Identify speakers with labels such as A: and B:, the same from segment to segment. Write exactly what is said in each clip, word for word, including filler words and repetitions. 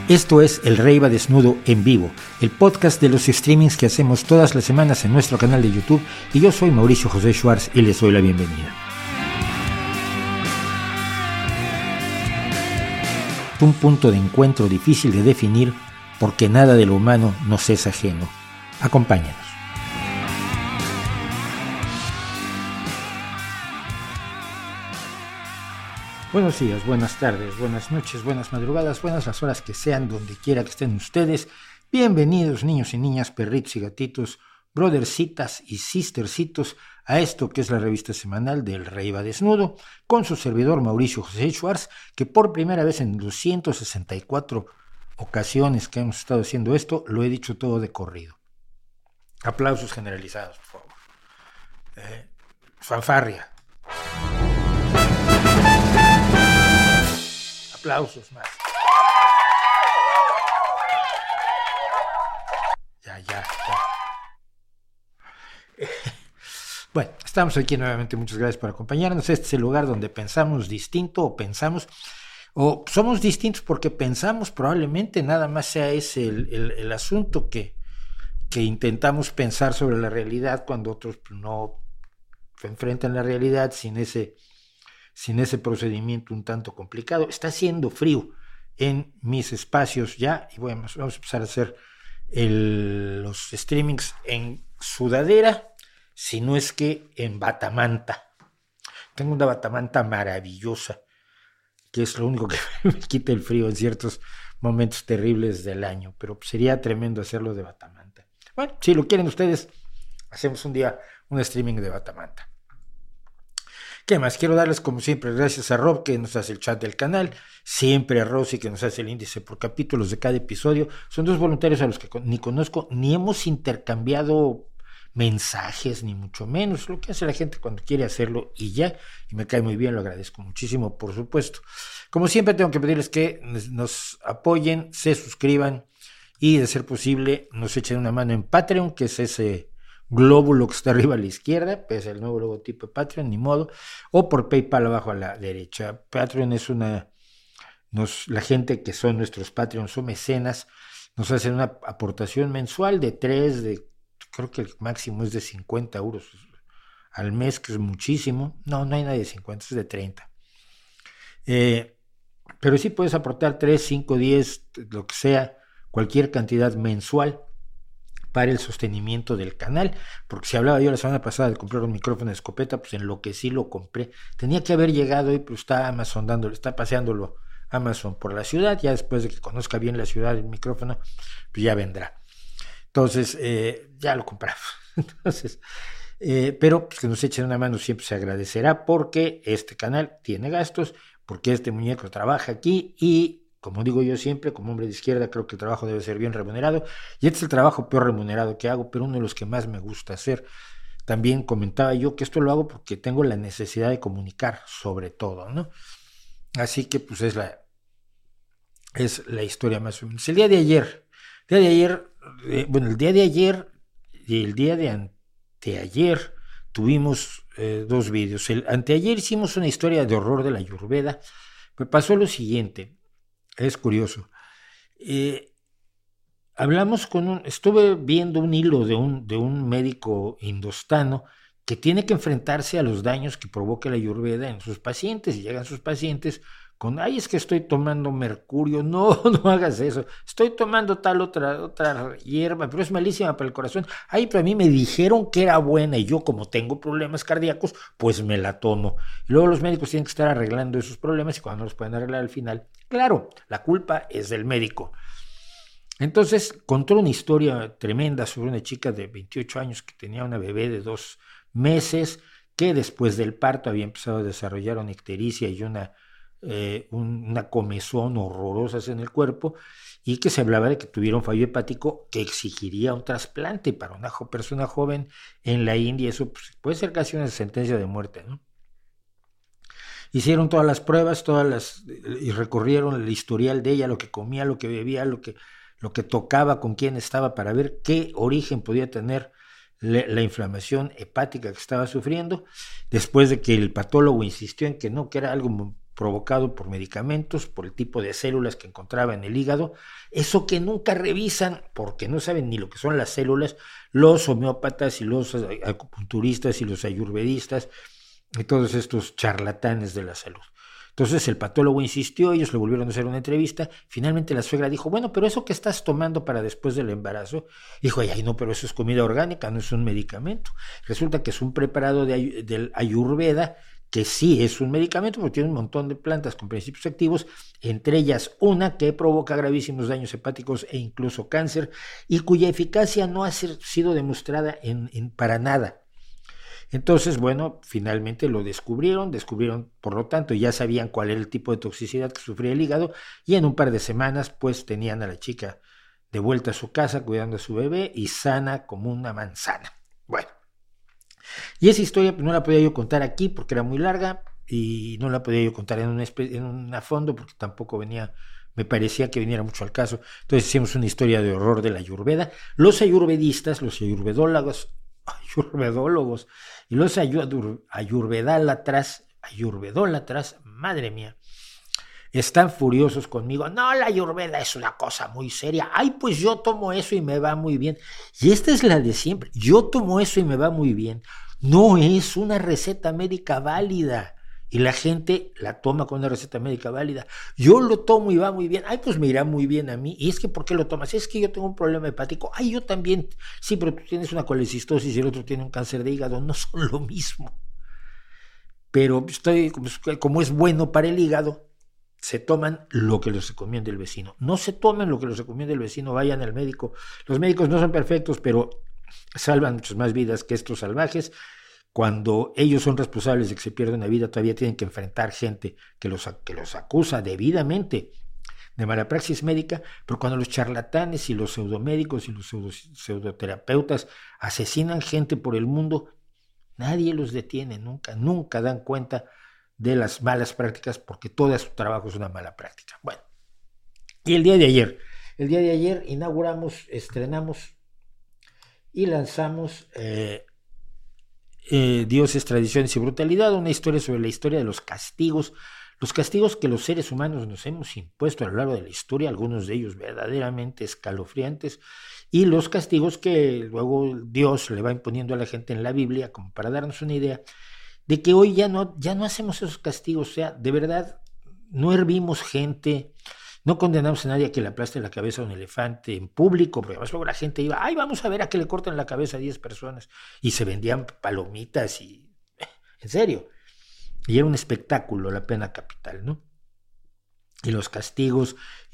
A: Esto es El Rey va Desnudo en vivo, el podcast de los streamings que hacemos todas las semanas en nuestro canal de YouTube, y yo soy Mauricio José Schwartz y les doy la bienvenida. Un punto de encuentro difícil de definir porque nada de lo humano nos es ajeno. Acompáñanos. Buenos días, buenas tardes, buenas noches, buenas madrugadas, buenas las horas que sean, donde quiera que estén ustedes. Bienvenidos, niños y niñas, perritos y gatitos, brothercitas y sistercitos, a esto que es la revista semanal del Rey va Desnudo, con su servidor Mauricio José Schwartz, que por primera vez en los ciento sesenta y cuatro ocasiones que hemos estado haciendo esto, lo he dicho todo de corrido. Aplausos generalizados, por favor. Eh, fanfarria. Aplausos más. Ya, ya, ya. Eh, bueno, estamos aquí nuevamente. Muchas gracias por acompañarnos. Este es el lugar donde pensamos distinto o pensamos, o somos distintos porque pensamos, probablemente nada más sea ese el, el, el asunto que, que intentamos pensar sobre la realidad cuando otros no enfrentan la realidad sin ese... sin ese procedimiento un tanto complicado. Está haciendo frío en mis espacios ya, y bueno, vamos a empezar a hacer el, los streamings en sudadera, si no es que en batamanta. Tengo una batamanta maravillosa, que es lo único que me quita el frío en ciertos momentos terribles del año, pero sería tremendo hacerlo de batamanta. Bueno, si lo quieren ustedes, hacemos un día un streaming de batamanta. ¿Qué más? Quiero darles, como siempre, gracias a Rob, que nos hace el chat del canal, siempre a Rosy, que nos hace el índice por capítulos de cada episodio. Son dos voluntarios a los que ni conozco, ni hemos intercambiado mensajes, ni mucho menos. Lo que hace la gente cuando quiere hacerlo y ya, y me cae muy bien, lo agradezco muchísimo, por supuesto. Como siempre, tengo que pedirles que nos apoyen, se suscriban y, de ser posible, nos echen una mano en Patreon, que es ese glóbulo que está arriba a la izquierda, pues el nuevo logotipo de Patreon, ni modo, o por PayPal abajo a la derecha. Patreon es una, nos, la gente que son nuestros Patreons o mecenas, nos hacen una aportación mensual de tres, de, creo que el máximo es de cincuenta euros al mes, que es muchísimo. No, no hay nadie de cincuenta, es de treinta. Eh, pero sí puedes aportar tres, cinco, diez, lo que sea, cualquier cantidad mensual para el sostenimiento del canal, porque si hablaba yo la semana pasada de comprar un micrófono de escopeta, pues en lo que sí lo compré, tenía que haber llegado y pues está Amazon dándole, está paseándolo Amazon por la ciudad, ya después de que conozca bien la ciudad el micrófono, pues ya vendrá. Entonces, eh, ya lo compramos. Entonces, eh, pero pues que nos echen una mano siempre se agradecerá, porque este canal tiene gastos, porque este muñeco trabaja aquí y, como digo yo siempre, como hombre de izquierda, creo que el trabajo debe ser bien remunerado, y este es el trabajo peor remunerado que hago, pero uno de los que más me gusta hacer. También comentaba yo que esto lo hago porque tengo la necesidad de comunicar, sobre todo, ¿no? Así que pues es la, es la historia más o menos. El día de ayer, el día de ayer, eh, bueno, el día de ayer y el día de anteayer tuvimos eh, dos vídeos. El anteayer hicimos una historia de horror de la Ayurveda. Me pasó lo siguiente. Es curioso. Eh, hablamos con un, estuve viendo un hilo de un, de un médico indostano que tiene que enfrentarse a los daños que provoca la Ayurveda en sus pacientes, y llegan sus pacientes con, ay, es que estoy tomando mercurio. No, no hagas eso. Estoy tomando tal otra, otra hierba, pero es malísima para el corazón. Ay, pero a mí me dijeron que era buena y yo, como tengo problemas cardíacos, pues me la tomo. Y luego los médicos tienen que estar arreglando esos problemas, y cuando no los pueden arreglar al final, claro, la culpa es del médico. Entonces contó una historia tremenda sobre una chica de veintiocho años que tenía una bebé de dos meses, que después del parto había empezado a desarrollar una ictericia y una, eh, un, una comezón horrorosas en el cuerpo, y que se hablaba de que tuviera un fallo hepático que exigiría un trasplante para una jo- persona joven en la India. Eso pues, puede ser casi una sentencia de muerte, ¿no? Hicieron todas las pruebas, todas las, y recorrieron el historial de ella, lo que comía, lo que bebía, lo que, lo que tocaba, con quién estaba, para ver qué origen podía tener la, la inflamación hepática que estaba sufriendo, después de que el patólogo insistió en que no, que era algo provocado por medicamentos, por el tipo de células que encontraba en el hígado, eso que nunca revisan porque no saben ni lo que son las células, los homeópatas y los acupunturistas y los ayurvedistas y todos estos charlatanes de la salud. Entonces el patólogo insistió, ellos le volvieron a hacer una entrevista, finalmente la suegra dijo, bueno, pero eso que estás tomando para después del embarazo, dijo, ay, no, pero eso es comida orgánica, no es un medicamento. Resulta que es un preparado de, del Ayurveda, que sí es un medicamento, porque tiene un montón de plantas con principios activos, entre ellas una que provoca gravísimos daños hepáticos e incluso cáncer, y cuya eficacia no ha sido demostrada en, en, para nada. Entonces, bueno, finalmente lo descubrieron, descubrieron, por lo tanto, ya sabían cuál era el tipo de toxicidad que sufría el hígado, y en un par de semanas, pues, tenían a la chica de vuelta a su casa, cuidando a su bebé, y sana como una manzana. Bueno, y esa historia no la podía yo contar aquí porque era muy larga, y no la podía yo contar en un, en un a fondo porque tampoco venía, me parecía que viniera mucho al caso. Entonces hicimos una historia de horror de la ayurveda. Los ayurvedistas, los ayurvedólogos, ayurvedólogos y los ayur, ayurvedálatras, ayurvedólatras, madre mía, están furiosos conmigo. No, la ayurveda es una cosa muy seria. Ay, pues yo tomo eso y me va muy bien. Y esta es la de siempre. Yo tomo eso y me va muy bien. No es una receta médica válida. Y la gente la toma con una receta médica válida. Yo lo tomo y va muy bien. Ay, pues me irá muy bien a mí. ¿Y es que por qué lo tomas? Es que yo tengo un problema hepático. Ay, yo también. Sí, pero tú tienes una colecistosis y el otro tiene un cáncer de hígado. No son lo mismo. Pero estoy, como es bueno para el hígado, se toman lo que les recomienda el vecino. No se tomen lo que les recomienda el vecino. Vayan al médico. Los médicos no son perfectos, pero salvan muchas más vidas que estos salvajes. Cuando ellos son responsables de que se pierda una vida, todavía tienen que enfrentar gente que los, que los acusa debidamente de mala praxis médica, pero cuando los charlatanes y los pseudomédicos y los pseudo, pseudoterapeutas asesinan gente por el mundo, nadie los detiene, nunca, nunca dan cuenta de las malas prácticas, porque todo su trabajo es una mala práctica. Bueno, y el día de ayer, el día de ayer inauguramos, estrenamos y lanzamos... Eh, Eh, Dioses, Tradiciones y Brutalidad, una historia sobre la historia de los castigos, los castigos que los seres humanos nos hemos impuesto a lo largo de la historia, algunos de ellos verdaderamente escalofriantes, y los castigos que luego Dios le va imponiendo a la gente en la Biblia, como para darnos una idea de que hoy ya no, ya no hacemos esos castigos. O sea, de verdad, no hervimos gente, no condenamos a nadie a que le aplaste la cabeza a un elefante en público, porque además luego la gente iba, ay, vamos a ver a que le corten la cabeza a diez personas, y se vendían palomitas, y en serio, y era un espectáculo la pena capital, ¿no? Y los castigos, y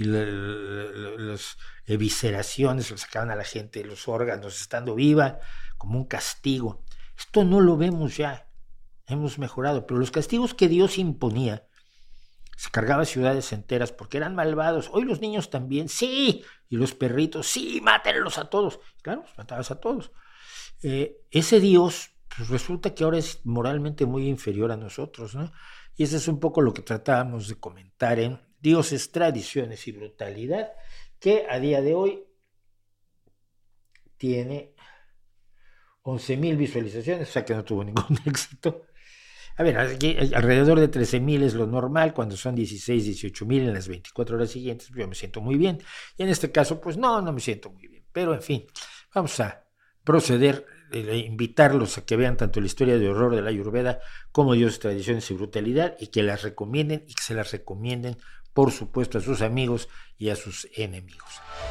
A: las evisceraciones, le sacaban a la gente los órganos estando viva, como un castigo. Esto no lo vemos ya, hemos mejorado, pero los castigos que Dios imponía, se cargaba ciudades enteras porque eran malvados. Hoy los niños también, sí, y los perritos, sí, mátenlos a todos. Claro, los matabas a todos. Eh, ese Dios, pues resulta que ahora es moralmente muy inferior a nosotros, ¿no? Y eso es un poco lo que tratábamos de comentar en Dioses, Tradiciones y Brutalidad, que a día de hoy tiene once mil visualizaciones, o sea que no tuvo ningún éxito. A ver, aquí, alrededor de trece mil es lo normal, cuando son dieciséis, dieciocho mil en las veinticuatro horas siguientes, yo me siento muy bien. Y en este caso, pues no, no me siento muy bien. Pero en fin, vamos a proceder, eh, invitarlos a que vean tanto la historia de horror de la Ayurveda como Dioses, Tradiciones y Brutalidad, y que las recomienden y que se las recomienden, por supuesto, a sus amigos y a sus enemigos.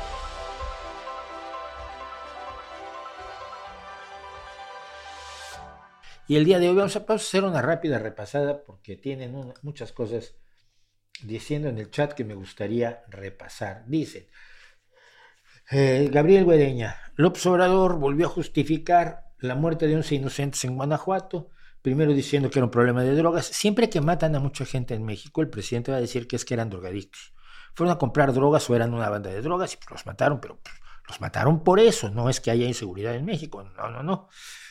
A: Y el día de hoy vamos a, vamos a hacer una rápida repasada porque tienen una, muchas cosas diciendo en el chat que me gustaría repasar. Dicen, eh, Gabriel Guereña, López Obrador volvió a justificar la muerte de once inocentes en Guanajuato, primero diciendo que era un problema de drogas. Siempre que matan a mucha gente en México, el presidente va a decir que es que eran drogadictos. Fueron a comprar drogas o eran una banda de drogas y pues los mataron, pero pues, los mataron por eso, no es que haya inseguridad en México, no, no, no.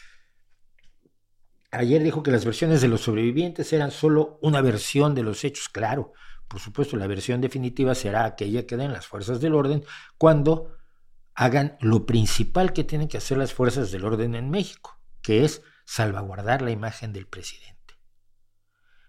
A: Ayer dijo que las versiones de los sobrevivientes eran solo una versión de los hechos. Claro, por supuesto, la versión definitiva será aquella que den las fuerzas del orden cuando hagan lo principal que tienen que hacer las fuerzas del orden en México, que es salvaguardar la imagen del presidente.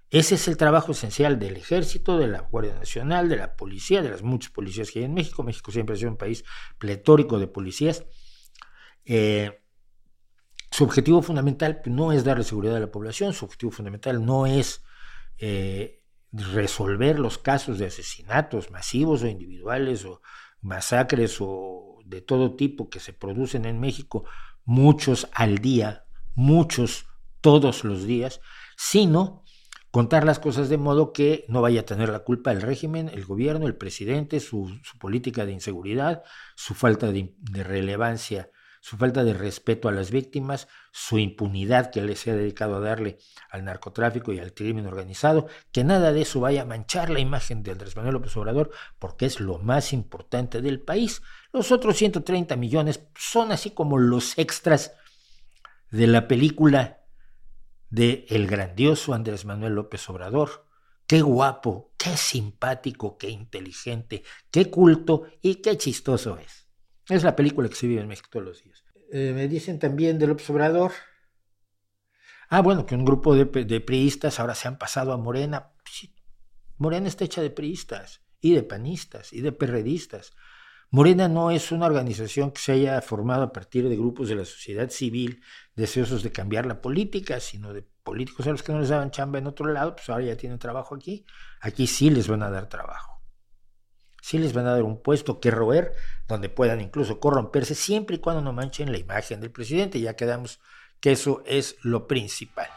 A: Ese es el trabajo esencial del ejército, de la Guardia Nacional, de la policía, de las muchas policías que hay en México. México siempre ha sido un país pletórico de policías. Eh, su objetivo fundamental no es darle seguridad a la población, su objetivo fundamental no es eh, resolver los casos de asesinatos masivos o individuales o masacres o de todo tipo que se producen en México, muchos al día, muchos todos los días, sino contar las cosas de modo que no vaya a tener la culpa el régimen, el gobierno, el presidente, su, su política de inseguridad, su falta de, de relevancia, su falta de respeto a las víctimas, su impunidad que le se ha dedicado a darle al narcotráfico y al crimen organizado, que nada de eso vaya a manchar la imagen de Andrés Manuel López Obrador, porque es lo más importante del país. Los otros ciento treinta millones son así como los extras de la película de el grandioso Andrés Manuel López Obrador. Qué guapo, qué simpático, qué inteligente, qué culto y qué chistoso es. Es la película que se vive en México todos los días. Eh, me dicen también de López Obrador. Ah, bueno, que un grupo de, de priistas ahora se han pasado a Morena. Sí, Morena está hecha de priistas y de panistas y de perredistas. Morena no es una organización que se haya formado a partir de grupos de la sociedad civil deseosos de cambiar la política, sino de políticos a los que no les daban chamba en otro lado, pues ahora ya tienen trabajo aquí. Aquí sí les van a dar trabajo. Sí les van a dar un puesto que roer, donde puedan incluso corromperse, siempre y cuando no manchen la imagen del presidente. Ya quedamos que eso es lo principal.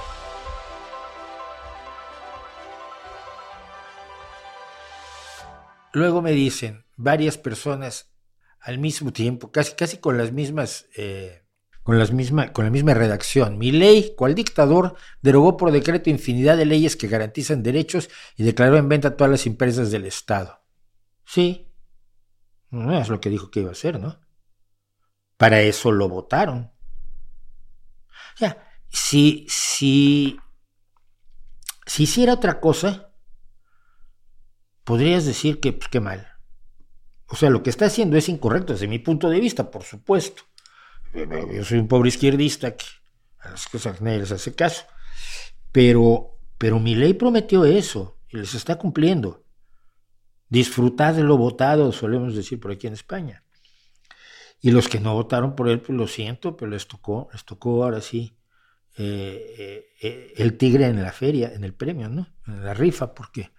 A: Luego me dicen varias personas al mismo tiempo, casi, casi con las mismas, eh, con las misma, con la misma redacción. Milei, cual dictador, derogó por decreto infinidad de leyes que garantizan derechos y declaró en venta todas las empresas del Estado. Sí, no es lo que dijo que iba a hacer, ¿no? Para eso lo votaron. O sea, si, si, si hiciera otra cosa, podrías decir que, pues, qué mal. O sea, lo que está haciendo es incorrecto desde mi punto de vista, por supuesto. Yo soy un pobre izquierdista que a las cosas nadie les hace caso. Pero, pero Milei prometió eso y les está cumpliendo. Disfrutad de lo votado, solemos decir por aquí en España. Y los que no votaron por él, pues lo siento, pero les tocó, les tocó ahora sí eh, eh, el tigre en la feria, en el premio, ¿no? En la rifa, porque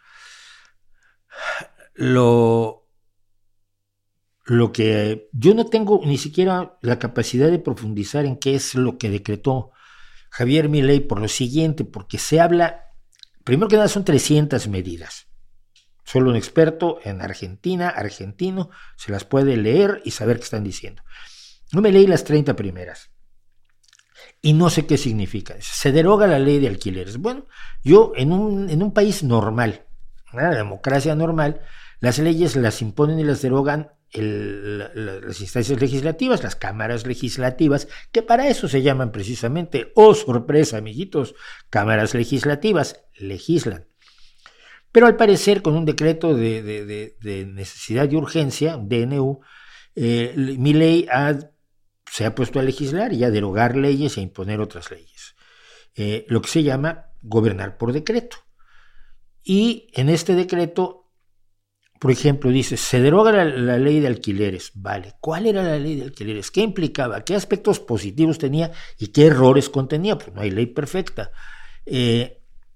A: lo, lo que yo no tengo ni siquiera la capacidad de profundizar en qué es lo que decretó Javier Milei por lo siguiente, porque se habla, primero que nada son trescientas medidas. Solo un experto en Argentina, argentino, se las puede leer y saber qué están diciendo. No me leí las treinta primeras y no sé qué significa. Se deroga la ley de alquileres. Bueno, yo en un, en un país normal, una democracia normal, las leyes las imponen y las derogan el, la, la, las instancias legislativas, las cámaras legislativas, que para eso se llaman precisamente, oh sorpresa, amiguitos, cámaras legislativas, legislan. Pero al parecer, con un decreto de, de, de, de necesidad y urgencia, D N U, eh, Milei ha, se ha puesto a legislar y a derogar leyes e imponer otras leyes. Eh, lo que se llama gobernar por decreto. Y en este decreto, por ejemplo, dice, se deroga la, la ley de alquileres. Vale, ¿cuál era la ley de alquileres? ¿Qué implicaba? ¿Qué aspectos positivos tenía y qué errores contenía? Pues no hay ley perfecta. Eh,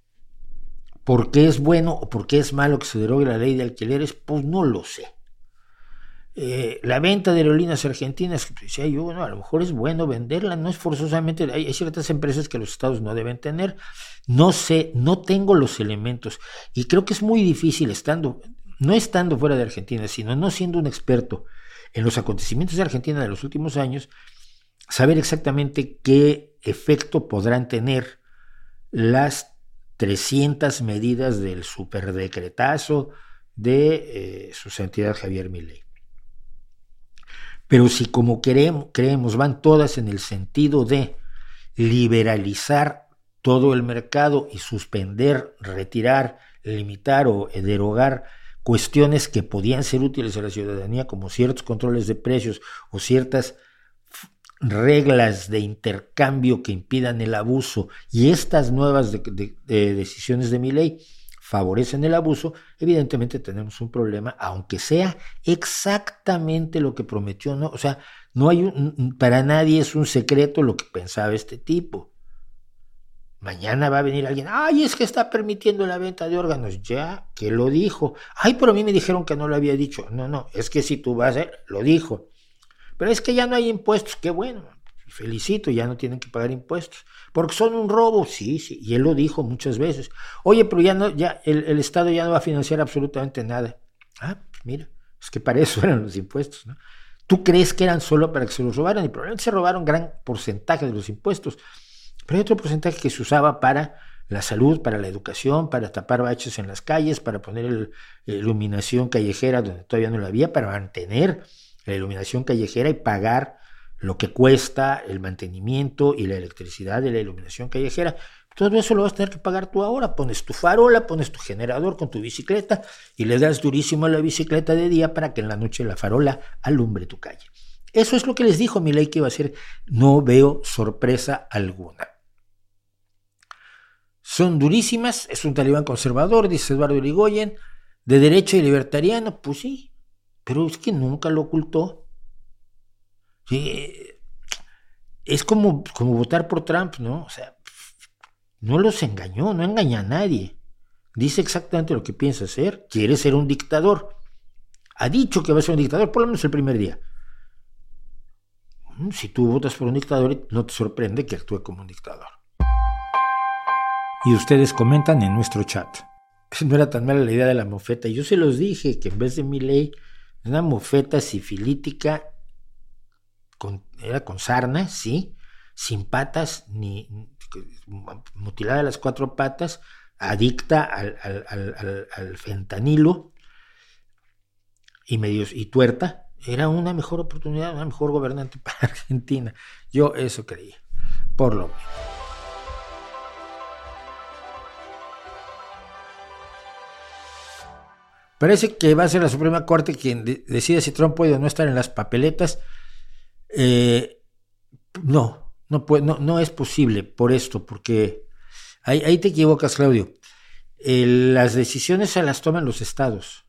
A: ¿Por qué es bueno o por qué es malo que se derogue la ley de alquileres? Pues no lo sé. Eh, la venta de aerolíneas argentinas, decía yo, bueno, a lo mejor es bueno venderla, no es forzosamente, hay, hay ciertas empresas que los estados no deben tener. No sé, no tengo los elementos y creo que es muy difícil estando, no estando fuera de Argentina, sino no siendo un experto en los acontecimientos de Argentina de los últimos años, saber exactamente qué efecto podrán tener las trescientas medidas del superdecretazo de eh, su santidad Javier Milei. Pero si como queremos, creemos van todas en el sentido de liberalizar todo el mercado y suspender, retirar, limitar o derogar cuestiones que podían ser útiles a la ciudadanía, como ciertos controles de precios o ciertas reglas de intercambio que impidan el abuso y estas nuevas de, de, de decisiones de Milei favorecen el abuso, evidentemente tenemos un problema, aunque sea exactamente lo que prometió, ¿no? O sea, no hay un, para nadie es un secreto lo que pensaba este tipo. Mañana va a venir alguien, ay, es que está permitiendo la venta de órganos, ya, que lo dijo. Ay, pero a mí me dijeron que no lo había dicho. No, no, es que si tú vas a, lo dijo. Pero es que ya no hay impuestos, qué bueno, felicito, ya no tienen que pagar impuestos, porque son un robo, sí, sí, y él lo dijo muchas veces. Oye, pero ya no, ya el, el Estado ya no va a financiar absolutamente nada. Ah, pues mira, es que para eso eran los impuestos, ¿no? Tú crees que eran solo para que se los robaran, y probablemente se robaron gran porcentaje de los impuestos, pero hay otro porcentaje que se usaba para la salud, para la educación, para tapar baches en las calles, para poner el, iluminación callejera donde todavía no la había, para mantener la iluminación callejera y pagar lo que cuesta el mantenimiento y la electricidad de la iluminación callejera. Todo eso lo vas a tener que pagar tú ahora. Pones tu farola, pones tu generador con tu bicicleta y le das durísimo a la bicicleta de día para que en la noche la farola alumbre tu calle. Eso es lo que les dijo Milei que iba a hacer. No veo sorpresa alguna. Son durísimas, es un talibán conservador, dice Eduardo Irigoyen, de derecha y libertariano, pues sí, pero es que nunca lo ocultó. Sí, es como, como votar por Trump, ¿no? O sea, no los engañó, no engaña a nadie. Dice exactamente lo que piensa hacer, quiere ser un dictador. Ha dicho que va a ser un dictador, por lo menos el primer día. Si tú votas por un dictador, no te sorprende que actúe como un dictador. Y ustedes comentan en nuestro chat. No era tan mala la idea de la mofeta. Yo se los dije que en vez de Milei, una mofeta sifilítica, con, era con sarna, sí, sin patas, ni mutilada de las cuatro patas, adicta al, al, al, al fentanilo y, medios, y tuerta, era una mejor oportunidad, una mejor gobernante para Argentina. Yo eso creía, por lo menos. Parece que va a ser la Suprema Corte quien de- decida si Trump puede o no estar en las papeletas. Eh, no, no, puede, no, no es posible por esto, porque ahí, ahí te equivocas, Claudio. Eh, las decisiones se las toman los estados.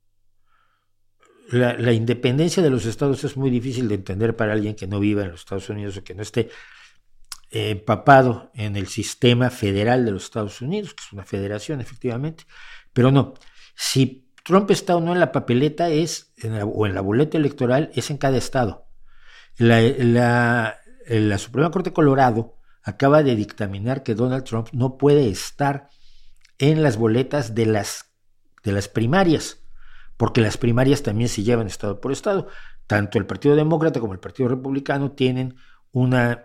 A: La, la independencia de los estados es muy difícil de entender para alguien que no viva en los Estados Unidos o que no esté eh, empapado en el sistema federal de los Estados Unidos, que es una federación, efectivamente. Pero no, si Trump está o no en la papeleta es en la, o en la boleta electoral es en cada estado. La, la, la Suprema Corte de Colorado acaba de dictaminar que Donald Trump no puede estar en las boletas de las, de las primarias, porque las primarias también se llevan estado por estado. Tanto el Partido Demócrata como el Partido Republicano tienen una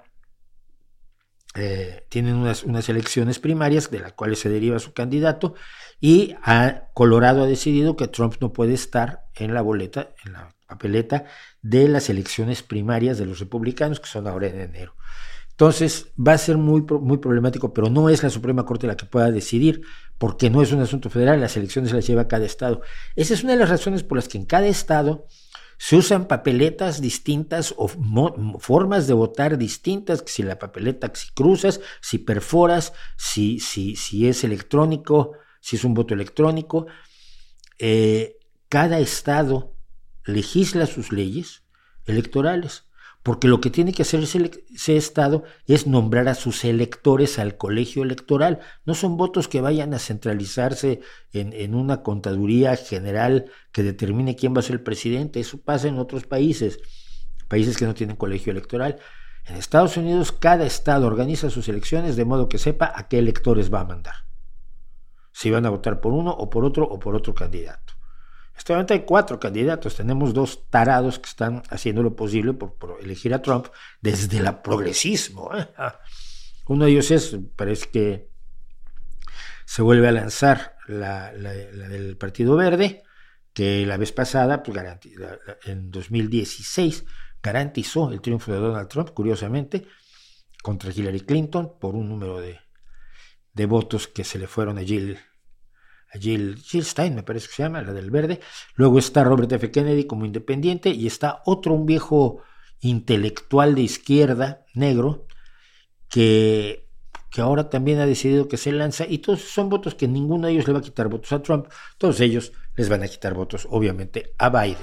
A: Eh, tienen unas, unas elecciones primarias de las cuales se deriva su candidato y a Colorado ha decidido que Trump no puede estar en la boleta, en la papeleta de las elecciones primarias de los republicanos que son ahora en enero. Entonces va a ser muy, muy problemático, pero no es la Suprema Corte la que pueda decidir porque no es un asunto federal, las elecciones las lleva cada estado. Esa es una de las razones por las que en cada estado se usan papeletas distintas o mo- formas de votar distintas, que si la papeleta, si cruzas, si perforas, si, si, si es electrónico, si es un voto electrónico. Eh, cada estado legisla sus leyes electorales, porque lo que tiene que hacer ese, ese estado es nombrar a sus electores al colegio electoral. No son votos que vayan a centralizarse en, en una contaduría general que determine quién va a ser el presidente. Eso pasa en otros países, países que no tienen colegio electoral. En Estados Unidos cada estado organiza sus elecciones de modo que sepa a qué electores va a mandar, si van a votar por uno o por otro o por otro candidato. Actualmente hay cuatro candidatos, tenemos dos tarados que están haciendo lo posible por, por elegir a Trump desde el progresismo. ¿eh? Uno de ellos es, parece que se vuelve a lanzar la, la, la del Partido Verde, que la vez pasada, pues, garantiza, en dos mil dieciséis, garantizó el triunfo de Donald Trump, curiosamente, contra Hillary Clinton, por un número de, de votos que se le fueron a Jill Jill, Jill Stein, me parece que se llama, la del Verde. Luego está Robert F. Kennedy como independiente y está otro, un viejo intelectual de izquierda, negro, que, que ahora también ha decidido que se lanza, y todos son votos que ninguno de ellos le va a quitar votos a Trump, todos ellos les van a quitar votos, obviamente, a Biden.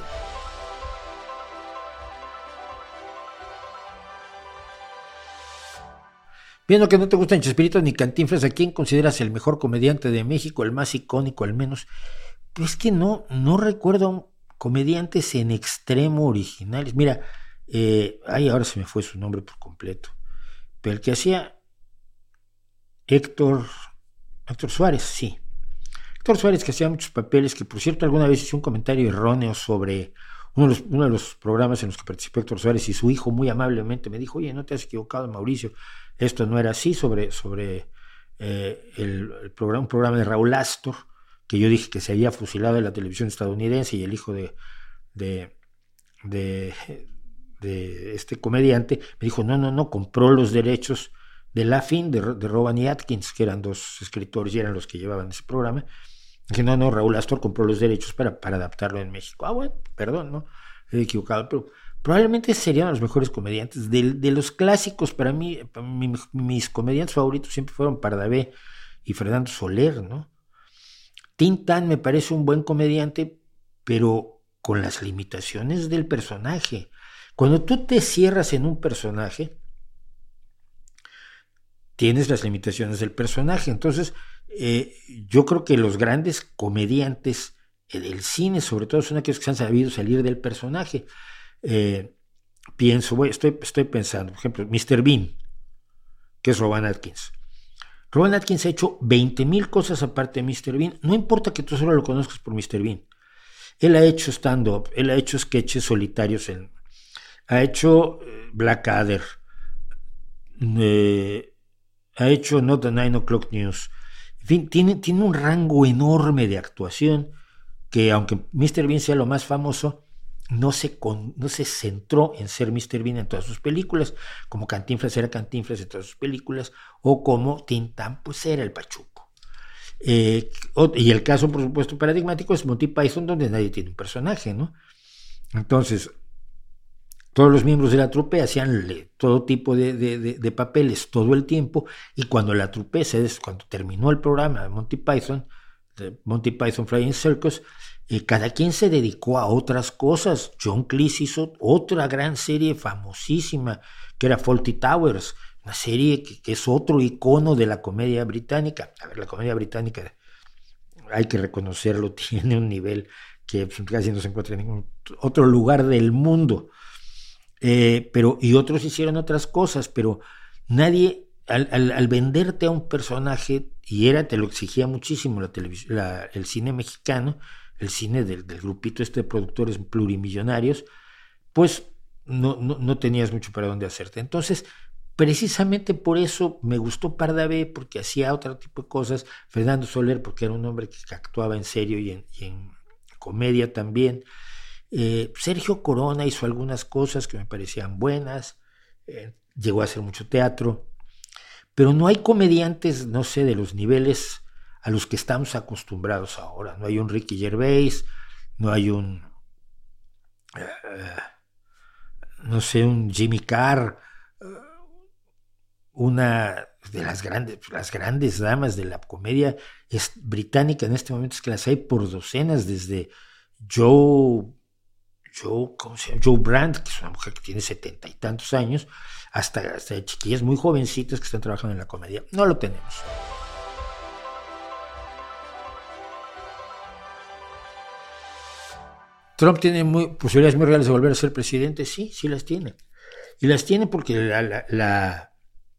A: Viendo que no te gustan Chespirito ni Cantinflas, ¿a quién consideras el mejor comediante de México, el más icónico al menos? Pues que no, no recuerdo comediantes en extremo originales. Mira, eh, ay, ahora se me fue su nombre por completo. Pero el que hacía Héctor, Héctor Suárez, sí. Héctor Suárez, que hacía muchos papeles, que por cierto alguna vez hizo un comentario erróneo sobre uno de los, uno de los programas en los que participó Héctor Suárez, y su hijo muy amablemente me dijo, oye, no te has equivocado, Mauricio, esto no era así, sobre, sobre eh, el, el programa, un programa de Raúl Astor, que yo dije que se había fusilado en la televisión estadounidense, y el hijo de, de, de, de este comediante me dijo, no, no, no, compró los derechos de Laugh-In, de, de Rowan y Atkins, que eran dos escritores y eran los que llevaban ese programa. Dije, no, no, Raúl Astor compró los derechos para, para adaptarlo en México. Ah, bueno, perdón, ¿no? He equivocado, pero probablemente serían los mejores comediantes. De, de los clásicos, para mí, para mí, mis comediantes favoritos siempre fueron Pardavé y Fernando Soler, ¿no? Tintán me parece un buen comediante, pero con las limitaciones del personaje. Cuando tú te cierras en un personaje, tienes las limitaciones del personaje. Entonces, eh, yo creo que los grandes comediantes del cine, sobre todo, son aquellos que han sabido salir del personaje. Eh, pienso, bueno, estoy, estoy pensando, por ejemplo, mister Bean, que es Rowan Atkins. Rowan Atkins ha hecho veinte mil cosas aparte de mister Bean. No importa que tú solo lo conozcas por mister Bean. Él ha hecho stand-up, él ha hecho sketches solitarios, en, ha hecho Blackadder, eh, ha hecho Not the Nine O'Clock News. En fin, tiene, tiene un rango enorme de actuación que, aunque mister Bean sea lo más famoso, no se, con, no se centró en ser mister Bean en todas sus películas, como Cantinflas era Cantinflas en todas sus películas, o como Tintán pues era el Pachuco. Eh, y el caso, por supuesto, paradigmático es Monty Python, donde nadie tiene un personaje, ¿no? Entonces, todos los miembros de la trupe hacían todo tipo de, de, de, de papeles todo el tiempo, y cuando la trupe, cuando terminó el programa de Monty Python, de Monty Python Flying Circus, eh, cada quien se dedicó a otras cosas. John Cleese hizo otra gran serie famosísima, que era Fawlty Towers, una serie que, que es otro icono de la comedia británica. A ver, la comedia británica, hay que reconocerlo, tiene un nivel que casi no se encuentra en ningún otro lugar del mundo. Eh, pero, y otros hicieron otras cosas, pero nadie, al, al, al venderte a un personaje, y era, te lo exigía muchísimo la televisión, la, el cine mexicano, el cine del, del grupito este de productores plurimillonarios, pues no, no, no tenías mucho para dónde hacerte. Entonces, precisamente por eso me gustó Pardavé, porque hacía otro tipo de cosas, Fernando Soler, porque era un hombre que actuaba en serio y en, y en comedia también. Eh, Sergio Corona hizo algunas cosas que me parecían buenas, eh, llegó a hacer mucho teatro, pero no hay comediantes, no sé, de los niveles a los que estamos acostumbrados ahora. No hay un Ricky Gervais, no hay un, uh, no sé, un Jimmy Carr, uh, una de las grandes, las grandes damas de la comedia es británica en este momento, es que las hay por docenas, desde Joe Joe, ¿cómo se llama? Joe Brandt, que es una mujer que tiene setenta y tantos años, hasta, hasta chiquillas muy jovencitas que están trabajando en la comedia. No lo tenemos. Trump tiene muy, posibilidades muy reales de volver a ser presidente. Sí, sí las tiene. Y las tiene porque la, la, la,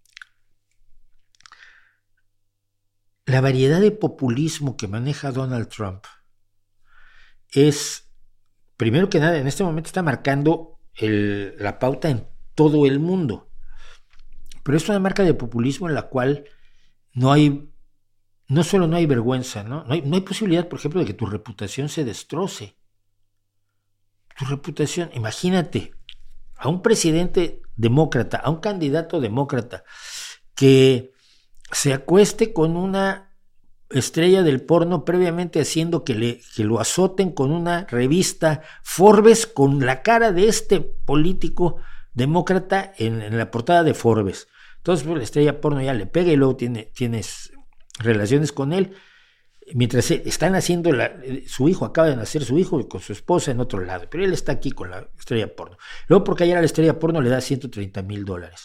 A: la variedad de populismo que maneja Donald Trump es, primero que nada, en este momento está marcando el, la pauta en todo el mundo. Pero es una marca de populismo en la cual no hay, no solo no hay vergüenza, ¿no? No hay, no hay posibilidad, por ejemplo, de que tu reputación se destroce. Tu reputación, imagínate, a un presidente demócrata, a un candidato demócrata, que se acueste con una estrella del porno previamente haciendo que, le, que lo azoten con una revista Forbes con la cara de este político demócrata en, en la portada de Forbes. Entonces pues, la estrella porno ya le pega y luego tiene, tienes relaciones con él. Mientras están haciendo, la, su hijo, acaba de nacer su hijo con su esposa en otro lado, pero él está aquí con la estrella porno. Luego porque ayer a la estrella porno le da ciento treinta mil dólares.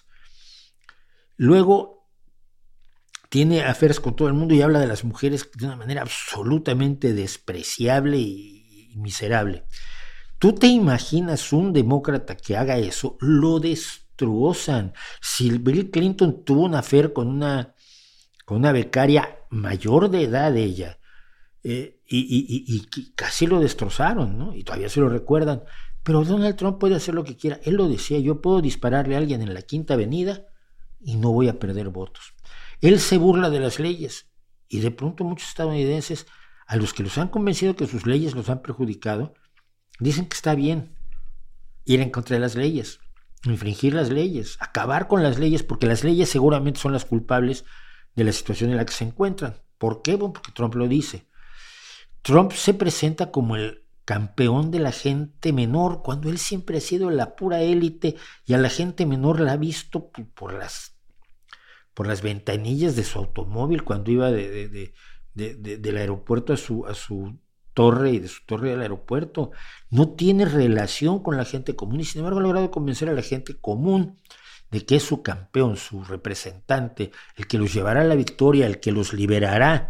A: Luego tiene affairs con todo el mundo y habla de las mujeres de una manera absolutamente despreciable y, y miserable. ¿Tú te imaginas un demócrata que haga eso? Lo destrozan. Si Bill Clinton tuvo un affair con una, con una becaria mayor de edad de ella, eh, y, y, y, y casi lo destrozaron, ¿no? Y todavía se lo recuerdan. Pero Donald Trump puede hacer lo que quiera. Él lo decía, yo puedo dispararle a alguien en la Quinta Avenida y no voy a perder votos. Él se burla de las leyes y de pronto muchos estadounidenses, a los que los han convencido que sus leyes los han perjudicado, dicen que está bien ir en contra de las leyes, infringir las leyes, acabar con las leyes, porque las leyes seguramente son las culpables de la situación en la que se encuentran. ¿Por qué? Bueno, porque Trump lo dice. Trump se presenta como el campeón de la gente menor, cuando él siempre ha sido la pura élite y a la gente menor la ha visto por las, por las ventanillas de su automóvil cuando iba de, de, de, de, de, del aeropuerto a su, a su torre y de su torre al aeropuerto. No tiene relación con la gente común y sin embargo ha logrado convencer a la gente común de que es su campeón, su representante, el que los llevará a la victoria, el que los liberará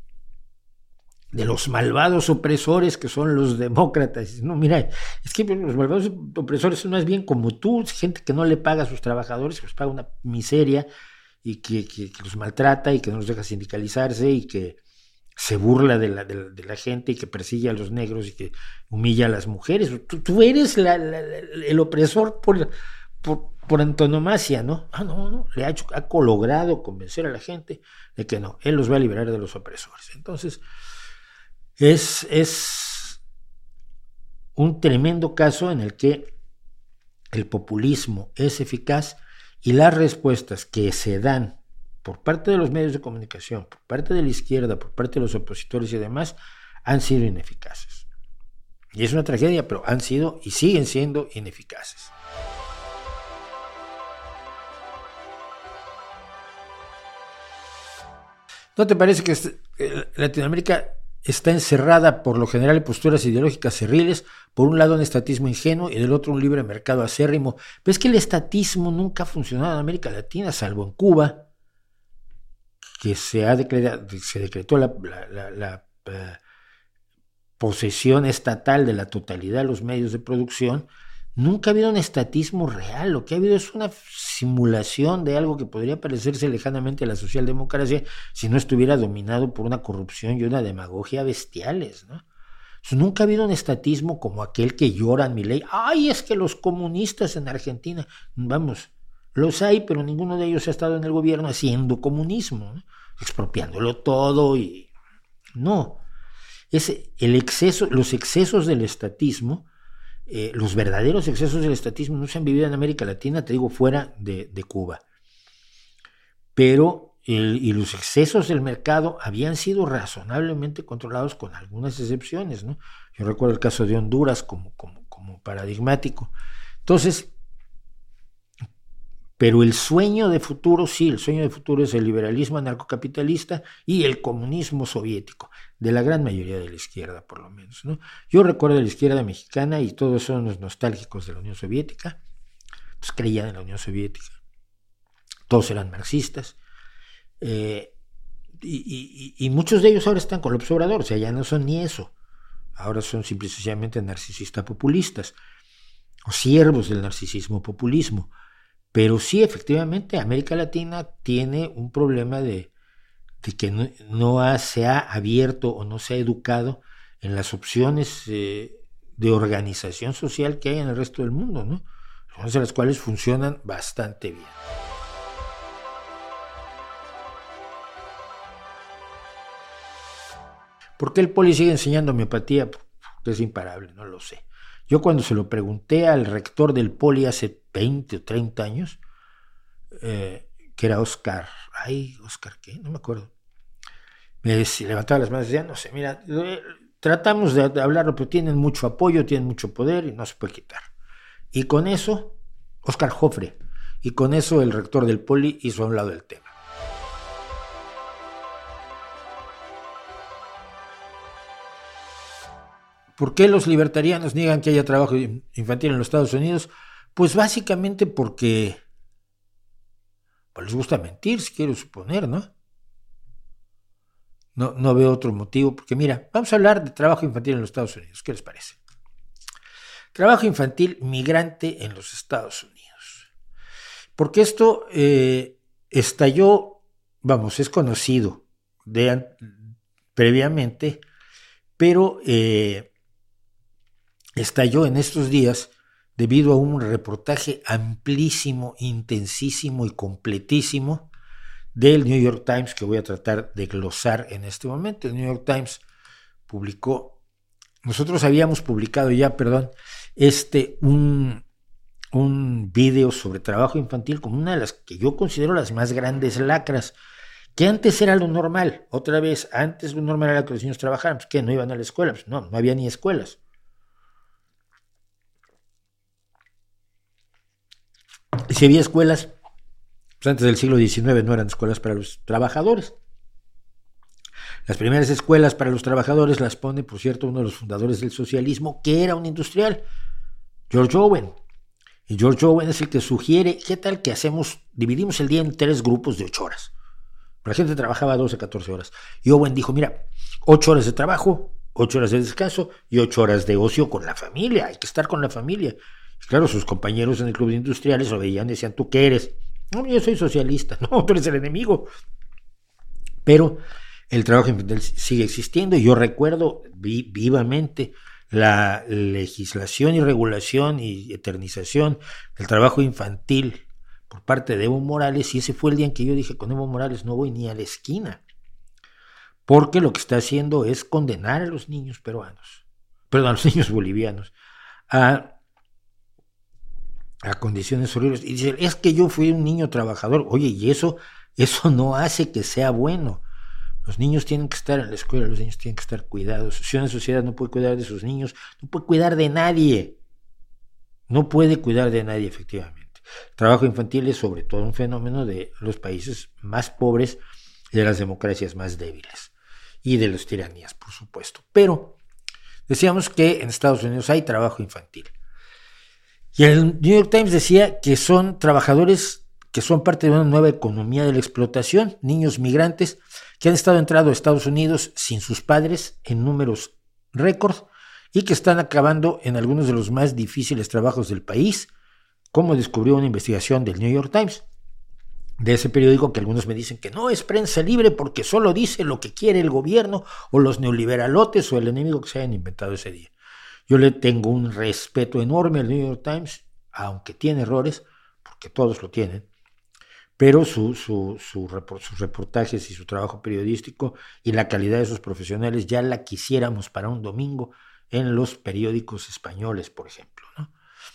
A: de los malvados opresores que son los demócratas. No, mira, es que los malvados opresores son más bien como tú, gente que no le paga a sus trabajadores, que les paga una miseria y que, que, que los maltrata y que no los deja sindicalizarse y que se burla de la, de, de la gente y que persigue a los negros y que humilla a las mujeres. Tú, tú eres la, la, el opresor por, por, por antonomasia, ¿no? Ah, no, no, le ha, hecho, ha logrado convencer a la gente de que no, él los va a liberar de los opresores. Entonces, es, es un tremendo caso en el que el populismo es eficaz y las respuestas que se dan por parte de los medios de comunicación, por parte de la izquierda, por parte de los opositores y demás, han sido ineficaces. Y es una tragedia, pero han sido y siguen siendo ineficaces. ¿No te parece que Latinoamérica está encerrada por lo general en posturas ideológicas cerriles? Por un lado un estatismo ingenuo y del otro un libre mercado acérrimo. Pero es que el estatismo nunca ha funcionado en América Latina, salvo en Cuba, que se, ha declarado, se decretó la, la, la, la uh, posesión estatal de la totalidad de los medios de producción. Nunca ha habido un estatismo real, lo que ha habido es una simulación de algo que podría parecerse lejanamente a la socialdemocracia si no estuviera dominado por una corrupción y una demagogia bestiales, ¿no? Nunca ha habido un estatismo como aquel que lloran Milei. ¡Ay, es que los comunistas en Argentina! Vamos, los hay, pero ninguno de ellos ha estado en el gobierno haciendo comunismo, ¿no? Expropiándolo todo y... No. Es el exceso, los excesos del estatismo, eh, los verdaderos excesos del estatismo no se han vivido en América Latina, te digo, fuera de, de Cuba. Pero... El, y los excesos del mercado habían sido razonablemente controlados con algunas excepciones, ¿no? Yo recuerdo el caso de Honduras como, como, como paradigmático. Entonces, pero el sueño de futuro, sí, el sueño de futuro es el liberalismo anarcocapitalista y el comunismo soviético, de la gran mayoría de la izquierda, por lo menos, ¿no? Yo recuerdo la izquierda mexicana y todos son los nostálgicos de la Unión Soviética, pues creían en la Unión Soviética, todos eran marxistas. Eh, y, y, y muchos de ellos ahora están con López Obrador, o sea, ya no son ni eso, ahora son simple y sencillamente narcisistas populistas o siervos del narcisismo populismo. Pero sí, efectivamente, América Latina tiene un problema de, de que no, no ha, se ha abierto o no se ha educado en las opciones eh, de organización social que hay en el resto del mundo, ¿no? Algunas de las cuales funcionan bastante bien. ¿Por qué el poli sigue enseñando homeopatía? Porque es imparable, no lo sé. Yo cuando se lo pregunté al rector del poli hace veinte o treinta años, eh, que era Oscar, ay, Oscar, ¿qué? No me acuerdo. Me decía, levantaba las manos y decía, no sé, mira, eh, tratamos de hablarlo, pero tienen mucho apoyo, tienen mucho poder y no se puede quitar. Y con eso, Óscar Jofre. Y con eso el rector del Poli hizo a un lado el tema. ¿Por qué los libertarianos niegan que haya trabajo infantil en los Estados Unidos? Pues básicamente porque pues les gusta mentir, si quiero suponer, ¿no? No, no veo otro motivo, porque mira, vamos a hablar de trabajo infantil en los Estados Unidos. ¿Qué les parece? Trabajo infantil migrante en los Estados Unidos. Porque esto eh, estalló, vamos, es conocido de, previamente, pero eh, estalló en estos días debido a un reportaje amplísimo, intensísimo y completísimo del New York Times que voy a tratar de glosar en este momento. El New York Times publicó, nosotros habíamos publicado ya, perdón, este, un, un video sobre trabajo infantil como una de las que yo considero las más grandes lacras, que antes era lo normal. Otra vez, antes lo normal era que los niños trabajaran, pues que no iban a la escuela, pues no, no había ni escuelas. Y si había escuelas, pues antes del siglo diecinueve no eran escuelas para los trabajadores. Las primeras escuelas para los trabajadores las pone, por cierto, uno de los fundadores del socialismo, que era un industrial, George Owen. Y George Owen es el que sugiere, ¿qué tal que hacemos, dividimos el día en tres grupos de ocho horas? La gente trabajaba doce, catorce horas. Y Owen dijo, mira, ocho horas de trabajo, ocho horas de descanso y ocho horas de ocio con la familia. Hay que estar con la familia. Y claro, sus compañeros en el club de industriales lo veían y decían, ¿tú qué eres? No, yo soy socialista. No, tú eres el enemigo. Pero el trabajo infantil sigue existiendo y yo recuerdo vi, vivamente la legislación y regulación y eternización del trabajo infantil por parte de Evo Morales, y ese fue el día en que yo dije, con Evo Morales no voy ni a la esquina, porque lo que está haciendo es condenar a los niños peruanos, perdón, a los niños bolivianos, a, a condiciones horribles. Y dice, es que yo fui un niño trabajador. Oye, y eso, eso no hace que sea bueno. Los niños tienen que estar en la escuela, los niños tienen que estar cuidados. Si una sociedad no puede cuidar de sus niños, no puede cuidar de nadie. No puede cuidar de nadie, efectivamente. El trabajo infantil es sobre todo un fenómeno de los países más pobres y de las democracias más débiles. Y de las tiranías, por supuesto. Pero decíamos que en Estados Unidos hay trabajo infantil. Y el New York Times decía que son trabajadores que son parte de una nueva economía de la explotación, niños migrantes que han estado entrando a Estados Unidos sin sus padres en números récord y que están acabando en algunos de los más difíciles trabajos del país, como descubrió una investigación del New York Times, de ese periódico que algunos me dicen que no es prensa libre porque solo dice lo que quiere el gobierno o los neoliberalotes o el enemigo que se hayan inventado ese día. Yo le tengo un respeto enorme al New York Times, aunque tiene errores, porque todos lo tienen, pero su, su, su, sus reportajes y su trabajo periodístico y la calidad de sus profesionales ya la quisiéramos para un domingo en los periódicos españoles, por ejemplo, ¿no?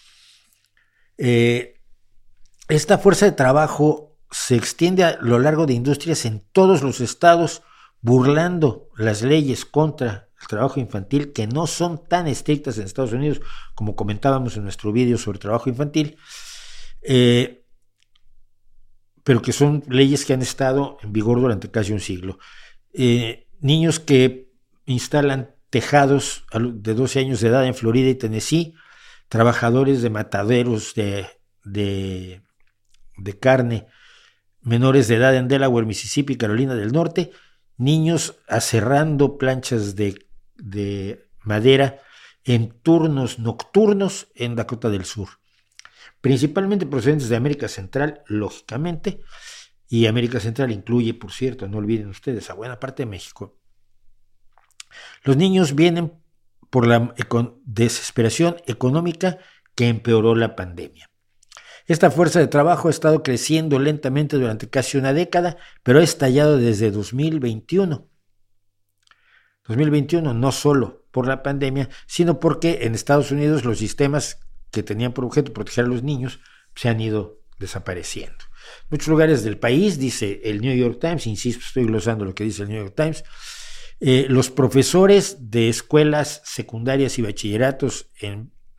A: Eh, esta fuerza de trabajo se extiende a lo largo de industrias en todos los estados, burlando las leyes contra el trabajo infantil, que no son tan estrictas en Estados Unidos, como comentábamos en nuestro vídeo sobre trabajo infantil, eh, pero que son leyes que han estado en vigor durante casi un siglo. Eh, niños que instalan tejados de doce años de edad en Florida y Tennessee, trabajadores de mataderos de, de, de carne, menores de edad en Delaware, Mississippi, Carolina del Norte, niños aserrando planchas de, de madera en turnos nocturnos en Dakota del Sur, principalmente procedentes de América Central, lógicamente, y América Central incluye, por cierto, no olviden ustedes, a buena parte de México. Los niños vienen por la econ- desesperación económica que empeoró la pandemia. Esta fuerza de trabajo ha estado creciendo lentamente durante casi una década, pero ha estallado desde dos mil veintiuno. dos mil veintiuno no solo por la pandemia, sino porque en Estados Unidos los sistemas que tenían por objeto proteger a los niños se han ido desapareciendo. En muchos lugares del país, dice el New York Times, insisto, estoy glosando lo que dice el New York Times, eh, los profesores de escuelas secundarias y bachilleratos en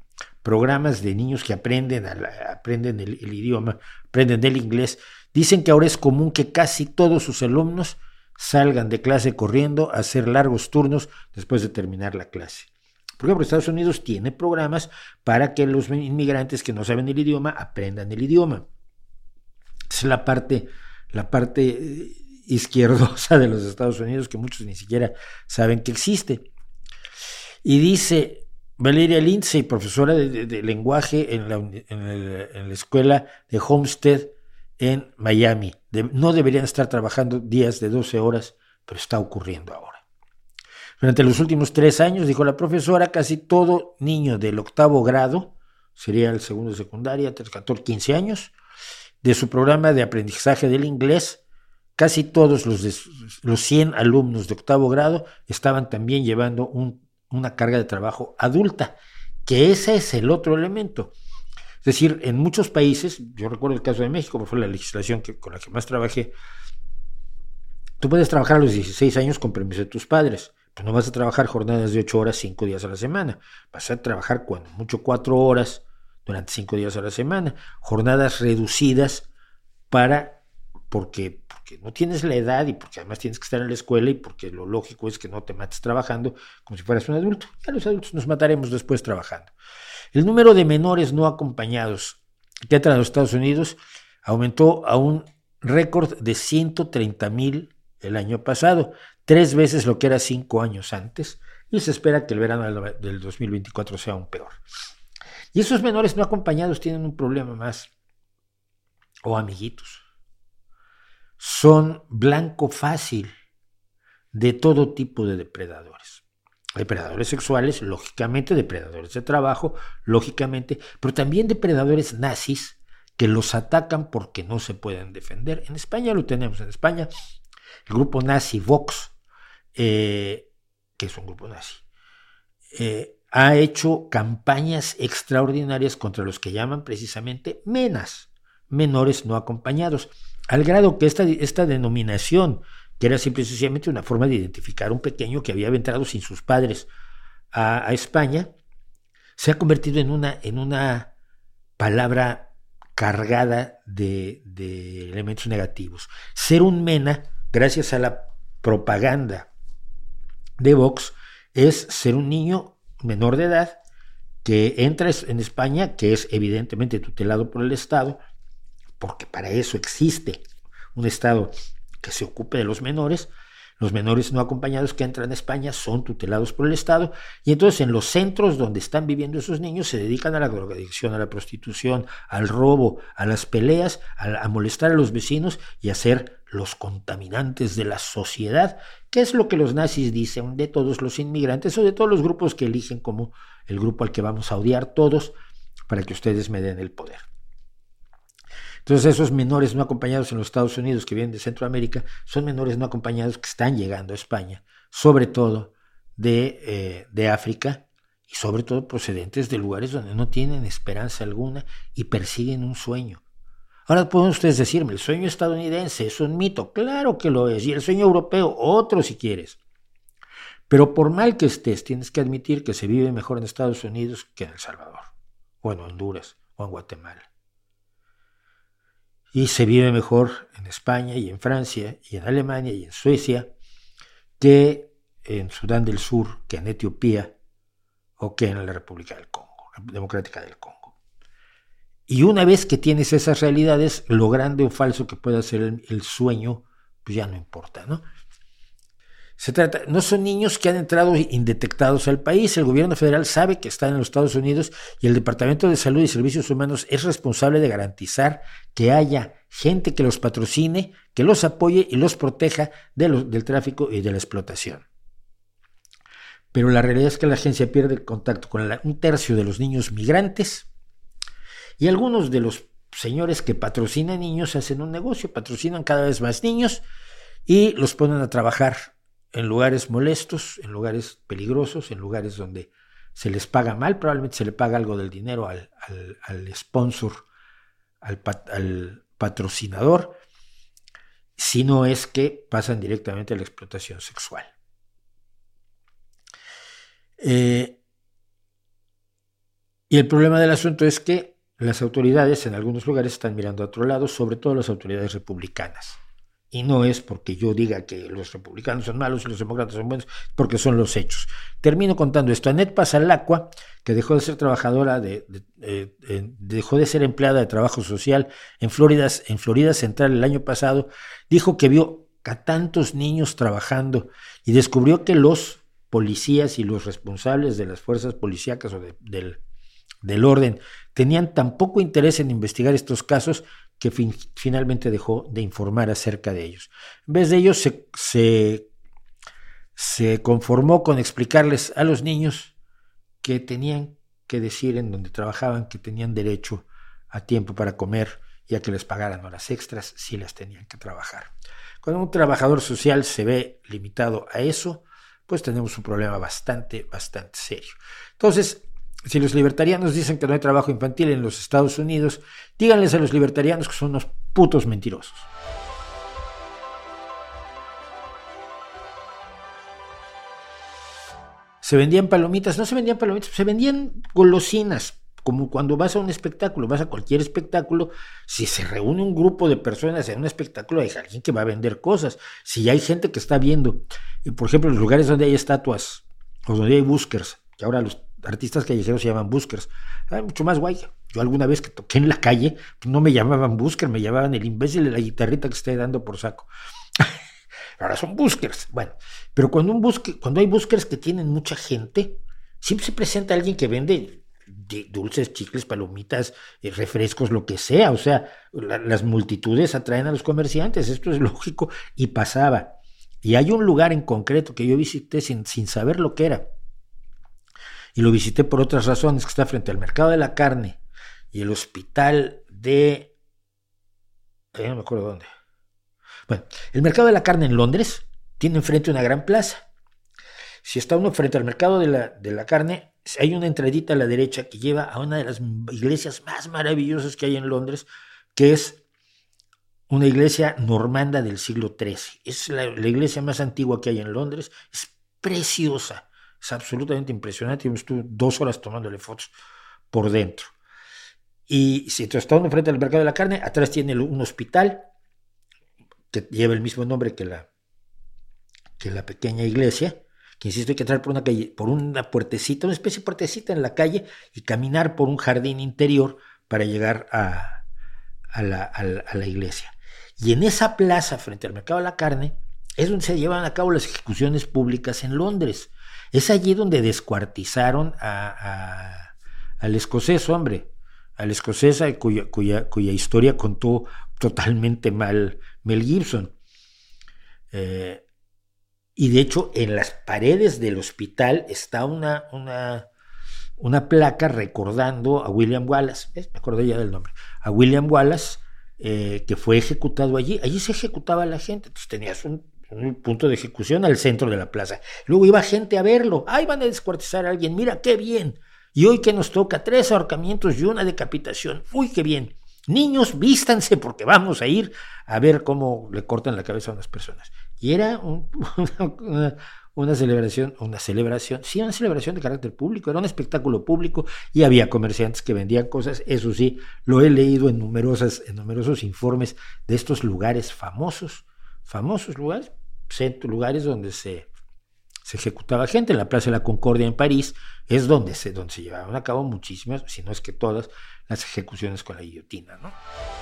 A: programas de niños que aprenden, a la, aprenden el, el idioma, aprenden el inglés, dicen que ahora es común que casi todos sus alumnos salgan de clase corriendo a hacer largos turnos después de terminar la clase. Por ejemplo, Estados Unidos tiene programas para que los inmigrantes que no saben el idioma aprendan el idioma. Es la parte, la parte izquierdosa de los Estados Unidos que muchos ni siquiera saben que existe. Y dice Valeria Lindsay, profesora de, de, de lenguaje en la, en, el, en la escuela de Homestead en Miami, de, no deberían estar trabajando días de doce horas, pero está ocurriendo ahora. Durante los últimos tres años, dijo la profesora, casi todo niño del octavo grado, sería el segundo de secundaria, catorce, quince años, de su programa de aprendizaje del inglés, casi todos los, de, los cien alumnos de octavo grado estaban también llevando un, una carga de trabajo adulta, que ese es el otro elemento. Es decir, en muchos países, yo recuerdo el caso de México, porque fue la legislación que, con la que más trabajé, tú puedes trabajar a los dieciséis años con permiso de tus padres. Pues no vas a trabajar jornadas de ocho horas, cinco días a la semana. Vas a trabajar cuando mucho cuatro horas durante cinco días a la semana. Jornadas reducidas para, porque, porque no tienes la edad y porque además tienes que estar en la escuela y porque lo lógico es que no te mates trabajando como si fueras un adulto. Ya los adultos nos mataremos después trabajando. El número de menores no acompañados que entran a los Estados Unidos aumentó a un récord de ciento treinta mil el año pasado, tres veces lo que era cinco años antes, y se espera que el verano del dos mil veinticuatro sea aún peor. Y esos menores no acompañados tienen un problema más, o oh, amiguitos, son blanco fácil de todo tipo de depredadores. Depredadores sexuales, lógicamente, depredadores de trabajo, lógicamente, pero también depredadores nazis que los atacan porque no se pueden defender. En España lo tenemos, en España el grupo nazi Vox, eh, que es un grupo nazi, eh, ha hecho campañas extraordinarias contra los que llaman precisamente menas, menores no acompañados, al grado que esta, esta denominación, que era simple y sencillamente una forma de identificar a un pequeño que había entrado sin sus padres a, a España, se ha convertido en una, en una palabra cargada de, de elementos negativos. Ser un mena, gracias a la propaganda de Vox, es ser un niño menor de edad que entra en España, que es evidentemente tutelado por el Estado, porque para eso existe un Estado que se ocupe de los menores. Los menores no acompañados que entran a España son tutelados por el Estado, y entonces en los centros donde están viviendo esos niños se dedican a la drogadicción, a la prostitución, al robo, a las peleas, a, a molestar a los vecinos y a ser los contaminantes de la sociedad, que es lo que los nazis dicen de todos los inmigrantes o de todos los grupos que eligen como el grupo al que vamos a odiar todos para que ustedes me den el poder. Entonces esos menores no acompañados en los Estados Unidos que vienen de Centroamérica son menores no acompañados que están llegando a España, sobre todo de, eh, de África y sobre todo procedentes de lugares donde no tienen esperanza alguna y persiguen un sueño. Ahora pueden ustedes decirme, el sueño estadounidense es un mito, claro que lo es, y el sueño europeo, otro si quieres. Pero por mal que estés, tienes que admitir que se vive mejor en Estados Unidos que en El Salvador, o en Honduras, o en Guatemala. Y se vive mejor en España y en Francia y en Alemania y en Suecia que en Sudán del Sur, que en Etiopía o que en la República del Congo, Democrática del Congo. Y una vez que tienes esas realidades, lo grande o falso que pueda ser el, el sueño, pues ya no importa, ¿no? Se trata, no son niños que han entrado indetectados al país. El gobierno federal sabe que están en los Estados Unidos y el Departamento de Salud y Servicios Humanos es responsable de garantizar que haya gente que los patrocine, que los apoye y los proteja de los, del tráfico y de la explotación. Pero la realidad es que la agencia pierde el contacto con la, un tercio de los niños migrantes, y algunos de los señores que patrocinan niños hacen un negocio, patrocinan cada vez más niños y los ponen a trabajar en lugares molestos, en lugares peligrosos, en lugares donde se les paga mal, probablemente se le paga algo del dinero al, al, al sponsor, al, pat, al patrocinador, si no es que pasan directamente a la explotación sexual. Eh, Y el problema del asunto es que las autoridades en algunos lugares están mirando a otro lado, sobre todo las autoridades republicanas. Y no es porque yo diga que los republicanos son malos y los demócratas son buenos, porque son los hechos. Termino contando esto. Anet Pasalacqua, que dejó de ser trabajadora, de, de, de, de, dejó de ser empleada de trabajo social en Florida, en Florida Central el año pasado, dijo que vio a tantos niños trabajando y descubrió que los policías y los responsables de las fuerzas policíacas o de, del, del orden tenían tan poco interés en investigar estos casos que fin, finalmente dejó de informar acerca de ellos. En vez de ello, se, se, se conformó con explicarles a los niños que tenían que decir en donde trabajaban que tenían derecho a tiempo para comer y a que les pagaran horas extras si las tenían que trabajar. Cuando un trabajador social se ve limitado a eso, pues tenemos un problema bastante, bastante serio. Entonces, si los libertarianos dicen que no hay trabajo infantil en los Estados Unidos, díganles a los libertarianos que son unos putos mentirosos. Se vendían palomitas, no se vendían palomitas, se vendían golosinas, como cuando vas a un espectáculo, vas a cualquier espectáculo, si se reúne un grupo de personas en un espectáculo, hay alguien que va a vender cosas. Si hay gente que está viendo, por ejemplo, en los lugares donde hay estatuas, o donde hay buskers, que ahora los artistas callejeros se llaman buskers, hay mucho más guay. Yo alguna vez que toqué en la calle, no me llamaban busker, me llamaban el imbécil de la guitarrita que estoy dando por saco. Ahora son buskers. Bueno, pero cuando, un busker, cuando hay buskers que tienen mucha gente, siempre se presenta alguien que vende dulces, chicles, palomitas, refrescos, lo que sea. O sea, la, las multitudes atraen a los comerciantes, esto es lógico, y pasaba. Y hay un lugar en concreto que yo visité sin, sin saber lo que era, y lo visité por otras razones, que está frente al Mercado de la Carne y el hospital de... Eh, no me acuerdo dónde. Bueno, el Mercado de la Carne en Londres tiene enfrente una gran plaza. Si está uno frente al Mercado de la, de la Carne, hay una entradita a la derecha que lleva a una de las iglesias más maravillosas que hay en Londres, que es una iglesia normanda del siglo trece. Es la, la iglesia más antigua que hay en Londres, es preciosa. Es absolutamente impresionante. Yo estuve dos horas tomándole fotos por dentro. Y si tú estás frente al Mercado de la Carne, atrás tiene un hospital que lleva el mismo nombre que la, que la pequeña iglesia, que insisto, hay que entrar por una calle, por una puertecita, una especie de puertecita en la calle y caminar por un jardín interior para llegar a, a, la, a, la, a la iglesia. Y en esa plaza, frente al Mercado de la Carne, es donde se llevan a cabo las ejecuciones públicas en Londres. Es allí donde descuartizaron a, a, al escocés, hombre, al escocés cuya, cuya, cuya historia contó totalmente mal Mel Gibson. Eh, y de hecho, en las paredes del hospital está una, una, una placa recordando a William Wallace, ¿ves? Me acordé ya del nombre, a William Wallace, eh, que fue ejecutado allí. Allí se ejecutaba a la gente, entonces tenías un un punto de ejecución al centro de la plaza. Luego iba gente a verlo. ¡Ay, van a descuartizar a alguien! ¡Mira qué bien! Y hoy que nos toca tres ahorcamientos y una decapitación. ¡Uy, qué bien! Niños, vístanse porque vamos a ir a ver cómo le cortan la cabeza a unas personas. Y era un, una, una celebración, una celebración, sí, una celebración de carácter público, era un espectáculo público y había comerciantes que vendían cosas. Eso sí, lo he leído en, numerosas, en numerosos informes de estos lugares famosos, famosos lugares, lugares donde se, se ejecutaba gente. En la Plaza de la Concordia en París es donde se, donde se llevaban a cabo muchísimas, si no es que todas, las ejecuciones con la guillotina, ¿no?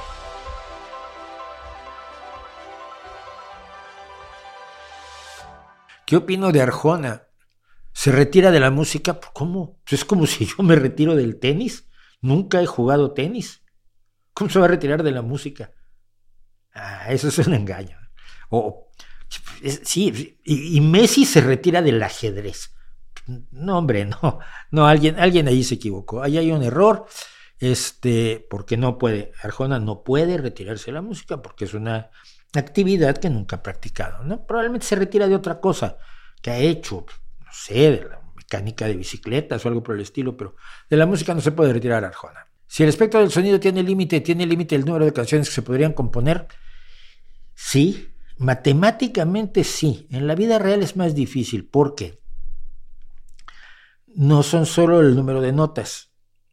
A: ¿Qué opino de Arjona? ¿Se retira de la música? ¿Cómo? Es como si yo me retiro del tenis. Nunca he jugado tenis. ¿Cómo se va a retirar de la música? Ah, eso es un engaño. O, sí, y, y Messi se retira del ajedrez. No, hombre, no, no, alguien, alguien ahí se equivocó. Ahí hay un error, este, porque no puede, Arjona no puede retirarse de la música porque es una actividad que nunca ha practicado, ¿no? Probablemente se retira de otra cosa que ha hecho, no sé, de la mecánica de bicicletas o algo por el estilo, pero de la música no se puede retirar Arjona. Si el espectro del sonido tiene límite, tiene límite el número de canciones que se podrían componer, sí. Matemáticamente sí, en la vida real es más difícil porque no son solo el número de notas,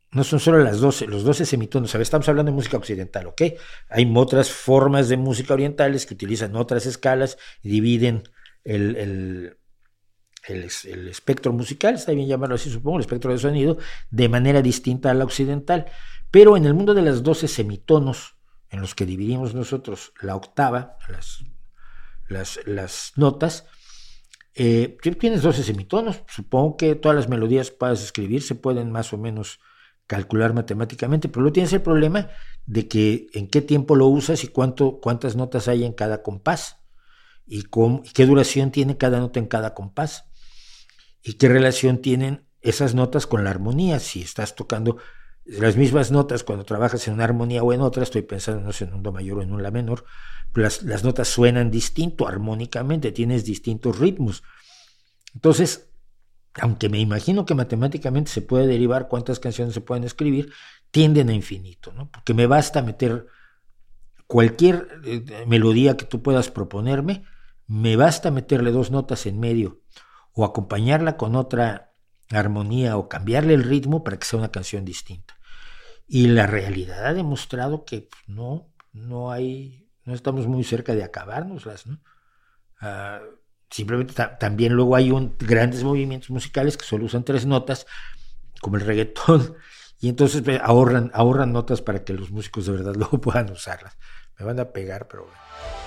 A: no son solo las doce, los doce semitonos. A ver, estamos hablando de música occidental, ¿ok? Hay otras formas de música orientales que utilizan otras escalas y dividen el, el, el, el espectro musical, está bien llamarlo así, supongo, el espectro de sonido, de manera distinta a la occidental. Pero en el mundo de las doce semitonos, en los que dividimos nosotros la octava, las, las, las notas, eh, tienes doce semitonos. Supongo que todas las melodías puedas escribir se pueden más o menos calcular matemáticamente, pero luego tienes el problema de que en qué tiempo lo usas y cuánto, cuántas notas hay en cada compás y, cómo, y qué duración tiene cada nota en cada compás y qué relación tienen esas notas con la armonía. Si estás tocando las mismas notas cuando trabajas en una armonía o en otra, estoy pensando, no sé, en un do mayor o en un la menor, las, las notas suenan distinto armónicamente, tienes distintos ritmos. Entonces, aunque me imagino que matemáticamente se puede derivar cuántas canciones se pueden escribir, tienden a infinito, ¿no? Porque me basta meter cualquier eh, melodía que tú puedas proponerme, me basta meterle dos notas en medio o acompañarla con otra armonía o cambiarle el ritmo para que sea una canción distinta. Y la realidad ha demostrado que pues, no, no hay, no estamos muy cerca de acabárnoslas, ¿no? Uh, Simplemente ta- también luego hay un, grandes movimientos musicales que solo usan tres notas, como el reggaetón, y entonces eh, ahorran, ahorran notas para que los músicos de verdad luego puedan usarlas. Me van a pegar, pero bueno.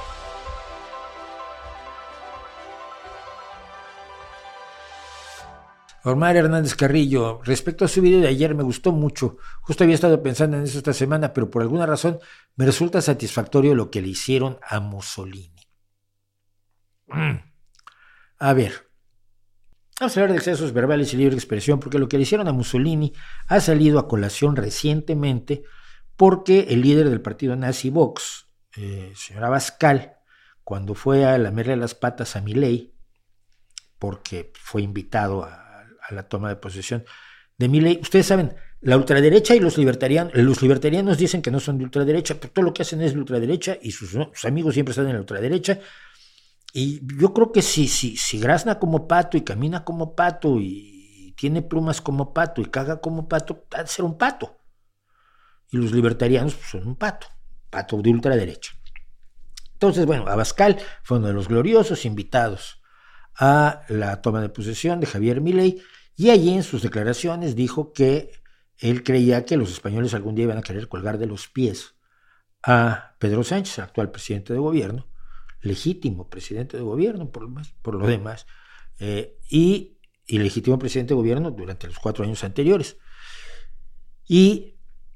A: Omar Hernández Carrillo, respecto a su video de ayer, me gustó mucho. Justo había estado pensando en eso esta semana, pero por alguna razón me resulta satisfactorio lo que le hicieron a Mussolini. Mm. A ver, vamos a hablar de excesos verbales y libre expresión, porque lo que le hicieron a Mussolini ha salido a colación recientemente porque el líder del partido nazi Vox, eh, señor Abascal, cuando fue a lamerle las patas a Milei, porque fue invitado a, a la toma de posesión de Milei, ustedes saben, la ultraderecha y los libertarianos, los libertarianos dicen que no son de ultraderecha, pero todo lo que hacen es de ultraderecha y sus, sus amigos siempre están en la ultraderecha. Y yo creo que si, si, si grazna como pato y camina como pato y tiene plumas como pato y caga como pato, ha de ser un pato. Y los libertarianos pues, son un pato, pato de ultraderecha. Entonces, bueno, Abascal fue uno de los gloriosos invitados a la toma de posesión de Javier Milei y allí en sus declaraciones dijo que él creía que los españoles algún día iban a querer colgar de los pies a Pedro Sánchez, actual presidente de gobierno, legítimo presidente de gobierno, por lo, más, por lo demás, eh, y, y legítimo presidente de gobierno durante los cuatro años anteriores. Y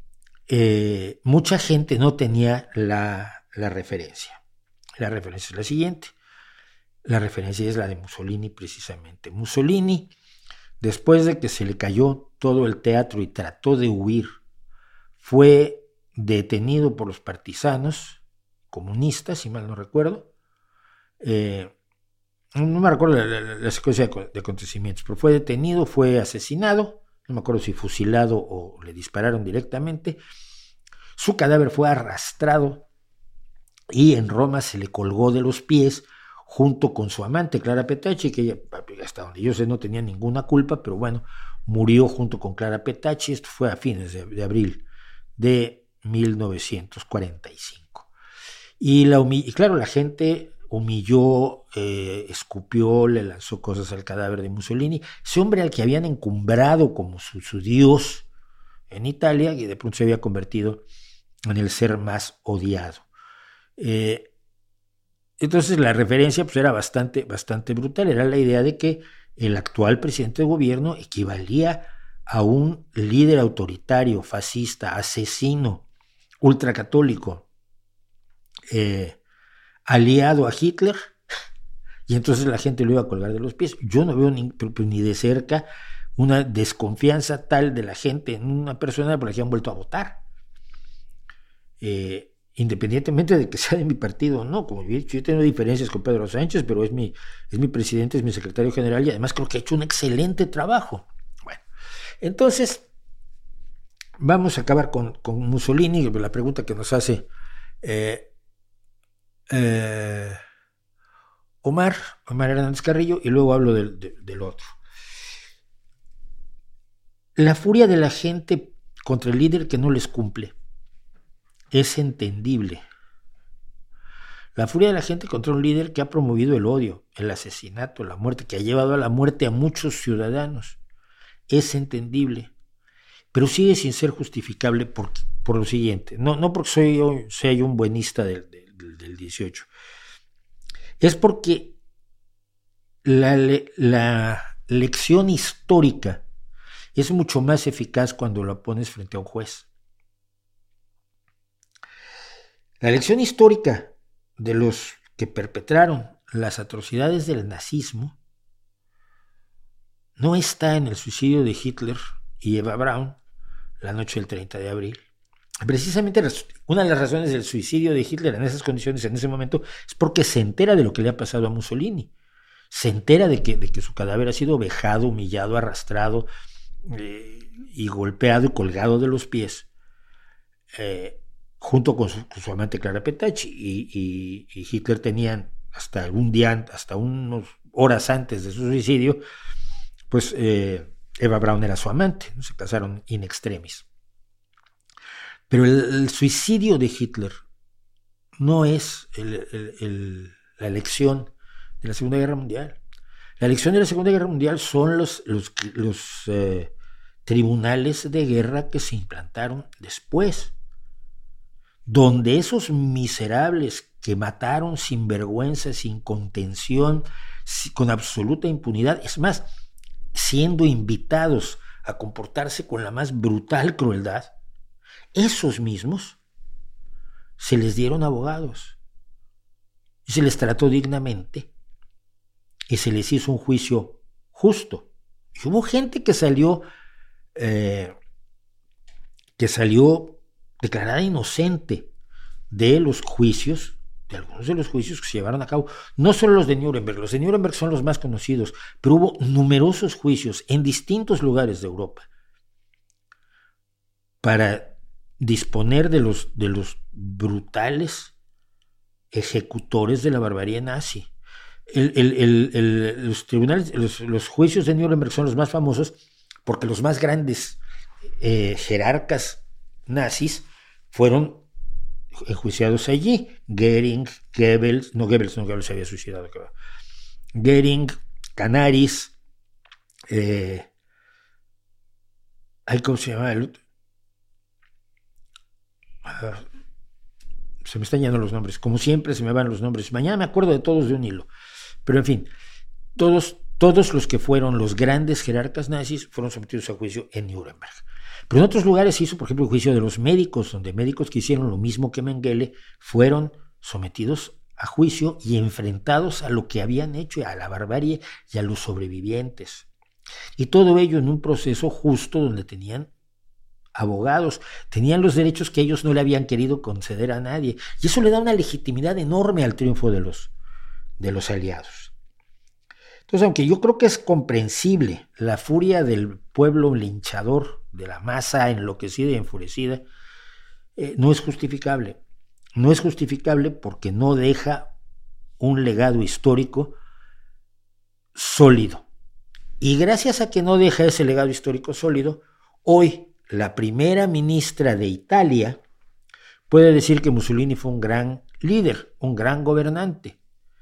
A: eh, mucha gente no tenía la, la referencia. La referencia es la siguiente. La referencia es la de Mussolini, precisamente. Mussolini, después de que se le cayó todo el teatro y trató de huir, fue detenido por los partisanos comunistas, si mal no recuerdo. Eh, no me recuerdo la, la, la secuencia de, de acontecimientos, pero fue detenido, fue asesinado, no me acuerdo si fusilado o le dispararon directamente. Su cadáver fue arrastrado y en Roma se le colgó de los pies junto con su amante Clara Petacci, que ella, hasta donde yo sé, no tenía ninguna culpa, pero bueno, murió junto con Clara Petacci. Esto fue a fines de, de abril de mil novecientos cuarenta y cinco. Y, la y claro, la gente humilló, eh, escupió, le lanzó cosas al cadáver de Mussolini, ese hombre al que habían encumbrado como su, su dios en Italia, y de pronto se había convertido en el ser más odiado. Eh, entonces la referencia pues, era bastante, bastante brutal, era la idea de que el actual presidente de gobierno equivalía a un líder autoritario, fascista, asesino, ultracatólico, eh, aliado a Hitler, y entonces la gente lo iba a colgar de los pies. Yo no veo ni, ni de cerca una desconfianza tal de la gente en una persona por la que han vuelto a votar. Eh, independientemente de que sea de mi partido o no, como yo he dicho, yo tengo diferencias con Pedro Sánchez, pero es mi, es mi presidente, es mi secretario general y además creo que ha hecho un excelente trabajo. Bueno, entonces vamos a acabar con, con Mussolini, la pregunta que nos hace eh, eh, Omar, Omar Hernández Carrillo, y luego hablo del, del, del otro. La furia de la gente contra el líder que no les cumple es entendible. La furia de la gente contra un líder que ha promovido el odio, el asesinato, la muerte, que ha llevado a la muerte a muchos ciudadanos, es entendible, pero sigue sin ser justificable por, por lo siguiente. No, no porque soy yo, sea yo un buenista del, del, del dieciocho. Es porque la, la lección histórica es mucho más eficaz cuando la pones frente a un juez. La lección histórica de los que perpetraron las atrocidades del nazismo no está en el suicidio de Hitler y Eva Braun la noche del treinta de abril. Precisamente una de las razones del suicidio de Hitler en esas condiciones, en ese momento, es porque se entera de lo que le ha pasado a Mussolini. Se entera de que, de que su cadáver ha sido vejado, humillado, arrastrado eh, y golpeado y colgado de los pies, eh, junto con su, con su amante Clara Petacci. Y, y, y Hitler tenía hasta algún día, hasta unas horas antes de su suicidio, pues eh, Eva Braun era su amante, ¿no? Se casaron in extremis. Pero el, el suicidio de Hitler no es el, el, el, la lección de la Segunda Guerra Mundial. La lección de la Segunda Guerra Mundial son los, los, los eh, tribunales de guerra que se implantaron después, donde esos miserables que mataron sin vergüenza, sin contención, con absoluta impunidad, es más, siendo invitados a comportarse con la más brutal crueldad, esos mismos se les dieron abogados y se les trató dignamente y se les hizo un juicio justo. Y hubo gente que salió eh, que salió declarada inocente de los juicios, de algunos de los juicios que se llevaron a cabo, no solo los de Nuremberg. Los de Nuremberg son los más conocidos, pero hubo numerosos juicios en distintos lugares de Europa para disponer de los, de los brutales ejecutores de la barbarie nazi. El, el, el, el, los tribunales, los, los juicios de Nuremberg son los más famosos porque los más grandes eh, jerarcas nazis fueron enjuiciados allí. Goering, Goebbels, no Goebbels, no Goebbels se había suicidado, Goering, Canaris, eh, ¿cómo se llama el otro? Uh, se me están yendo los nombres, como siempre se me van los nombres, mañana me acuerdo de todos de un hilo, pero en fin, todos, todos los que fueron los grandes jerarcas nazis fueron sometidos a juicio en Nuremberg. Pero en otros lugares se hizo, por ejemplo, el juicio de los médicos, donde médicos que hicieron lo mismo que Mengele fueron sometidos a juicio y enfrentados a lo que habían hecho, a la barbarie y a los sobrevivientes. Y todo ello en un proceso justo donde tenían abogados, tenían los derechos que ellos no le habían querido conceder a nadie. Y eso le da una legitimidad enorme al triunfo de los, de los aliados. Entonces, aunque yo creo que es comprensible la furia del pueblo linchador, de la masa enloquecida y enfurecida, eh, no es justificable. No es justificable porque no deja un legado histórico sólido. Y gracias a que no deja ese legado histórico sólido, hoy la primera ministra de Italia puede decir que Mussolini fue un gran líder, un gran gobernante.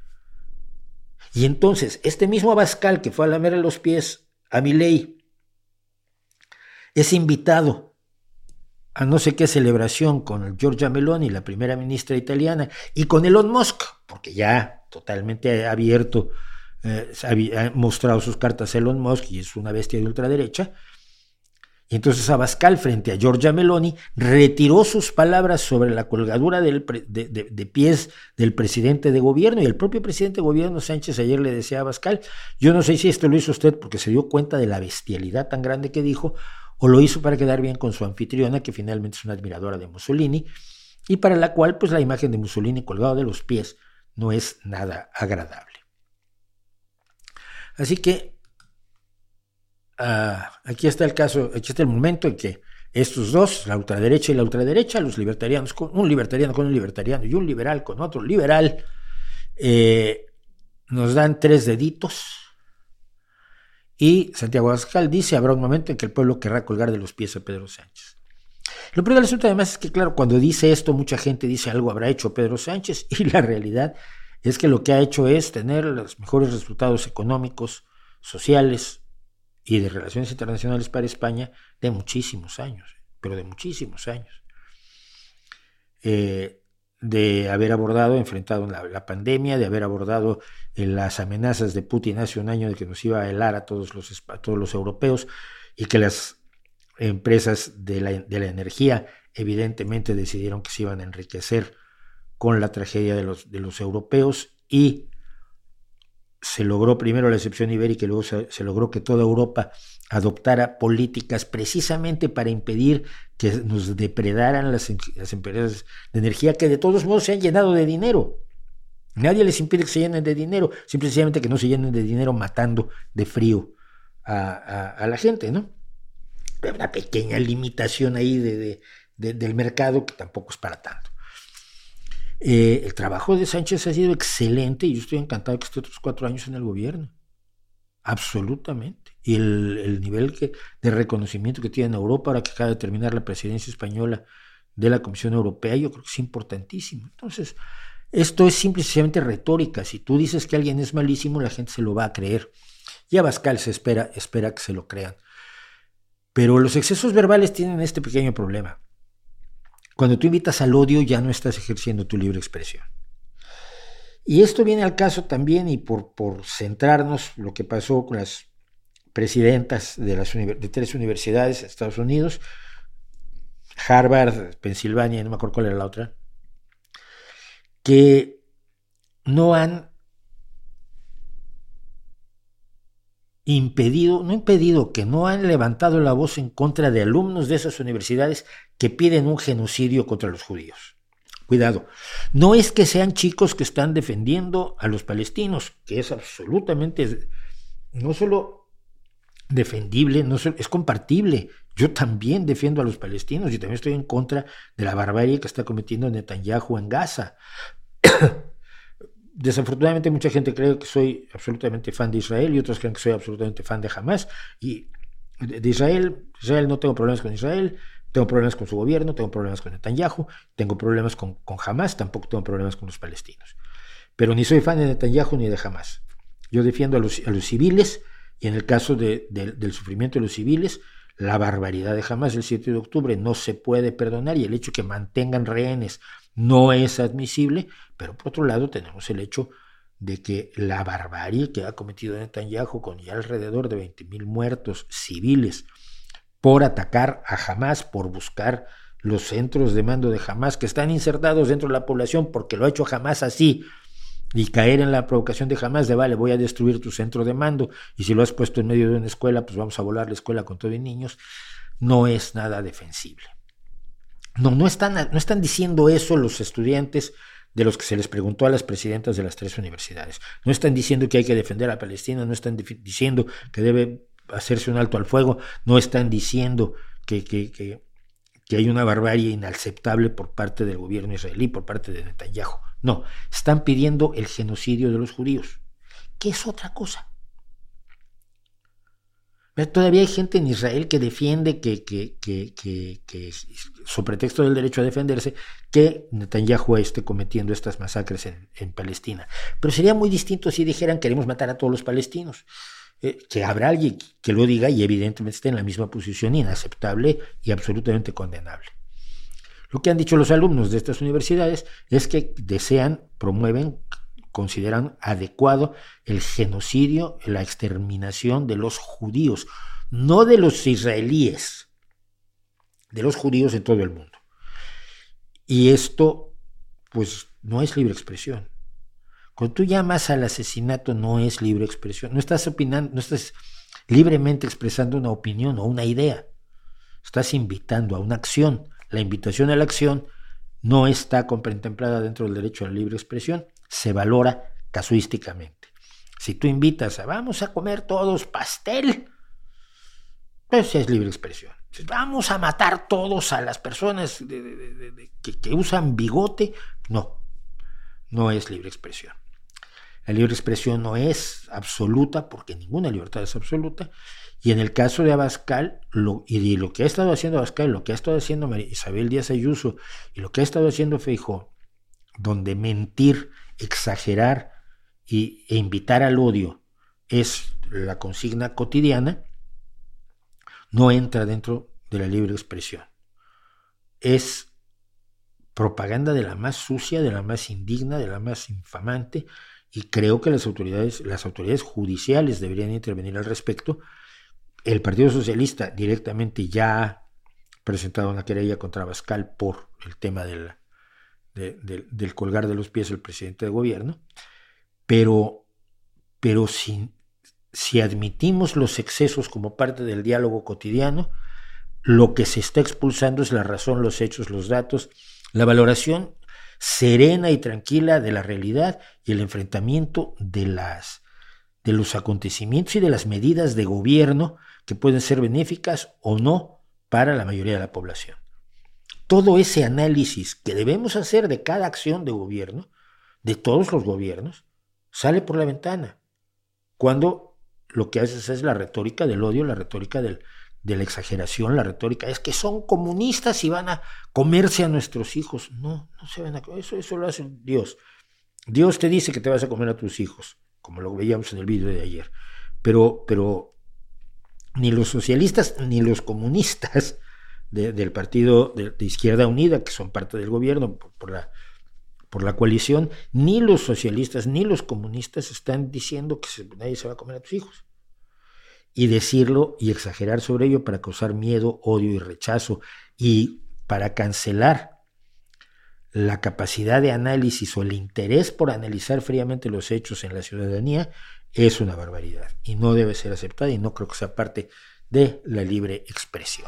A: Y entonces, este mismo Abascal que fue a lamerle los pies a Milei es invitado a no sé qué celebración con Giorgia Meloni, la primera ministra italiana, y con Elon Musk, porque ya totalmente abierto, eh, ha mostrado sus cartas a Elon Musk y es una bestia de ultraderecha. Y entonces Abascal, frente a Giorgia Meloni, retiró sus palabras sobre la colgadura del pre, de, de, de pies del presidente de gobierno, y el propio presidente de gobierno, Sánchez, ayer le decía a Abascal, yo no sé si esto lo hizo usted porque se dio cuenta de la bestialidad tan grande que dijo, o lo hizo para quedar bien con su anfitriona, que finalmente es una admiradora de Mussolini, y para la cual pues la imagen de Mussolini colgado de los pies no es nada agradable. Así que Uh, aquí está el caso, aquí está el momento en que estos dos, la ultraderecha y la ultraderecha, los libertarianos, con un libertariano con un libertariano y un liberal con otro liberal, eh, nos dan tres deditos y Santiago Abascal dice, habrá un momento en que el pueblo querrá colgar de los pies a Pedro Sánchez. Lo peor del asunto además es que, claro, cuando dice esto, mucha gente dice algo habrá hecho Pedro Sánchez, y la realidad es que lo que ha hecho es tener los mejores resultados económicos, sociales y de relaciones internacionales para España de muchísimos años, pero de muchísimos años. Eh, de haber abordado, enfrentado la, la pandemia, de haber abordado eh, las amenazas de Putin hace un año de que nos iba a helar a todos los, a todos los europeos, y que las empresas de la, de la energía evidentemente decidieron que se iban a enriquecer con la tragedia de los, de los europeos, y se logró primero la excepción ibérica y luego se, se logró que toda Europa adoptara políticas precisamente para impedir que nos depredaran las, las empresas de energía, que de todos modos se han llenado de dinero. Nadie les impide que se llenen de dinero, simplemente que no se llenen de dinero matando de frío a, a, a la gente, ¿no? Hay una pequeña limitación ahí de, de, de, del mercado que tampoco es para tanto. Eh, el trabajo de Sánchez ha sido excelente y yo estoy encantado que esté otros cuatro años en el gobierno. Absolutamente. Y el, el nivel que, de reconocimiento que tiene en Europa ahora que acaba de terminar la presidencia española de la Comisión Europea, yo creo que es importantísimo. Entonces, esto es simplemente retórica. Si tú dices que alguien es malísimo, la gente se lo va a creer. Y Abascal se espera, espera que se lo crean. Pero los excesos verbales tienen este pequeño problema. Cuando tú invitas al odio, ya no estás ejerciendo tu libre expresión. Y esto viene al caso también, y por, por centrarnos lo que pasó con las presidentas de, las de tres universidades de Estados Unidos, Harvard, Pensilvania, y no me acuerdo cuál era la otra, que no han impedido, no impedido, que no han levantado la voz en contra de alumnos de esas universidades que piden un genocidio contra los judíos. Cuidado, no es que sean chicos que están defendiendo a los palestinos, que es absolutamente, no solo defendible, no solo, es compartible. Yo también defiendo a los palestinos y también estoy en contra de la barbarie que está cometiendo Netanyahu en Gaza. Desafortunadamente mucha gente cree que soy absolutamente fan de Israel y otros creen que soy absolutamente fan de Hamás. Y de Israel, Israel no tengo problemas con Israel, tengo problemas con su gobierno, tengo problemas con Netanyahu, tengo problemas con, con Hamás, tampoco tengo problemas con los palestinos. Pero ni soy fan de Netanyahu ni de Hamás. Yo defiendo a los, a los civiles, y en el caso de, de, del sufrimiento de los civiles, la barbaridad de Hamás el siete de octubre no se puede perdonar, y el hecho de que mantengan rehenes no es admisible. Pero por otro lado tenemos el hecho de que la barbarie que ha cometido Netanyahu, con ya alrededor de veinte mil muertos civiles por atacar a Hamás, por buscar los centros de mando de Hamás que están insertados dentro de la población, porque lo ha hecho Hamás así, y caer en la provocación de Hamás de vale, voy a destruir tu centro de mando, y si lo has puesto en medio de una escuela, pues vamos a volar la escuela con todo y niños, no es nada defensible. No, no están, no están diciendo eso los estudiantes de los que se les preguntó a las presidentas de las tres universidades. No están diciendo que hay que defender a Palestina, no están diciendo que debe hacerse un alto al fuego, no están diciendo que, que, que, que hay una barbarie inaceptable por parte del gobierno israelí, por parte de Netanyahu. No, están pidiendo el genocidio de los judíos, que es otra cosa. Pero todavía hay gente en Israel que defiende que, que, que, que, que, sobre pretexto del derecho a defenderse, que Netanyahu esté cometiendo estas masacres en, en Palestina. Pero sería muy distinto si dijeran queremos matar a todos los palestinos. Eh, que habrá alguien que lo diga y evidentemente esté en la misma posición, inaceptable y absolutamente condenable. Lo que han dicho los alumnos de estas universidades es que desean, promueven, consideran adecuado el genocidio, la exterminación de los judíos, no de los israelíes, de los judíos en todo el mundo. Y esto, pues, no es libre expresión. Cuando tú llamas al asesinato, no es libre expresión. No estás opinando, no estás libremente expresando una opinión o una idea. Estás invitando a una acción. La invitación a la acción no está contemplada dentro del derecho a la libre expresión. Se valora casuísticamente. Si tú invitas a vamos a comer todos pastel, pues es libre expresión. Si vamos a matar todos a las personas de, de, de, de, que, que usan bigote, no, no es libre expresión. La libre expresión no es absoluta, porque ninguna libertad es absoluta, Y en el caso de Abascal, lo, y lo que ha estado haciendo Abascal, lo que ha estado haciendo María Isabel Díaz Ayuso, y lo que ha estado haciendo Feijóo, donde mentir, exagerar y, e invitar al odio es la consigna cotidiana, no entra dentro de la libre expresión. Es propaganda de la más sucia, de la más indigna, de la más infamante, y creo que las autoridades, las autoridades judiciales deberían intervenir al respecto. El Partido Socialista directamente ya ha presentado una querella contra Abascal por el tema del, de, de, del colgar de los pies del presidente de gobierno, pero, pero si, si admitimos los excesos como parte del diálogo cotidiano, lo que se está expulsando es la razón, los hechos, los datos, la valoración serena y tranquila de la realidad y el enfrentamiento de, las, de los acontecimientos y de las medidas de gobierno que pueden ser benéficas o no para la mayoría de la población. Todo ese análisis que debemos hacer de cada acción de gobierno, de todos los gobiernos, sale por la ventana, cuando lo que haces es la retórica del odio, la retórica del, de la exageración, la retórica es que son comunistas y van a comerse a nuestros hijos. No, no se van a comer, eso, eso lo hace Dios. Dios te dice que te vas a comer a tus hijos, como lo veíamos en el video de ayer, pero, pero ni los socialistas ni los comunistas de, del partido de, de Izquierda Unida, que son parte del gobierno por, por, la, por la coalición, ni los socialistas ni los comunistas están diciendo que se, nadie se va a comer a tus hijos. Y decirlo y exagerar sobre ello para causar miedo, odio y rechazo, y para cancelar la capacidad de análisis o el interés por analizar fríamente los hechos en la ciudadanía, es una barbaridad y no debe ser aceptada, y no creo que sea parte de la libre expresión.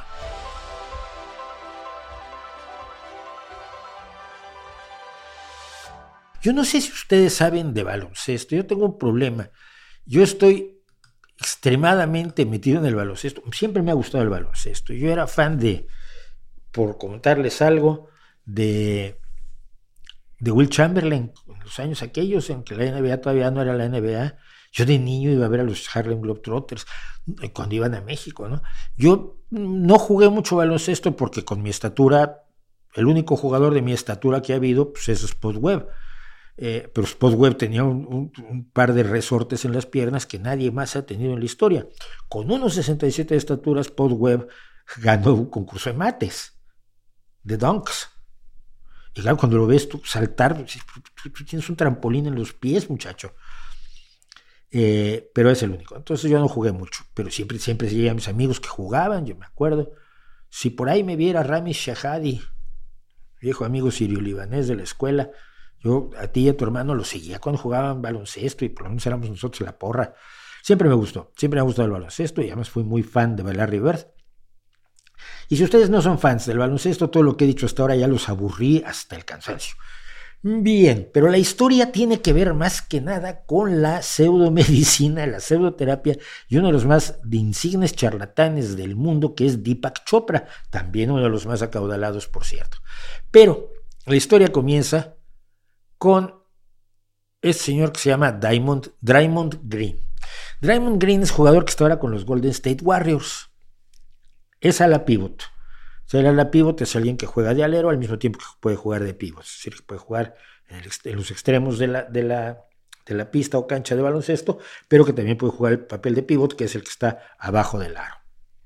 A: Yo no sé si ustedes saben de baloncesto, yo tengo un problema. Yo estoy extremadamente metido en el baloncesto, siempre me ha gustado el baloncesto. Yo era fan de, por contarles algo, de, de Will Chamberlain, en los años aquellos en que la N B A todavía no era la N B A. Yo de niño iba a ver a los Harlem Globetrotters cuando iban a México, ¿no? Yo no jugué mucho baloncesto porque con mi estatura, el único jugador de mi estatura que ha habido pues es Spot Webb. Eh, pero Spot Webb tenía un, un, un par de resortes en las piernas que nadie más ha tenido en la historia. Con uno sesenta y siete de estatura, Spot Webb ganó un concurso de mates, de dunks. Y claro, cuando lo ves tú saltar, tú, tú tienes un trampolín en los pies, muchacho. Eh, pero es el único. Entonces yo no jugué mucho, pero siempre, siempre seguía a mis amigos que jugaban, yo me acuerdo. Si por ahí me viera Rami Shahadi, viejo amigo sirio-libanés de la escuela, yo a ti y a tu hermano lo seguía cuando jugaban baloncesto y por lo menos éramos nosotros la porra. Siempre me gustó, siempre me ha gustado el baloncesto y además fui muy fan de Larry Bird. Y si ustedes no son fans del baloncesto, todo lo que he dicho hasta ahora ya los aburrí hasta el cansancio. Bien, pero la historia tiene que ver más que nada con la pseudomedicina, la pseudoterapia y uno de los más insignes charlatanes del mundo, que es Deepak Chopra, también uno de los más acaudalados, por cierto. Pero la historia comienza con este señor que se llama Diamond, Draymond Green. Draymond Green es jugador que está ahora con los Golden State Warriors. Es ala pivot. O sea, el ala pivot es alguien que juega de alero al mismo tiempo que puede jugar de pivot. Es decir, que puede jugar en, el, en los extremos de la, de, la, de la pista o cancha de baloncesto, pero que también puede jugar el papel de pivot, que es el que está abajo del aro.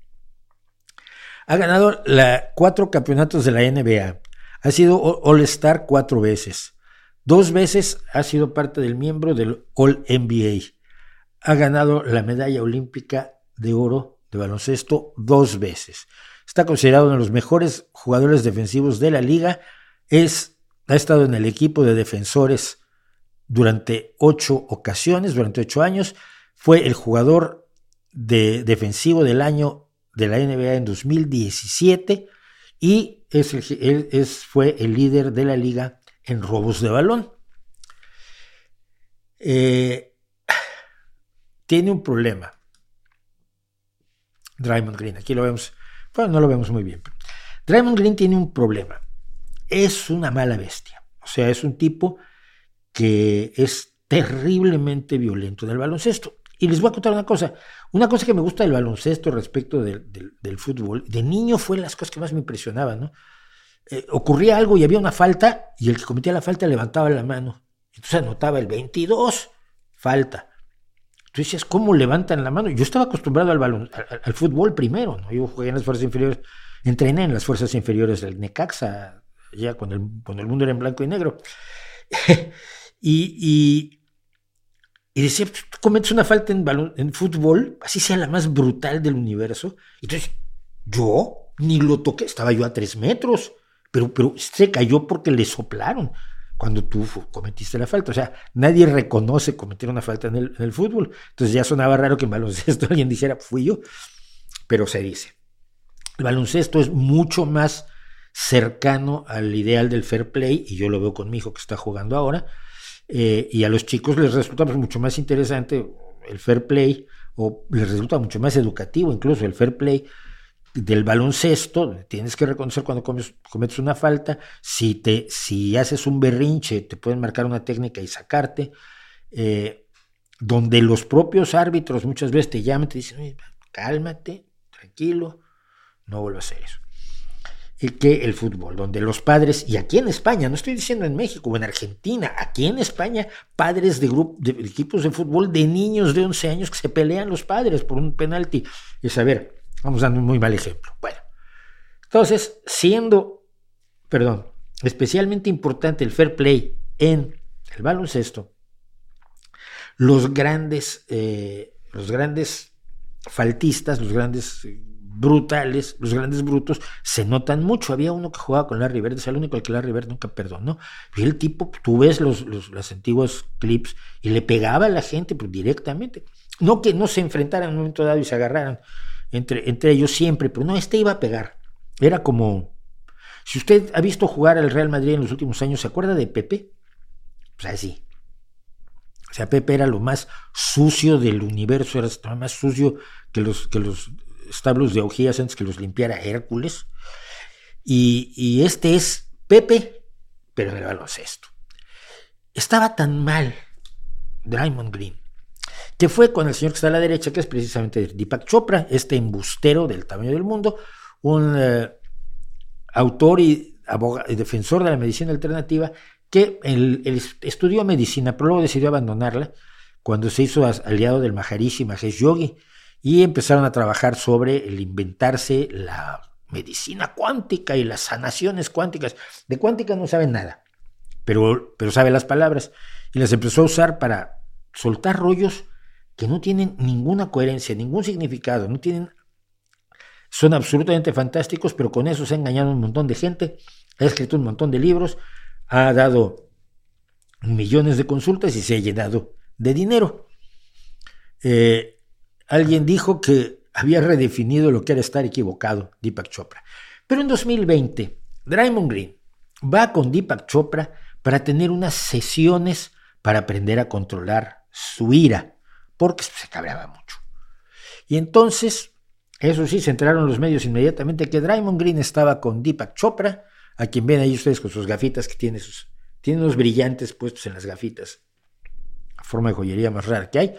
A: Ha ganado la, cuatro campeonatos de la N B A. Ha sido All-Star cuatro veces. Dos veces ha sido parte del miembro del All-N B A. Ha ganado la medalla olímpica de oro de baloncesto dos veces. Está considerado uno de los mejores jugadores defensivos de la liga. Es, ha estado en el equipo de defensores durante ocho ocasiones, durante ocho años. Fue el jugador de, defensivo del año de la N B A en dos mil diecisiete y es el, él es, fue el líder de la liga en robos de balón. Eh, tiene un problema Draymond Green, aquí lo vemos, bueno, no lo vemos muy bien, pero Draymond Green tiene un problema, es una mala bestia, o sea, es un tipo que es terriblemente violento en el baloncesto, Y les voy a contar una cosa, una cosa que me gusta del baloncesto respecto del, del, del fútbol. De niño fue las cosas que más me impresionaban, ¿no? Eh, ocurría algo y había una falta, y el que cometía la falta levantaba la mano. Entonces anotaba el veintidós, falta. Tú decías, ¿cómo levantan la mano? Yo estaba acostumbrado al, balon, al, al fútbol primero, ¿no? Yo jugué en las fuerzas inferiores, entrené en las fuerzas inferiores del Necaxa, ya cuando el, cuando el mundo era en blanco y negro. y, y Y decía, tú cometes una falta en, balón, en fútbol, así sea la más brutal del universo. Entonces, yo ni lo toqué, estaba yo a tres metros, pero, pero se cayó porque le soplaron cuando tú cometiste la falta. O sea, nadie reconoce cometer una falta en el, en el fútbol. Entonces ya sonaba raro que en baloncesto alguien dijera, fui yo, pero se dice. El baloncesto es mucho más cercano al ideal del fair play, y yo lo veo con mi hijo que está jugando ahora. Eh, y a los chicos les resulta pues, mucho más interesante el fair play, o les resulta mucho más educativo incluso el fair play del baloncesto, donde tienes que reconocer cuando comes, cometes una falta, si, te, si haces un berrinche te pueden marcar una técnica y sacarte, eh, donde los propios árbitros muchas veces te llaman y te dicen, cálmate, tranquilo, no vuelvas a hacer eso. Que el fútbol, donde los padres, y aquí en España, no estoy diciendo en México o en Argentina, aquí en España, padres de, grupo, de equipos de fútbol de niños de once años que se pelean los padres por un penalti. Es a ver, vamos dando un muy mal ejemplo. Bueno, entonces, siendo, perdón, especialmente importante el fair play en el baloncesto, los grandes, eh, los grandes faltistas, los grandes eh, brutales, los grandes brutos, se notan mucho. Había uno que jugaba con Larry Bird, es el único al que Larry Bird nunca perdonó. Y el tipo, tú ves los, los, los antiguos clips y le pegaba a la gente pues, directamente. No que no se enfrentaran en un momento dado y se agarraran entre, entre ellos siempre, pero no, este iba a pegar. Era como, si usted ha visto jugar al Real Madrid en los últimos años, ¿se acuerda de Pepe? Pues así. O sea, Pepe era lo más sucio del universo, era lo más sucio que los, que los establos de augías antes que los limpiara Hércules. Y, y este es Pepe, pero en el baloncesto. Estaba tan mal Draymond Green, que fue con el señor que está a la derecha, que es precisamente Deepak Chopra, este embustero del tamaño del mundo, un uh, autor y, abogado, y defensor de la medicina alternativa, que el, el estudió medicina, pero luego decidió abandonarla cuando se hizo aliado del Maharishi Mahesh Yogi, y empezaron a trabajar sobre el inventarse la medicina cuántica y las sanaciones cuánticas. De cuántica no saben nada, pero, pero sabe las palabras, y las empezó a usar para soltar rollos que no tienen ninguna coherencia, ningún significado, no tienen, son absolutamente fantásticos, pero con eso se ha engañado a un montón de gente, ha escrito un montón de libros, ha dado millones de consultas y se ha llenado de dinero. Eh, alguien dijo que había redefinido lo que era estar equivocado, Deepak Chopra. Pero en dos mil veinte, Draymond Green va con Deepak Chopra para tener unas sesiones para aprender a controlar su ira, porque se cabreaba mucho. Y entonces, eso sí, se enteraron los medios inmediatamente que Draymond Green estaba con Deepak Chopra, a quien ven ahí ustedes con sus gafitas, que tiene, sus, tiene unos brillantes puestos en las gafitas, la forma de joyería más rara que hay,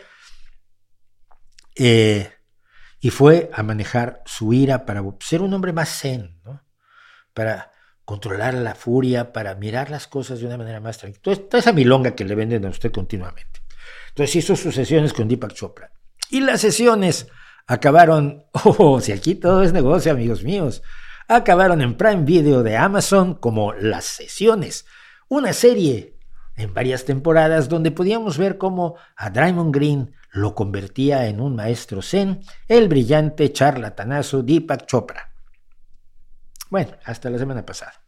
A: eh, y fue a manejar su ira para ser un hombre más zen, ¿no? Para controlar la furia, para mirar las cosas de una manera más tranquila. Entonces, toda esa milonga que le venden a usted continuamente. Entonces hizo sus sesiones con Deepak Chopra. Y las sesiones acabaron, oh, si aquí todo es negocio, amigos míos, acabaron en Prime Video de Amazon como Las Sesiones, una serie en varias temporadas donde podíamos ver cómo a Draymond Green lo convertía en un maestro zen, el brillante charlatanazo Deepak Chopra. Bueno, hasta la semana pasada.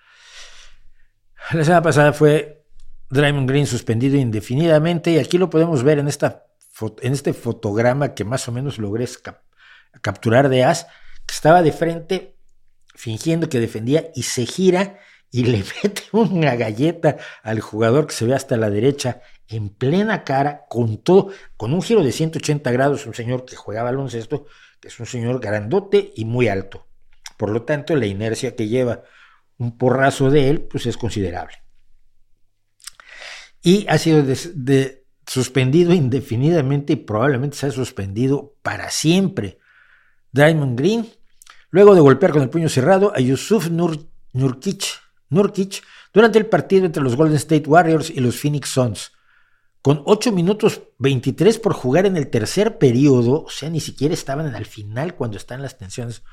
A: La semana pasada fue Draymond Green suspendido indefinidamente, y aquí lo podemos ver en, esta, en este fotograma que más o menos logré cap- capturar de As, que estaba de frente fingiendo que defendía y se gira y le mete una galleta al jugador que se ve hasta la derecha en plena cara, con todo, con un giro de ciento ochenta grados, un señor que juega baloncesto, que es un señor grandote y muy alto. Por lo tanto, la inercia que lleva un porrazo de él, pues es considerable. Y ha sido de, de, suspendido indefinidamente y probablemente sea suspendido para siempre. Draymond Green, luego de golpear con el puño cerrado a Yusuf Nur- Nurkic, Nurkic durante el partido entre los Golden State Warriors y los Phoenix Suns, con ocho minutos veintitrés por jugar en el tercer periodo, o sea, ni siquiera estaban al final cuando están las tensiones.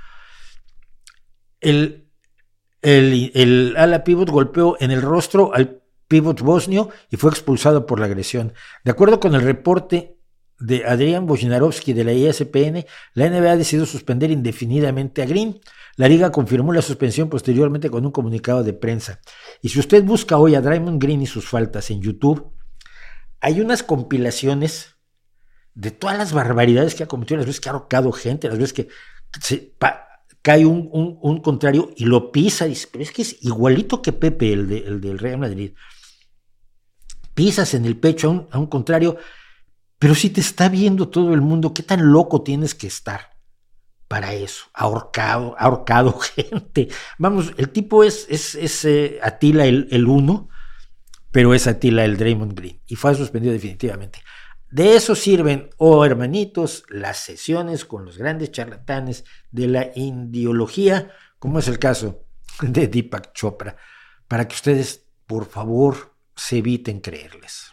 A: El, el, el ala pivot golpeó en el rostro al pivot bosnio y fue expulsado por la agresión. De acuerdo con el reporte de Adrian Wojnarowski de la E S P N, la N B A ha decidido suspender indefinidamente a Green. La liga confirmó la suspensión posteriormente con un comunicado de prensa. Y si usted busca hoy a Draymond Green y sus faltas en YouTube, hay unas compilaciones de todas las barbaridades que ha cometido, las veces que ha ahorcado gente, las veces que se, pa, cae un, un, un contrario y lo pisa, dice, pero es que es igualito que Pepe, el, de, el del Real Madrid. Pisas en el pecho a un, a un contrario, pero si te está viendo todo el mundo, ¿qué tan loco tienes que estar para eso? Ahorcado, ahorcado gente. Vamos, el tipo es, es, es eh, Atila el, el uno, pero es Atila el Draymond Green, y fue suspendido definitivamente. De eso sirven, oh hermanitos, las sesiones con los grandes charlatanes de la indiología, como es el caso de Deepak Chopra, para que ustedes, por favor, se eviten creerles.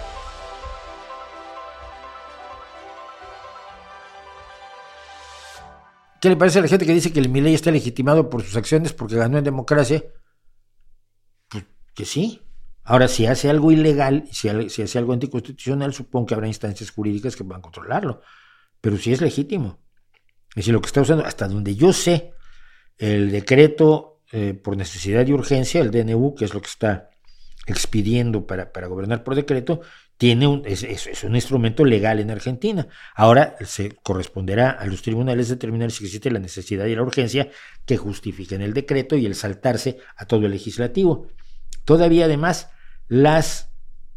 A: ¿Qué le parece a la gente que dice que el Milei está legitimado por sus acciones porque ganó en democracia? Pues que sí. Ahora, si hace algo ilegal, si, si hace algo anticonstitucional, supongo que habrá instancias jurídicas que puedan controlarlo. Pero sí es legítimo. Es decir, lo que está usando, hasta donde yo sé, el decreto eh, por necesidad y urgencia, el D N U, que es lo que está expidiendo para, para gobernar por decreto, tiene un, es, es, es un instrumento legal en Argentina. Ahora se corresponderá a los tribunales determinar si existe la necesidad y la urgencia que justifiquen el decreto y el saltarse a todo el legislativo. Todavía, además, las,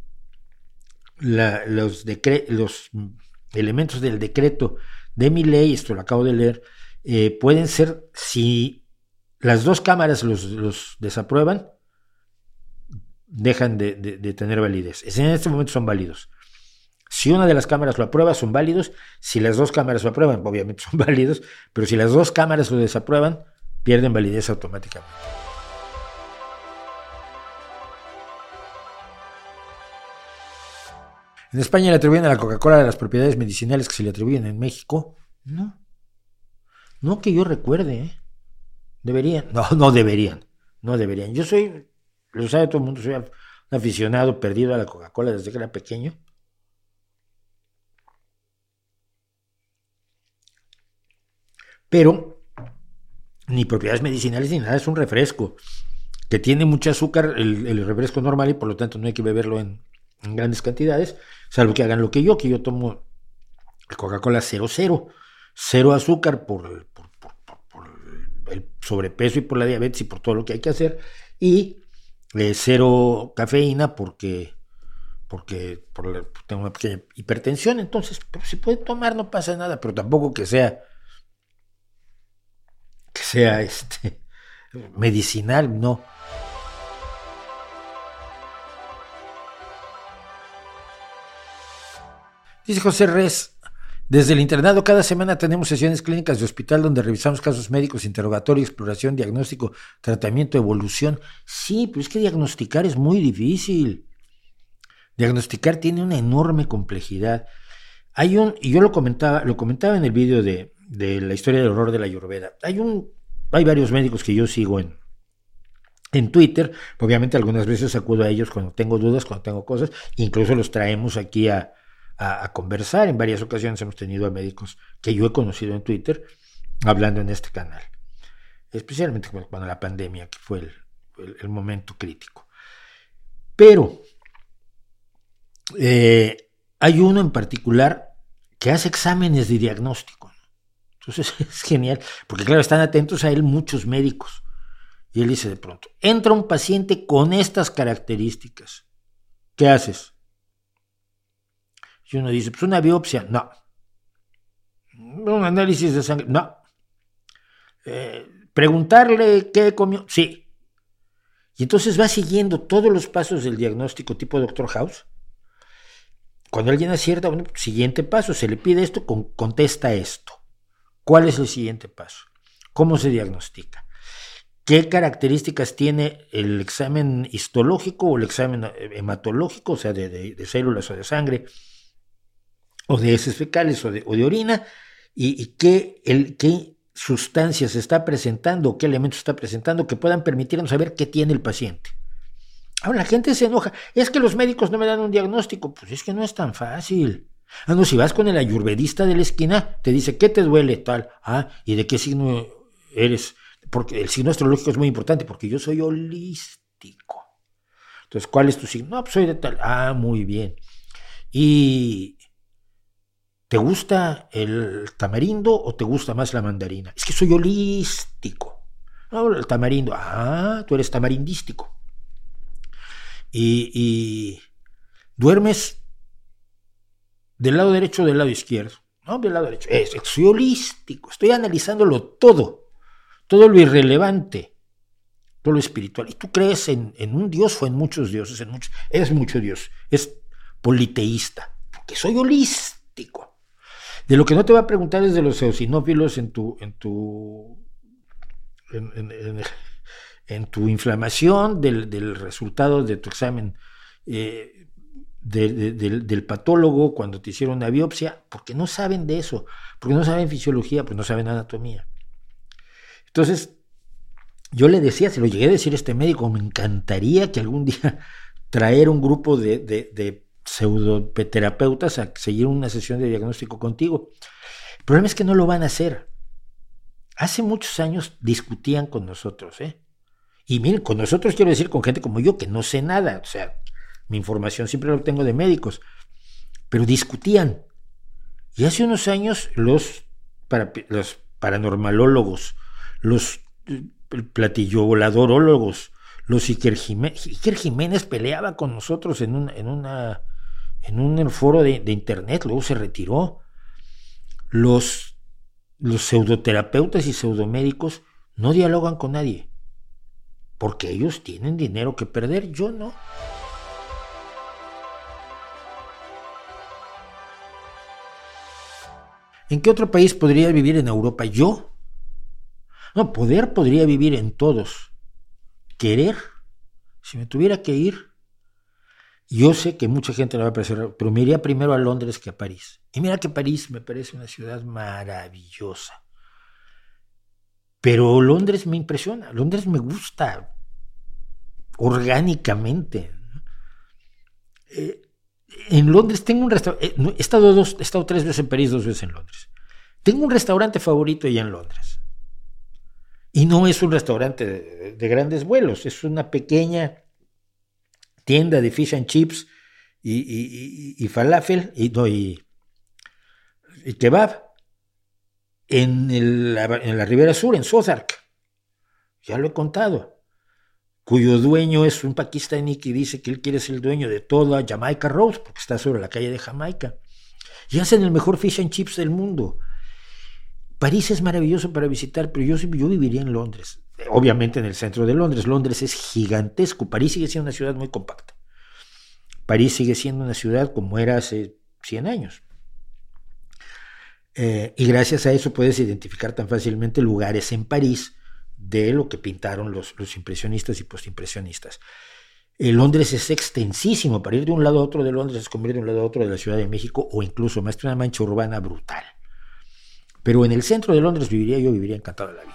A: la, los, decre, los elementos del decreto de Milei, esto lo acabo de leer, eh, pueden ser, si las dos cámaras los, los desaprueban, dejan de, de, de tener validez. En este momento son válidos. Si una de las cámaras lo aprueba, son válidos. Si las dos cámaras lo aprueban, obviamente son válidos, pero si las dos cámaras lo desaprueban, pierden validez automáticamente. En España le atribuyen a la Coca-Cola las propiedades medicinales que se le atribuyen en México. No. No que yo recuerde, ¿eh? Deberían. No, no deberían. No deberían. Yo soy, lo sabe todo el mundo, soy un aficionado perdido a la Coca-Cola desde que era pequeño. Pero ni propiedades medicinales ni nada, es un refresco que tiene mucho azúcar, el, el refresco normal, y por lo tanto no hay que beberlo en, en grandes cantidades, salvo que hagan lo que yo, que yo tomo Coca-Cola cero cero, cero azúcar por, por, por, por, por el sobrepeso y por la diabetes y por todo lo que hay que hacer, y eh, cero cafeína porque, porque por la, tengo una pequeña hipertensión. Entonces, pero si puede tomar no pasa nada, pero tampoco que sea que sea este medicinal, no. Dice José Res, desde el internado cada semana tenemos sesiones clínicas de hospital donde revisamos casos médicos, interrogatorio, exploración, diagnóstico, tratamiento, evolución. Sí, pero es que diagnosticar es muy difícil. Diagnosticar tiene una enorme complejidad. Hay un, y yo lo comentaba, lo comentaba en el vídeo de, de la historia del horror de la Ayurveda. Hay un, hay varios médicos que yo sigo en, en Twitter. Obviamente algunas veces acudo a ellos cuando tengo dudas, cuando tengo cosas, incluso los traemos aquí a A, a conversar. En varias ocasiones hemos tenido a médicos que yo he conocido en Twitter hablando en este canal, especialmente cuando la pandemia, que fue el, el, el momento crítico. Pero eh, hay uno en particular que hace exámenes de diagnóstico, ¿no? Entonces es genial, porque claro, están atentos a él muchos médicos, y él dice de pronto, entra un paciente con estas características, ¿qué haces? Y uno dice, pues una biopsia, no. Un análisis de sangre, no. Eh, preguntarle qué comió, sí. Y entonces va siguiendo todos los pasos del diagnóstico tipo doctor House. Cuando alguien acierta, bueno, siguiente paso, se le pide esto, con, contesta esto. ¿Cuál es el siguiente paso? ¿Cómo se diagnostica? ¿Qué características tiene el examen histológico o el examen hematológico, o sea, de, de, de células o de sangre, o de heces fecales o de, o de orina? ¿Y, y qué, el, qué sustancias está presentando o qué elementos está presentando que puedan permitirnos saber qué tiene el paciente? Ahora, la gente se enoja. Es que los médicos no me dan un diagnóstico. Pues es que no es tan fácil. Ah, no, si vas con el ayurvedista de la esquina, te dice, ¿qué te duele? Tal. Ah, ¿y de qué signo eres? Porque el signo astrológico es muy importante, porque yo soy holístico. Entonces, ¿cuál es tu signo? No, pues soy de tal. Ah, muy bien. ¿Y te gusta el tamarindo o te gusta más la mandarina? Es que soy holístico. No, el tamarindo. Ah, tú eres tamarindístico. Y, y duermes del lado derecho o del lado izquierdo. No, del lado derecho. Es, soy holístico, estoy analizándolo todo, todo lo irrelevante, todo lo espiritual. ¿Y tú crees en, en un Dios o en muchos dioses? En muchos, es mucho Dios, es politeísta, porque soy holístico. De lo que no te va a preguntar es de los eosinófilos en tu, en tu, en, en, en, en tu inflamación, del, del resultado de tu examen eh, de, de, de, del patólogo cuando te hicieron una biopsia, porque no saben de eso, porque no saben fisiología, porque no saben anatomía. Entonces, yo le decía, se lo llegué a decir a este médico, me encantaría que algún día traer un grupo de, de, de pseudoterapeutas a seguir una sesión de diagnóstico contigo. El problema es que no lo van a hacer. Hace muchos años discutían con nosotros, ¿eh? Y miren, con nosotros quiero decir con gente como yo, que no sé nada, o sea, mi información siempre la obtengo de médicos, pero discutían. Y hace unos años los, para, los paranormalólogos, los platillovoladorólogos, los Iker Jiménez, Iker Jiménez peleaba con nosotros en un, en una, en un foro de, de internet, luego se retiró. Los, los pseudoterapeutas y pseudomédicos no dialogan con nadie, porque ellos tienen dinero que perder, yo no. ¿En qué otro país podría vivir en Europa? ¿Yo? No, poder podría vivir en todos. Querer, si me tuviera que ir, yo sé que mucha gente le va a parecer, pero me iría primero a Londres que a París. Y mira que París me parece una ciudad maravillosa. Pero Londres me impresiona, Londres me gusta orgánicamente. Eh, en Londres tengo un restaurante, eh, he, estado dos, he estado tres veces en París, dos veces en Londres. Tengo un restaurante favorito allá en Londres. Y no es un restaurante de, de grandes vuelos, es una pequeña tienda de fish and chips y, y, y, y falafel y, no, y, y kebab en, el, en la Ribera Sur, en Southwark. Ya lo he contado. Cuyo dueño es un pakistaní que dice que él quiere ser el dueño de toda Jamaica Road, porque está sobre la calle de Jamaica. Y hacen el mejor fish and chips del mundo. París es maravilloso para visitar, pero yo, yo viviría en Londres. Obviamente en el centro de Londres. Londres es gigantesco. París sigue siendo una ciudad muy compacta. París sigue siendo una ciudad como era hace cien años. Eh, y gracias a eso puedes identificar tan fácilmente lugares en París de lo que pintaron los, los impresionistas y postimpresionistas. Eh, Londres es extensísimo. Para ir de un lado a otro de Londres es como ir de un lado a otro de la Ciudad de México, o incluso más que una mancha urbana brutal. Pero en el centro de Londres viviría yo, viviría encantado de la vida.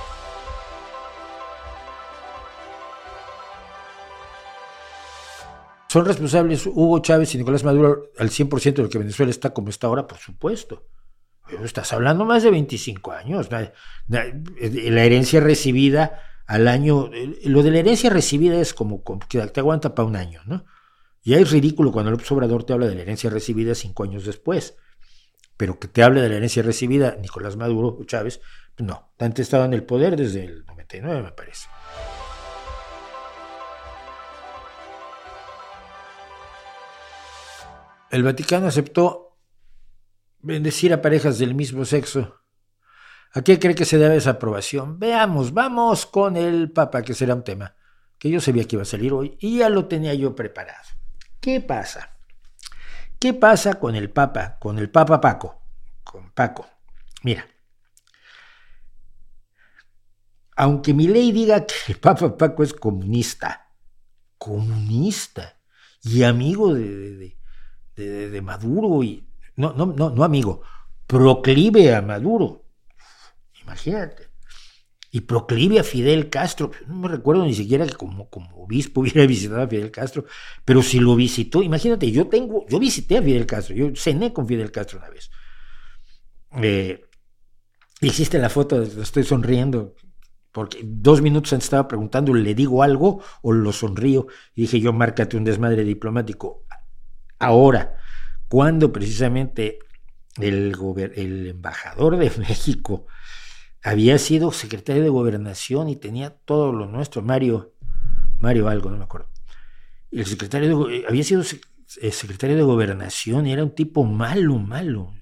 A: ¿Son responsables Hugo Chávez y Nicolás Maduro al cien por ciento de que Venezuela está como está ahora? Por supuesto. Estás hablando más de veinticinco años. La, la, la herencia recibida al año... Lo de la herencia recibida es como, como que te aguanta para un año, ¿no? Ya es ridículo cuando López Obrador te habla de la herencia recibida cinco años después. Pero que te hable de la herencia recibida Nicolás Maduro o Chávez, no. Han estado en el poder desde el noventa y nueve, me parece. El Vaticano aceptó bendecir a parejas del mismo sexo. ¿A qué cree que se debe esa aprobación? Veamos, vamos con el Papa, que será un tema que yo sabía que iba a salir hoy y ya lo tenía yo preparado. ¿Qué pasa? ¿Qué pasa con el Papa? Con el Papa Paco. Con Paco. Mira. Aunque Milei diga que el Papa Paco es comunista, comunista y amigo de, de, de, de Maduro, y no, no, no, no amigo, proclive a Maduro, imagínate, y proclive a Fidel Castro. No me recuerdo ni siquiera que como, como obispo hubiera visitado a Fidel Castro, pero si lo visitó, imagínate, yo tengo, yo visité a Fidel Castro, yo cené con Fidel Castro una vez. Eh, existe la foto, estoy sonriendo, porque dos minutos antes estaba preguntando, ¿le digo algo o lo sonrío? Y dije yo, márcate un desmadre diplomático. Ahora, cuando precisamente el, el embajador de México había sido secretario de Gobernación y tenía todo lo nuestro, Mario, Mario algo, no me acuerdo. El secretario de, había sido secretario de Gobernación y era un tipo malo, malo.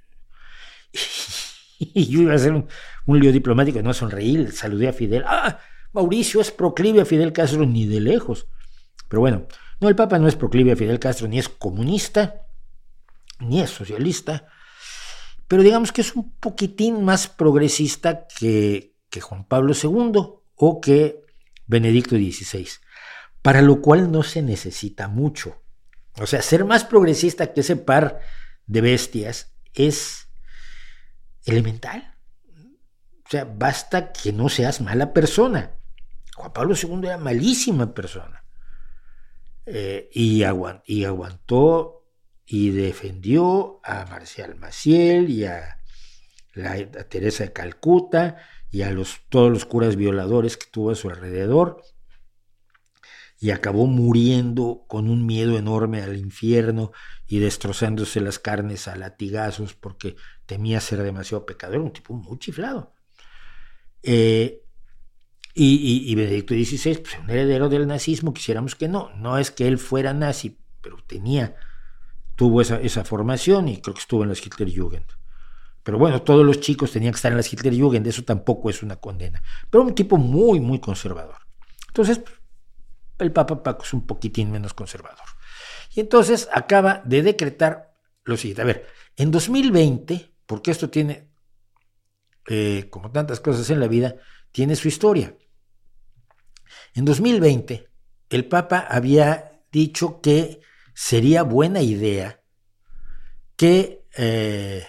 A: Y yo iba a hacer un, un lío diplomático y no sonreí, saludé a Fidel. ¡Ah! Mauricio es proclive a Fidel Castro, ni de lejos. Pero bueno, no, el Papa no es proclive a Fidel Castro, ni es comunista, ni es socialista, pero digamos que es un poquitín más progresista que, que Juan Pablo segundo o que Benedicto dieciséis, para lo cual no se necesita mucho. O sea, ser más progresista que ese par de bestias es elemental. O sea, basta que no seas mala persona. Juan Pablo segundo era malísima persona. Eh, y, aguant, y aguantó y defendió a Marcial Maciel y a, la, a Teresa de Calcuta y a los, todos los curas violadores que tuvo a su alrededor, y acabó muriendo con un miedo enorme al infierno y destrozándose las carnes a latigazos porque temía ser demasiado pecador, un tipo muy chiflado. Eh, y, y, y Benedicto dieciséis, pues un heredero del nazismo, quisiéramos que no, no es que él fuera nazi, pero tenía, tuvo esa, esa formación y creo que estuvo en las Hitlerjugend. Pero bueno, todos los chicos tenían que estar en las Hitlerjugend, eso tampoco es una condena, pero un tipo muy, muy conservador. Entonces, el Papa Paco es un poquitín menos conservador. Y entonces acaba de decretar lo siguiente. A ver, en dos mil veinte, porque esto tiene, eh, como tantas cosas en la vida, tiene su historia. En dos mil veinte, el Papa había dicho que sería buena idea que eh,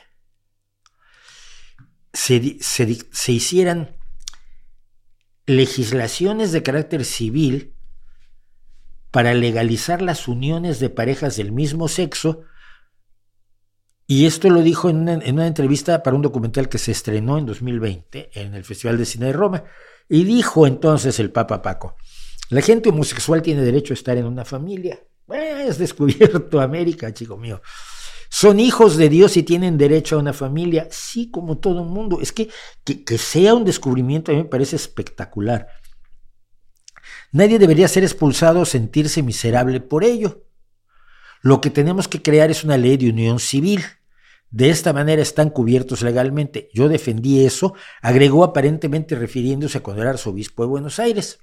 A: se, se, se hicieran legislaciones de carácter civil para legalizar las uniones de parejas del mismo sexo, y esto lo dijo en una, en una entrevista para un documental que se estrenó en dos mil veinte en el Festival de Cine de Roma, y dijo entonces el Papa Paco: la gente homosexual tiene derecho a estar en una familia. Eh, has descubierto América, chico mío. Son hijos de Dios y tienen derecho a una familia, sí, como todo el mundo. Es que, que, que sea un descubrimiento a mí me parece espectacular. Nadie debería ser expulsado o sentirse miserable por ello. Lo que tenemos que crear es una ley de unión civil. De esta manera están cubiertos legalmente. Yo defendí eso, agregó aparentemente refiriéndose a cuando era arzobispo de Buenos Aires.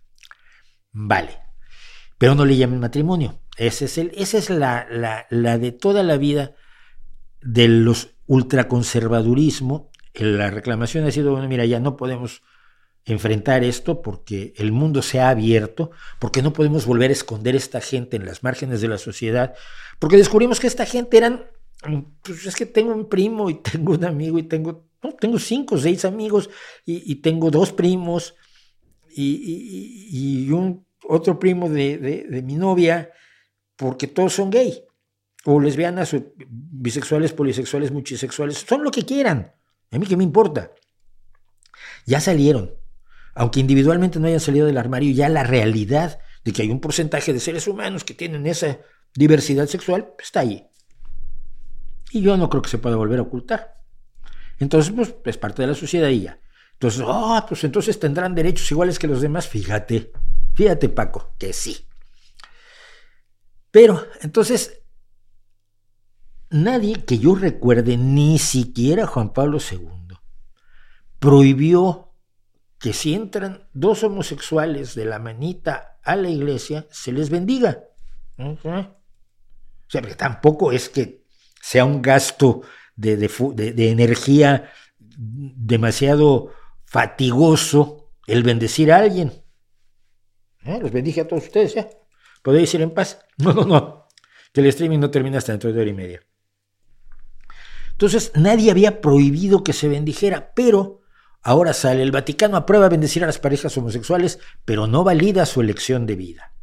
A: Vale, pero no le llamen matrimonio. Ese es el, esa es la, la, la de toda la vida de los ultraconservadurismo. La reclamación ha sido, bueno, mira, ya no podemos enfrentar esto porque el mundo se ha abierto, porque no podemos volver a esconder a esta gente en las márgenes de la sociedad, porque descubrimos que esta gente eran, pues es que tengo un primo y tengo un amigo y tengo, no, tengo cinco o seis amigos y, y tengo dos primos y, y, y un otro primo de, de, de mi novia, porque todos son gay o lesbianas o bisexuales, polisexuales, multisexuales, son lo que quieran, a mí qué me importa. Ya salieron. Aunque individualmente no hayan salido del armario, ya la realidad de que hay un porcentaje de seres humanos que tienen esa diversidad sexual está ahí. Y yo no creo que se pueda volver a ocultar. Entonces, pues, es parte de la sociedad y ya. Entonces, oh, pues entonces tendrán derechos iguales que los demás. Fíjate, fíjate, Paco, que sí. Pero, entonces, nadie que yo recuerde, ni siquiera Juan Pablo segundo, prohibió que si entran dos homosexuales de la manita a la iglesia, se les bendiga. Uh-huh. O sea, porque tampoco es que sea un gasto de, de, de, de energía demasiado fatigoso el bendecir a alguien. ¿Eh? Los bendije a todos ustedes, ya. ¿Podéis ir en paz? No, no, no. Que el streaming no termina hasta dentro de hora y media. Entonces, nadie había prohibido que se bendijera, pero ahora sale, el Vaticano aprueba bendecir a las parejas homosexuales, pero no valida su elección de vida.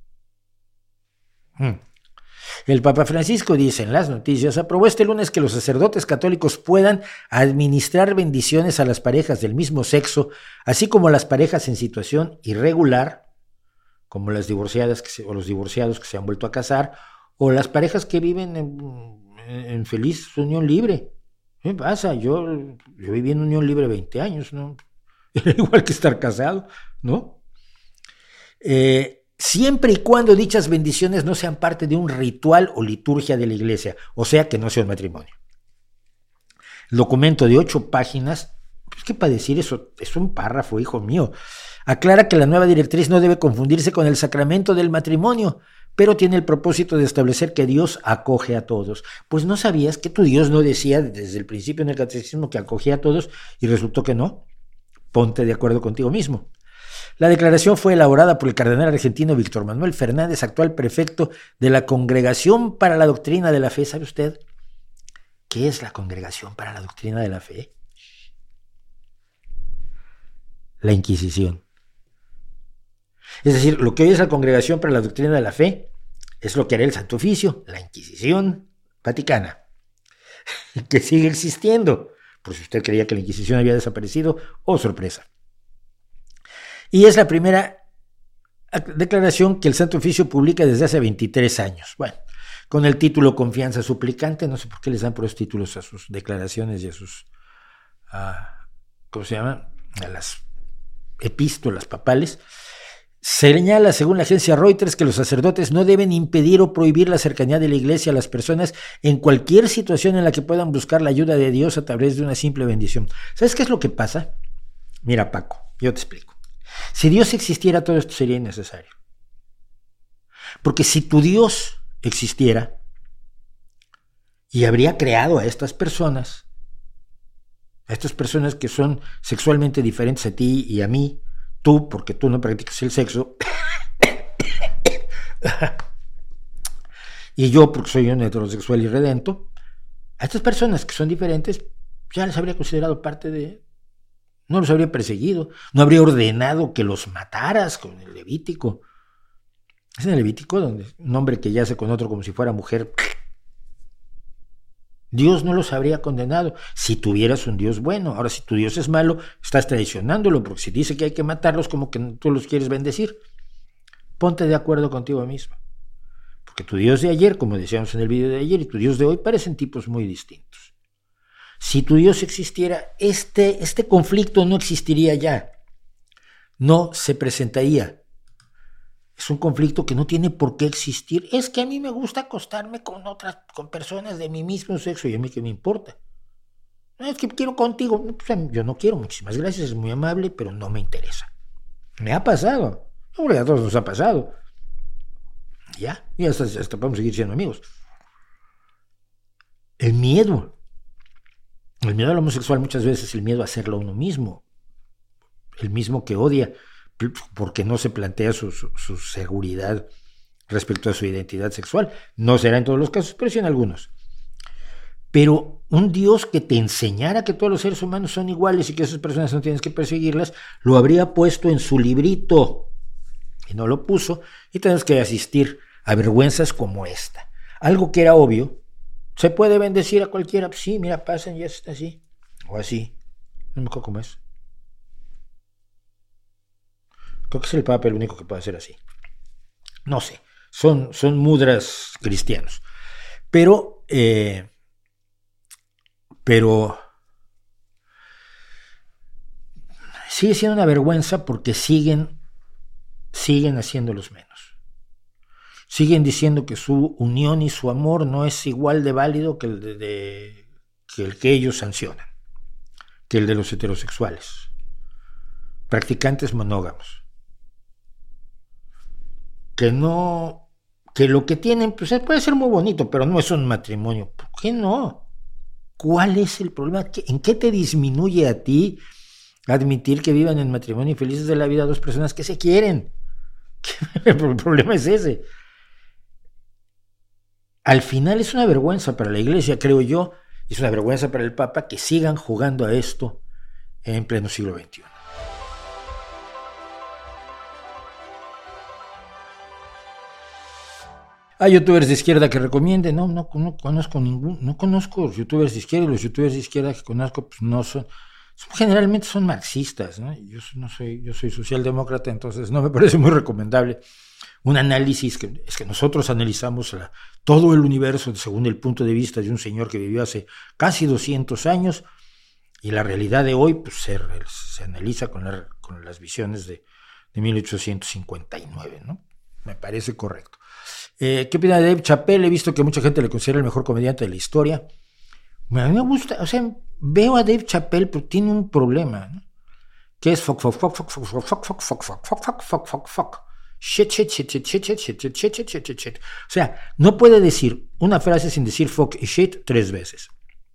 A: Hmm. El Papa Francisco dice en las noticias, aprobó este lunes que los sacerdotes católicos puedan administrar bendiciones a las parejas del mismo sexo, así como a las parejas en situación irregular, como las divorciadas que se, o los divorciados que se han vuelto a casar, o las parejas que viven en, en feliz unión libre. ¿Qué pasa? Yo, yo viví en unión libre veinte años, ¿no? Era igual que estar casado, ¿no? Eh, siempre y cuando dichas bendiciones no sean parte de un ritual o liturgia de la iglesia, o sea, que no sea un matrimonio. El documento de ocho páginas, pues que para decir eso, es un párrafo, hijo mío, aclara que la nueva directriz no debe confundirse con el sacramento del matrimonio, pero tiene el propósito de establecer que Dios acoge a todos. Pues no sabías que tu Dios no decía desde el principio en el catecismo que acogía a todos y resultó que no. Ponte de acuerdo contigo mismo. La declaración fue elaborada por el cardenal argentino Víctor Manuel Fernández, actual prefecto de la Congregación para la Doctrina de la Fe. ¿Sabe usted qué es la Congregación para la Doctrina de la Fe? La Inquisición. Es decir, lo que hoy es la Congregación para la Doctrina de la Fe es lo que era el Santo Oficio, la Inquisición Vaticana, que sigue existiendo, por si usted creía que la Inquisición había desaparecido, oh sorpresa. Y es la primera declaración que el Santo Oficio publica desde hace veintitrés años. Bueno, con el título Confianza Suplicante, no sé por qué les dan por los títulos a sus declaraciones y a sus, uh, ¿cómo se llama? A las epístolas papales. Señala, según la agencia Reuters, que los sacerdotes no deben impedir o prohibir la cercanía de la iglesia a las personas en cualquier situación en la que puedan buscar la ayuda de Dios a través de una simple bendición. ¿Sabes qué es lo que pasa? Mira, Paco, yo te explico. Si Dios existiera, todo esto sería innecesario. Porque si tu Dios existiera y habría creado a estas personas, a estas personas que son sexualmente diferentes a ti y a mí, tú, porque tú no practicas el sexo, y yo, porque soy un heterosexual irredento, a estas personas que son diferentes, ya les habría considerado parte de... No los habría perseguido, no habría ordenado que los mataras con el Levítico. Es en el Levítico donde un hombre que yace con otro como si fuera mujer, Dios no los habría condenado si tuvieras un Dios bueno. Ahora, si tu Dios es malo, estás traicionándolo, porque si dice que hay que matarlos, como que tú los quieres bendecir. Ponte de acuerdo contigo mismo. Porque tu Dios de ayer, como decíamos en el video de ayer, y tu Dios de hoy parecen tipos muy distintos. Si tu Dios existiera, este, este conflicto no existiría ya. No se presentaría. Es un conflicto que no tiene por qué existir. Es que a mí me gusta acostarme con otras, con personas de mi mismo sexo, y a mí qué me importa. Es que quiero contigo. Yo no quiero, muchísimas gracias, es muy amable, pero no me interesa. Me ha pasado. Hombre, a todos nos ha pasado. Ya, y hasta, hasta podemos seguir siendo amigos. El miedo. El miedo al homosexual muchas veces es el miedo a hacerlo a uno mismo. El mismo que odia porque no se plantea su, su, su seguridad respecto a su identidad sexual. No será en todos los casos, pero sí en algunos. Pero un Dios que te enseñara que todos los seres humanos son iguales y que esas personas no tienes que perseguirlas, lo habría puesto en su librito. Y no lo puso, y tenemos que asistir a vergüenzas como esta. Algo que era obvio. ¿Se puede bendecir a cualquiera? Sí, mira, pasen y ya está así. O así. No me acuerdo cómo es. Creo que es el Papa el único que puede hacer así. No sé. Son, son mudras cristianos. Pero, eh, pero sigue siendo una vergüenza porque siguen, siguen haciéndolos menos. Siguen diciendo que su unión y su amor no es igual de válido que el, de, de, que, el que ellos sancionan, que el de los heterosexuales, practicantes monógamos. Que no, que lo que tienen pues puede ser muy bonito, pero no es un matrimonio. ¿Por qué no? ¿Cuál es el problema? ¿En qué te disminuye a ti admitir que vivan en matrimonio y felices de la vida dos personas que se quieren? El problema es ese. Al final es una vergüenza para la Iglesia, creo yo, es una vergüenza para el Papa que sigan jugando a esto en pleno siglo veintiuno. ¿Hay youtubers de izquierda que recomienden? No, no, no conozco ningún, no conozco youtubers de izquierda, y los youtubers de izquierda que conozco pues no son, son generalmente son marxistas, ¿no? Yo no soy, yo soy socialdemócrata, entonces no me parece muy recomendable un análisis que es que nosotros analizamos la, todo el universo según el punto de vista de un señor que vivió hace casi doscientos años, y la realidad de hoy pues se, se analiza con, la, con las visiones de, de mil ochocientos cincuenta y nueve, ¿no? Me parece correcto. Eh, ¿Qué opina de Dave Chappelle? He visto que mucha gente le considera el mejor comediante de la historia. A mí me gusta, o sea, veo a Dave Chappelle, pero tiene un problema, ¿no? Que es fuck, fuck, fuck, fuck, fuck, fuck, fuck, fuck, fuck, fuck, fuck, fuck, fuck, fuck. Shit, shit, shit, shit, shit, shit, shit, shit, shit, shit, shit, shit. O sea, no puede decir una frase sin decir fuck y shit tres veces.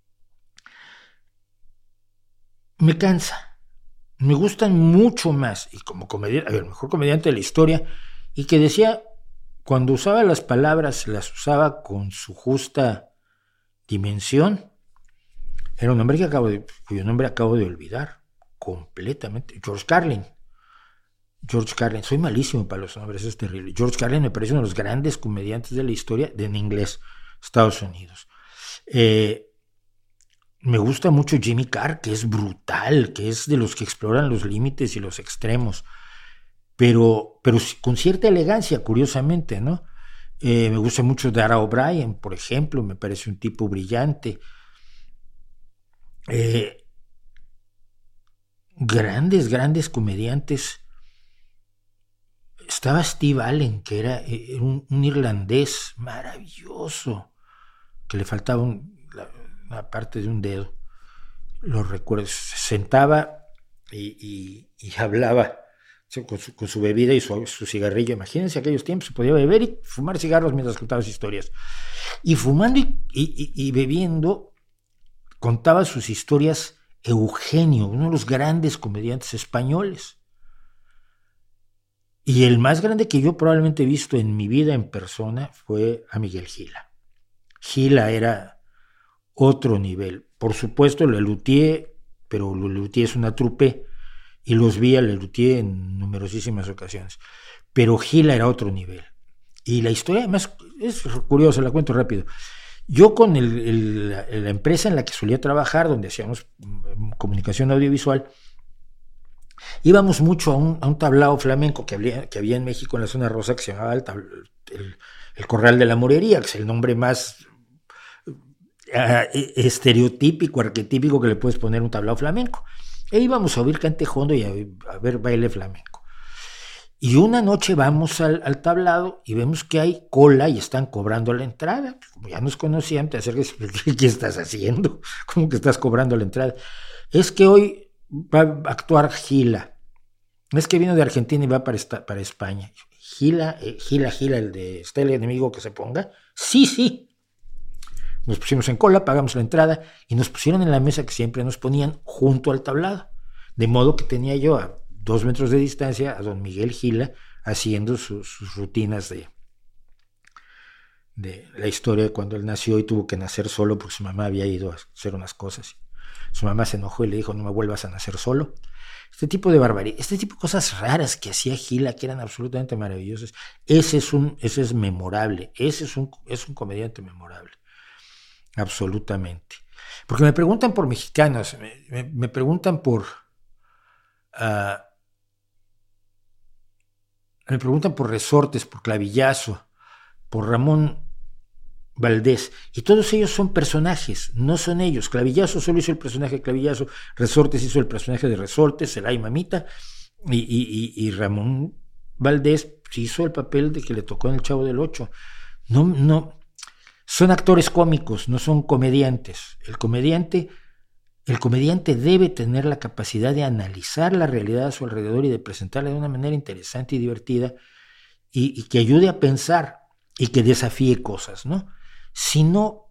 A: Me cansa. Me gustan mucho más. Y como comediante, a ver, el mejor comediante de la historia, y que decía, cuando usaba las palabras, las usaba con su justa dimensión. Era un hombre que acabo de, cuyo nombre acabo de olvidar completamente. George Carlin. George Carlin, soy malísimo para los nombres, es terrible. George Carlin me parece uno de los grandes comediantes de la historia de en inglés, Estados Unidos. Eh, me gusta mucho Jimmy Carr, que es brutal, que es de los que exploran los límites y los extremos, pero, pero con cierta elegancia, curiosamente, ¿no? Eh, me gusta mucho Dara O'Brien, por ejemplo, me parece un tipo brillante. Eh, grandes, grandes comediantes. Estaba Steve Allen, que era un, un irlandés maravilloso, que le faltaba un, la, una parte de un dedo. Lo recuerdo, se sentaba y, y, y hablaba con su, con su bebida y su, su cigarrillo. Imagínense aquellos tiempos, se podía beber y fumar cigarros mientras contaba sus historias. Y fumando y, y, y bebiendo, contaba sus historias Eugenio, uno de los grandes comediantes españoles. Y el más grande que yo probablemente he visto en mi vida en persona fue a Miguel Gila. Gila era otro nivel. Por supuesto, Lelutier, pero Lelutier es una trupe, y los vi a Lelutier en numerosísimas ocasiones. Pero Gila era otro nivel. Y la historia, además, es curiosa, la cuento rápido. Yo con el, el, la empresa en la que solía trabajar, donde hacíamos comunicación audiovisual, íbamos mucho a un, a un tablao flamenco que había, que había en México, en la zona rosa, que se llamaba el, el, el Corral de la Morería, que es el nombre más uh, estereotípico, arquetípico que le puedes poner a un tablao flamenco. E íbamos a oír cantejondo y a, a ver baile flamenco. Y una noche vamos al, al tablado y vemos que hay cola y están cobrando la entrada. Como ya nos conocían, te acercas y ¿qué estás haciendo? ¿Cómo que estás cobrando la entrada? Es que hoy va a actuar Gila. Es que vino de Argentina y va para, esta, para España. Gila, eh, Gila, Gila, el de está el enemigo que se ponga. Sí, sí. Nos pusimos en cola, pagamos la entrada y nos pusieron en la mesa que siempre nos ponían junto al tablado. De modo que tenía yo a dos metros de distancia a don Miguel Gila haciendo su, sus rutinas de, de la historia de cuando él nació y tuvo que nacer solo porque su mamá había ido a hacer unas cosas. Su mamá se enojó y le dijo, no me vuelvas a nacer solo. Este tipo de barbarie, este tipo de cosas raras que hacía Gila, que eran absolutamente maravillosas, ese es un, ese es memorable, ese es un, es un comediante memorable, absolutamente. Porque me preguntan por mexicanos, me, me, me preguntan por, uh, me preguntan por Resortes, por Clavillazo, por Ramón Valdés, y todos ellos son personajes, no son ellos. Clavillazo solo hizo el personaje de Clavillazo, Resortes hizo el personaje de Resortes, el ay mamita, y, y, y, y Ramón Valdés hizo el papel de que le tocó en El Chavo del Ocho. No, no, son actores cómicos, no son comediantes. El comediante, el comediante debe tener la capacidad de analizar la realidad a su alrededor y de presentarla de una manera interesante y divertida, y, y que ayude a pensar. y que desafíe cosas, ¿no? Si no,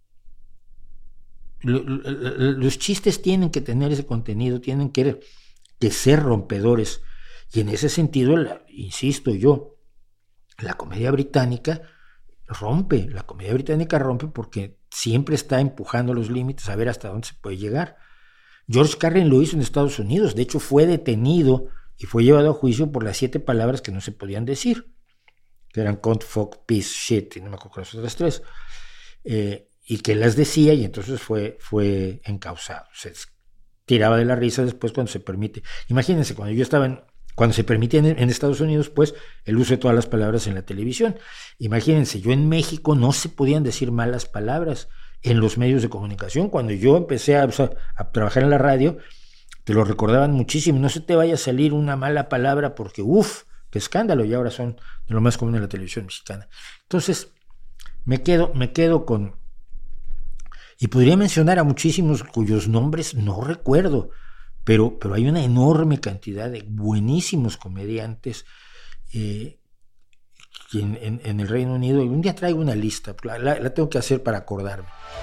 A: lo, lo, los chistes tienen que tener ese contenido, tienen que, que ser rompedores. Y en ese sentido, la, insisto yo, la comedia británica rompe, la comedia británica rompe porque siempre está empujando los límites a ver hasta dónde se puede llegar. George Carlin lo hizo en Estados Unidos, de hecho fue detenido y fue llevado a juicio por las siete palabras que no se podían decir, que eran cunt, fuck, piece, shit, y no me acuerdo las otras tres, eh, y que las decía y entonces fue, fue encausado. Se tiraba de la risa después cuando se permite. Imagínense, cuando yo estaba en, cuando se permitía en, en Estados Unidos, pues, el uso de todas las palabras en la televisión. Imagínense, yo en México no se podían decir malas palabras en los medios de comunicación. Cuando yo empecé a, o sea, a trabajar en la radio, te lo recordaban muchísimo, no se te vaya a salir una mala palabra porque, uff, qué escándalo, y ahora son de lo más común en la televisión mexicana. Entonces, me quedo, me quedo con... Y podría mencionar a muchísimos cuyos nombres no recuerdo, pero, pero hay una enorme cantidad de buenísimos comediantes eh, en, en, en el Reino Unido. Y un día traigo una lista, la, la, la tengo que hacer para acordarme.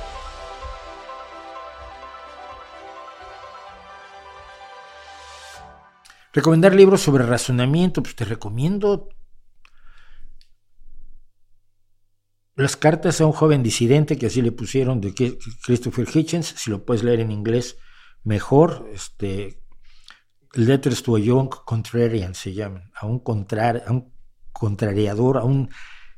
A: Recomendar libros sobre razonamiento, pues te recomiendo Las cartas a un joven disidente, que así le pusieron, de Christopher Hitchens. Si lo puedes leer en inglés, mejor. Este, Letters to a Young Contrarian se llaman, a un, contrar, a un contrariador, a un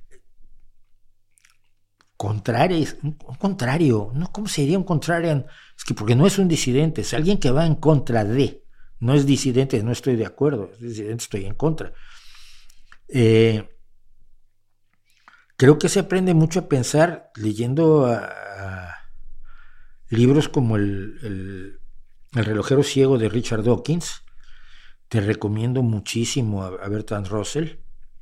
A: contrario, un contrario, ¿no? ¿Cómo sería un contrarian? Es que porque no es un disidente, es alguien que va en contra de, no es disidente, no estoy de acuerdo, es disidente, estoy en contra. Eh, Creo que se aprende mucho a pensar leyendo a, a libros como el, el, el relojero ciego de Richard Dawkins. Te recomiendo muchísimo a, a Bertrand Russell.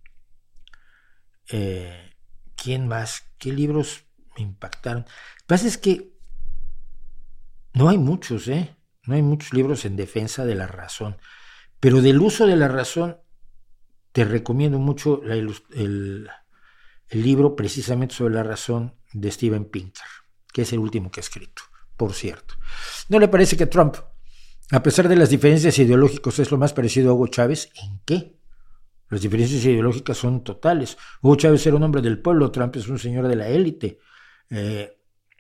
A: Eh, ¿Quién más? ¿Qué libros me impactaron? Lo que pasa es que no hay muchos, ¿eh? No hay muchos libros en defensa de la razón. Pero del uso de la razón te recomiendo mucho la, el... el el libro precisamente sobre la razón de Steven Pinker, que es el último que ha escrito, por cierto. ¿No le parece que Trump, a pesar de las diferencias ideológicas, es lo más parecido a Hugo Chávez? ¿En qué? Las diferencias ideológicas son totales. Hugo Chávez era un hombre del pueblo, Trump es un señor de la élite. Eh,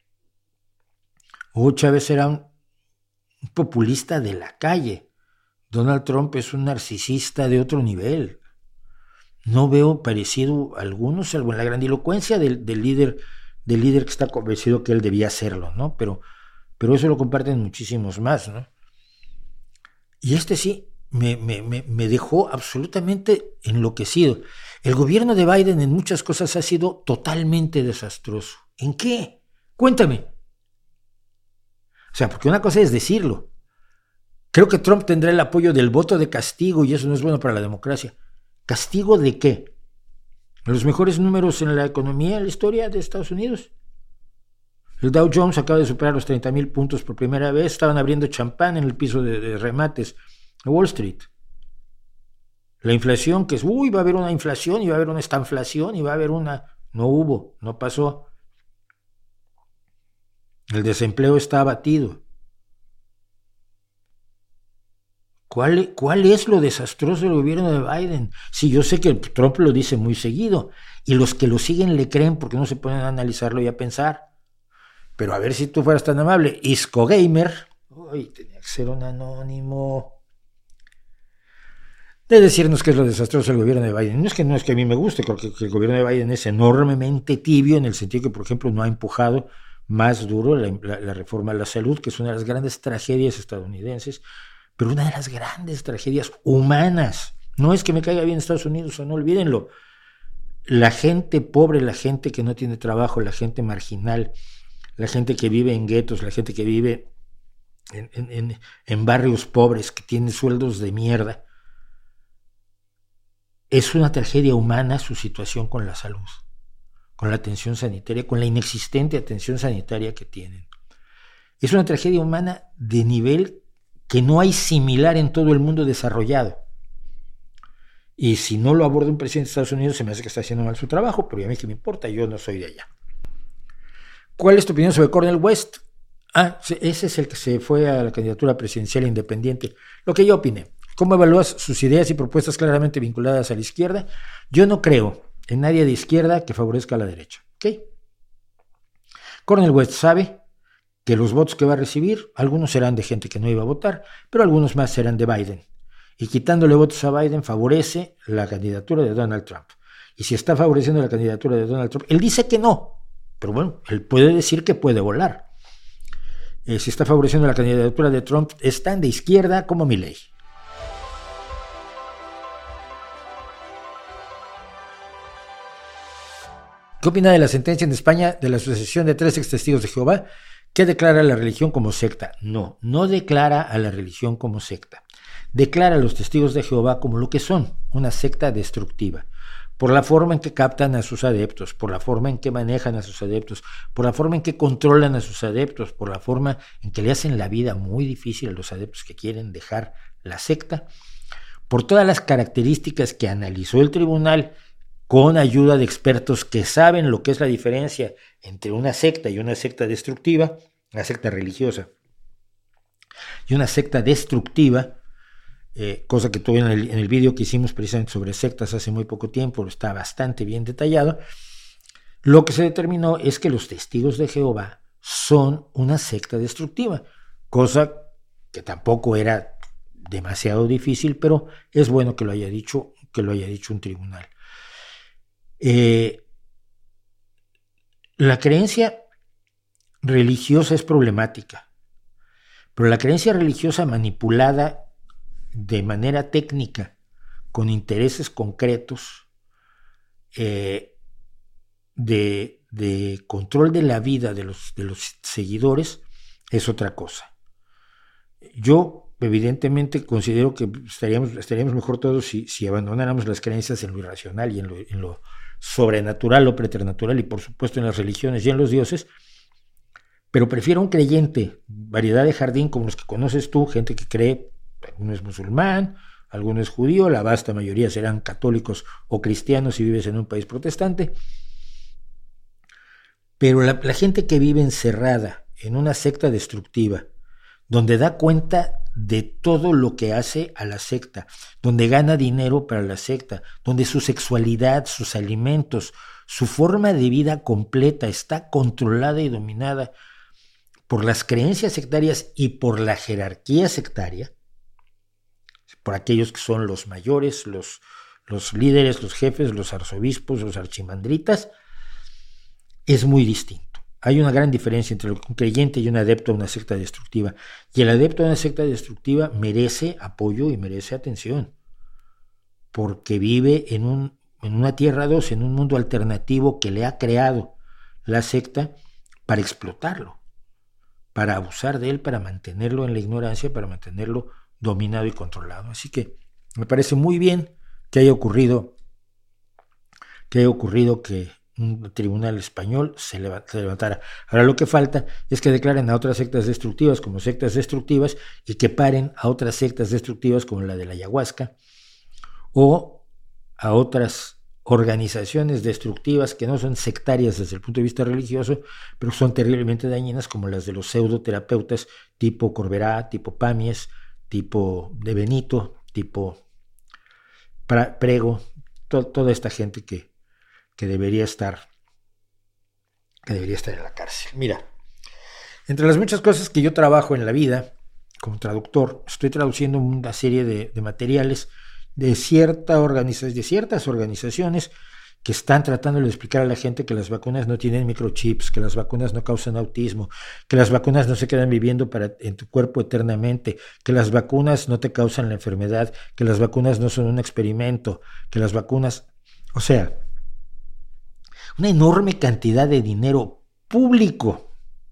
A: Hugo Chávez era un populista de la calle. Donald Trump es un narcisista de otro nivel. No veo parecido alguno, salvo en la grandilocuencia del, del líder, del líder que está convencido que él debía hacerlo, ¿no? Pero, pero eso lo comparten muchísimos más, ¿no? Y este sí me, me, me dejó absolutamente enloquecido. El gobierno de Biden en muchas cosas ha sido totalmente desastroso. ¿En qué? Cuéntame. O sea, porque una cosa es decirlo. Creo que Trump tendrá el apoyo del voto de castigo y eso no es bueno para la democracia. ¿Castigo de qué? Los mejores números en la economía en la historia de Estados Unidos. El Dow Jones acaba de superar los treinta mil puntos por primera vez. Estaban abriendo champán en el piso de, de remates de Wall Street. La inflación, que es, uy, va a haber una inflación y va a haber una estanflación y va a haber una... No hubo, no pasó. El desempleo está abatido. ¿Cuál, ¿Cuál es lo desastroso del gobierno de Biden? Sí, yo sé que Trump lo dice muy seguido y los que lo siguen le creen porque no se ponen a analizarlo y a pensar. Pero a ver si tú fueras tan amable. Isco Gamer, uy, tenía que ser un anónimo, de decirnos qué es lo desastroso del gobierno de Biden. No es que no es que a mí me guste, creo que, que el gobierno de Biden es enormemente tibio en el sentido que, por ejemplo, no ha empujado más duro la, la, la reforma a la salud, que es una de las grandes tragedias estadounidenses, pero una de las grandes tragedias humanas. No es que me caiga bien Estados Unidos, o no, olvídenlo. La gente pobre, la gente que no tiene trabajo, la gente marginal, la gente que vive en guetos, la gente que vive en, en, en, en barrios pobres, que tiene sueldos de mierda. Es una tragedia humana su situación con la salud, con la atención sanitaria, con la inexistente atención sanitaria que tienen. Es una tragedia humana de nivel que no hay similar en todo el mundo desarrollado. Y si no lo aborda un presidente de Estados Unidos, se me hace que está haciendo mal su trabajo, pero a mí que me importa, yo no soy de allá. ¿Cuál es tu opinión sobre Cornel West? Ah, ese es el que se fue a la candidatura presidencial independiente. Lo que yo opiné. ¿Cómo evalúas sus ideas y propuestas claramente vinculadas a la izquierda? Yo no creo en nadie de izquierda que favorezca a la derecha. ¿Ok? Cornel West sabe que los votos que va a recibir, algunos serán de gente que no iba a votar, pero algunos más serán de Biden. Y quitándole votos a Biden favorece la candidatura de Donald Trump. Y si está favoreciendo la candidatura de Donald Trump, él dice que no, pero bueno, él puede decir que puede volar. Eh, si está favoreciendo la candidatura de Trump, es tan de izquierda como Milei. ¿Qué opina de la sentencia en España de la Asociación de Tres Ex Testigos de Jehová que declara a la religión como secta? No, no declara a la religión como secta. Declara a los testigos de Jehová como lo que son, una secta destructiva, por la forma en que captan a sus adeptos, por la forma en que manejan a sus adeptos, por la forma en que controlan a sus adeptos, por la forma en que le hacen la vida muy difícil a los adeptos que quieren dejar la secta, por todas las características que analizó el tribunal con ayuda de expertos que saben lo que es la diferencia entre una secta y una secta destructiva, una secta religiosa y una secta destructiva. Eh, cosa que tuve en el, en el vídeo que hicimos precisamente sobre sectas hace muy poco tiempo, está bastante bien detallado. Lo que se determinó es que los testigos de Jehová son una secta destructiva, cosa que tampoco era demasiado difícil, pero es bueno que lo haya dicho, que lo haya dicho un tribunal. Eh, la creencia religiosa es problemática, pero la creencia religiosa manipulada de manera técnica, con intereses concretos, eh, de, de control de la vida de los, de los seguidores, es otra cosa. Yo, evidentemente, considero que estaríamos, estaríamos mejor todos si, si abandonáramos las creencias en lo irracional y en lo, en lo sobrenatural o preternatural, y por supuesto en las religiones y en los dioses, pero prefiero un creyente, variedad de jardín como los que conoces tú, gente que cree, alguno es musulmán, alguno es judío, la vasta mayoría serán católicos o cristianos si vives en un país protestante, pero la, la gente que vive encerrada en una secta destructiva, donde da cuenta de todo lo que hace a la secta, donde gana dinero para la secta, donde su sexualidad, sus alimentos, su forma de vida completa está controlada y dominada por las creencias sectarias y por la jerarquía sectaria, por aquellos que son los mayores, los, los líderes, los jefes, los arzobispos, los archimandritas, es muy distinto. Hay una gran diferencia entre un creyente y un adepto a una secta destructiva. Y el adepto a una secta destructiva merece apoyo y merece atención, porque vive en, un, en una tierra dos, en un mundo alternativo que le ha creado la secta para explotarlo, para abusar de él, para mantenerlo en la ignorancia, para mantenerlo dominado y controlado. Así que me parece muy bien que haya ocurrido, que haya ocurrido que un tribunal español se levantara. Ahora lo que falta es que declaren a otras sectas destructivas como sectas destructivas y que paren a otras sectas destructivas como la de la ayahuasca o a otras organizaciones destructivas que no son sectarias desde el punto de vista religioso, pero son terriblemente dañinas como las de los pseudoterapeutas tipo Corberá, tipo Pamies, tipo de Benito, tipo Prego, to, toda esta gente que que debería estar que debería estar en la cárcel. Mira, entre las muchas cosas que yo trabajo en la vida como traductor, estoy traduciendo una serie de, de materiales de, cierta organiza- de ciertas organizaciones que están tratando de explicar a la gente que las vacunas no tienen microchips, que las vacunas no causan autismo, que las vacunas no se quedan viviendo para, en tu cuerpo eternamente, que las vacunas no te causan la enfermedad, que las vacunas no son un experimento, que las vacunas... O sea, una enorme cantidad de dinero público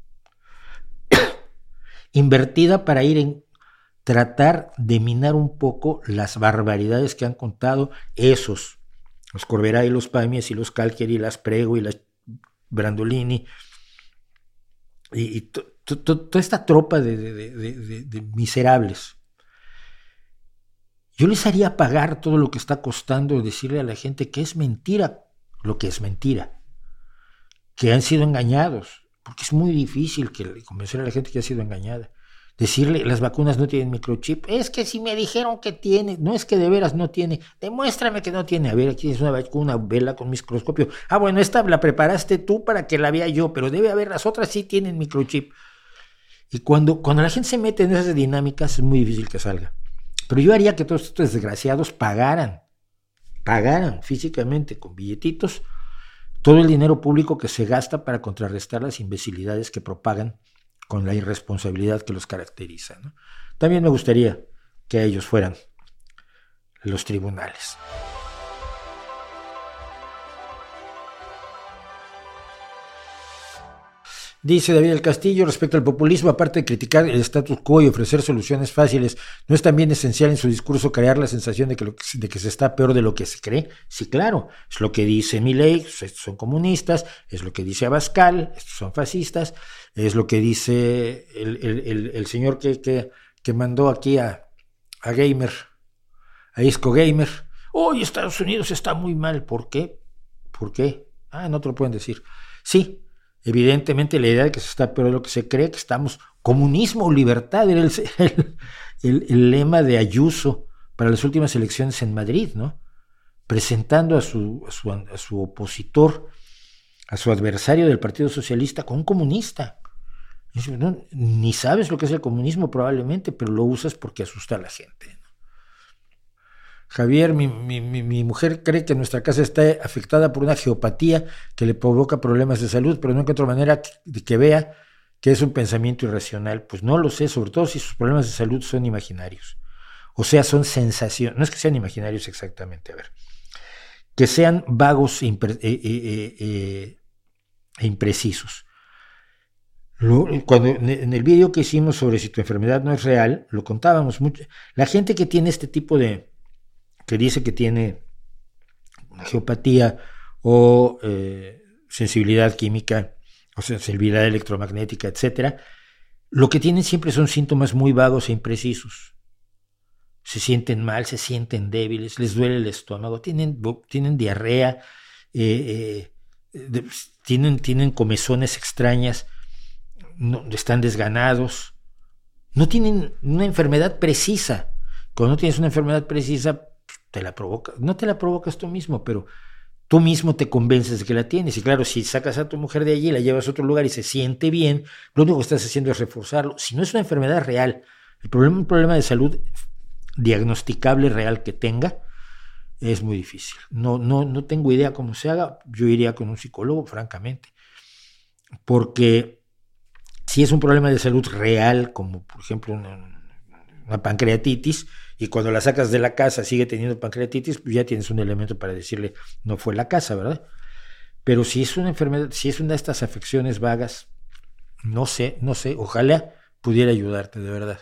A: invertida para ir en tratar de minar un poco las barbaridades que han contado esos, los Corberá y los Pamies y los Calgeri y las Prego y las Brandolini y, y to, to, to, toda esta tropa de, de, de, de, de miserables. Yo les haría pagar todo lo que está costando decirle a la gente que es mentira lo que es mentira, que han sido engañados, porque es muy difícil que convencer a la gente que ha sido engañada. Decirle, las vacunas no tienen microchip, es que si me dijeron que tiene, no es que de veras no tiene, demuéstrame que no tiene. A ver, aquí es una vacuna, vela con microscopio. Ah, bueno, esta la preparaste tú para que la vea yo, pero debe haber, las otras sí tienen microchip. Y cuando, cuando la gente se mete en esas dinámicas, es muy difícil que salga. Pero yo haría que todos estos desgraciados pagaran, pagaran físicamente con billetitos todo el dinero público que se gasta para contrarrestar las imbecilidades que propagan con la irresponsabilidad que los caracteriza, ¿no? También me gustaría que ellos fueran los tribunales. Dice David del Castillo, respecto al populismo, aparte de criticar el status quo y ofrecer soluciones fáciles, ¿no es también esencial en su discurso crear la sensación de que, lo que, de que se está peor de lo que se cree? Sí, claro, es lo que dice Milei, estos son comunistas, es lo que dice Abascal, estos son fascistas, es lo que dice el, el, el, el señor que, que, que mandó aquí a, a Gamer, a Isco Gamer. Hoy oh, Estados Unidos está muy mal. ¿Por qué? ¿Por qué? Ah, no te lo pueden decir. Sí. Evidentemente la idea de que se está peor de lo que se cree, que estamos, comunismo o libertad, era el, el, el, el lema de Ayuso para las últimas elecciones en Madrid, ¿no? Presentando a su, a su, a su opositor, a su adversario del Partido Socialista, con un comunista. No, ni sabes lo que es el comunismo probablemente, pero lo usas porque asusta a la gente, ¿no? Javier, mi, mi, mi mujer cree que nuestra casa está afectada por una geopatía que le provoca problemas de salud, pero no encuentro manera de que vea que es un pensamiento irracional. Pues no lo sé, sobre todo si sus problemas de salud son imaginarios. O sea, son sensaciones, no es que sean imaginarios exactamente, a ver, que sean vagos e, impre, eh, eh, eh, e imprecisos. Lo, cuando en el video que hicimos sobre si tu enfermedad no es real, lo contábamos mucho. La gente que tiene este tipo de que dice que tiene una geopatía o eh, sensibilidad química o sensibilidad electromagnética, etcétera, lo que tienen siempre son síntomas muy vagos e imprecisos. Se sienten mal, se sienten débiles, les duele el estómago, tienen, tienen diarrea, eh, eh, de, tienen, tienen comezones extrañas, no, están desganados, no tienen una enfermedad precisa. Cuando no tienes una enfermedad precisa, te la provoca, no te la provocas tú mismo, pero tú mismo te convences de que la tienes. Y claro, si sacas a tu mujer de allí y la llevas a otro lugar y se siente bien, lo único que estás haciendo es reforzarlo. Si no es una enfermedad real, el problema, un problema de salud diagnosticable real que tenga, es muy difícil. No, no, no tengo idea cómo se haga. Yo iría con un psicólogo, francamente, porque si es un problema de salud real, como por ejemplo una, una pancreatitis, y cuando la sacas de la casa sigue teniendo pancreatitis, pues ya tienes un elemento para decirle no fue la casa, ¿verdad? Pero si es una enfermedad, si es una de estas afecciones vagas, no sé, no sé, ojalá pudiera ayudarte, de verdad.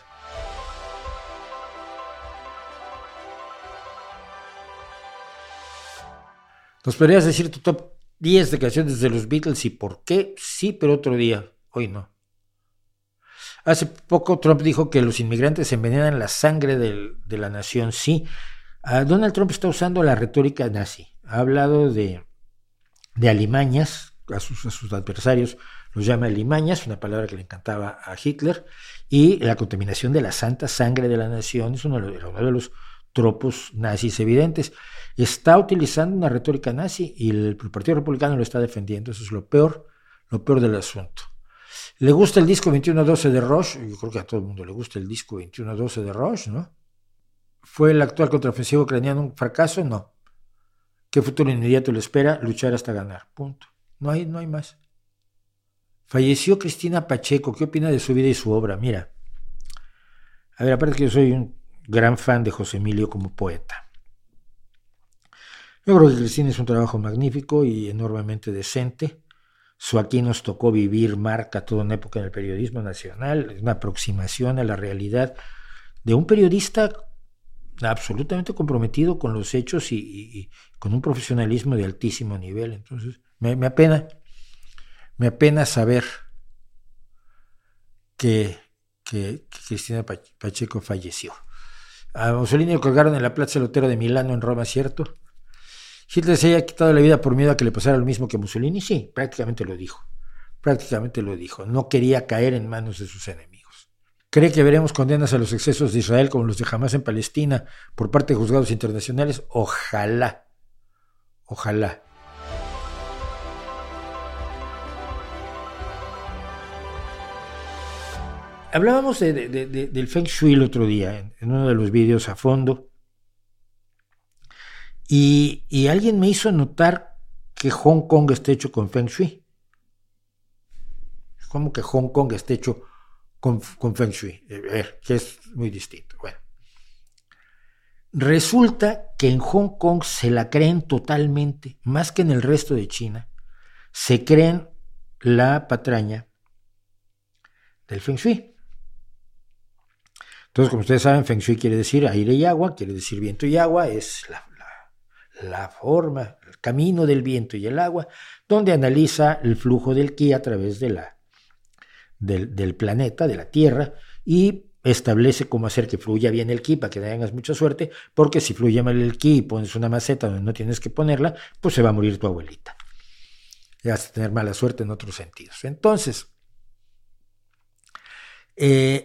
A: ¿Nos podrías decir tu top diez de canciones de los Beatles y por qué? Sí, pero otro día, hoy no. Hace poco Trump dijo que los inmigrantes envenenan la sangre del, de la nación. Sí, uh, Donald Trump está usando la retórica nazi. Ha hablado de, de alimañas, a sus, a sus adversarios los llama alimañas, una palabra que le encantaba a Hitler, y la contaminación de la santa sangre de la nación es uno de los, uno de los tropos nazis evidentes. Está utilizando una retórica nazi y el, el Partido Republicano lo está defendiendo. Eso es lo peor, lo peor del asunto. ¿Le gusta el disco veintiuno doce de Rush? Yo creo que a todo el mundo le gusta el disco veintiuno doce de Rush, ¿no? ¿Fue el actual contraofensivo ucraniano un fracaso? No. ¿Qué futuro inmediato le espera? Luchar hasta ganar. Punto. No hay, no hay más. Falleció Cristina Pacheco. ¿Qué opina de su vida y su obra? Mira, a ver, aparte que yo soy un gran fan de José Emilio como poeta. Yo creo que Cristina hizo un trabajo magnífico y enormemente decente. Su Aquí nos tocó vivir marca toda una época en el periodismo nacional, una aproximación a la realidad de un periodista absolutamente comprometido con los hechos y, y, y con un profesionalismo de altísimo nivel. Entonces, me, me apena, me apena saber que, que, que Cristina Pacheco falleció. A Mussolini lo colgaron en la Plaza Lutero de Milano, en Roma, ¿cierto? ¿Hitler se haya quitado la vida por miedo a que le pasara lo mismo que Mussolini? Sí, prácticamente lo dijo. Prácticamente lo dijo. No quería caer en manos de sus enemigos. ¿Cree que veremos condenas a los excesos de Israel como los de Hamás en Palestina por parte de juzgados internacionales? Ojalá. Ojalá. Hablábamos de, de, de, del Feng Shui el otro día, en, en uno de los vídeos a fondo, y, y alguien me hizo notar que Hong Kong está hecho con Feng Shui. ¿Cómo que Hong Kong está hecho con, con Feng Shui? A ver, que es muy distinto. Bueno, resulta que en Hong Kong se la creen totalmente, más que en el resto de China, se creen la patraña del Feng Shui. Entonces, como ustedes saben, Feng Shui quiere decir aire y agua, quiere decir viento y agua, es la, la, la forma, el camino del viento y el agua, donde analiza el flujo del ki a través de la, del, del planeta, de la Tierra, y establece cómo hacer que fluya bien el ki para que tengas mucha suerte, porque si fluye mal el ki y pones una maceta donde no tienes que ponerla, pues se va a morir tu abuelita. Y vas a tener mala suerte en otros sentidos. Entonces, eh,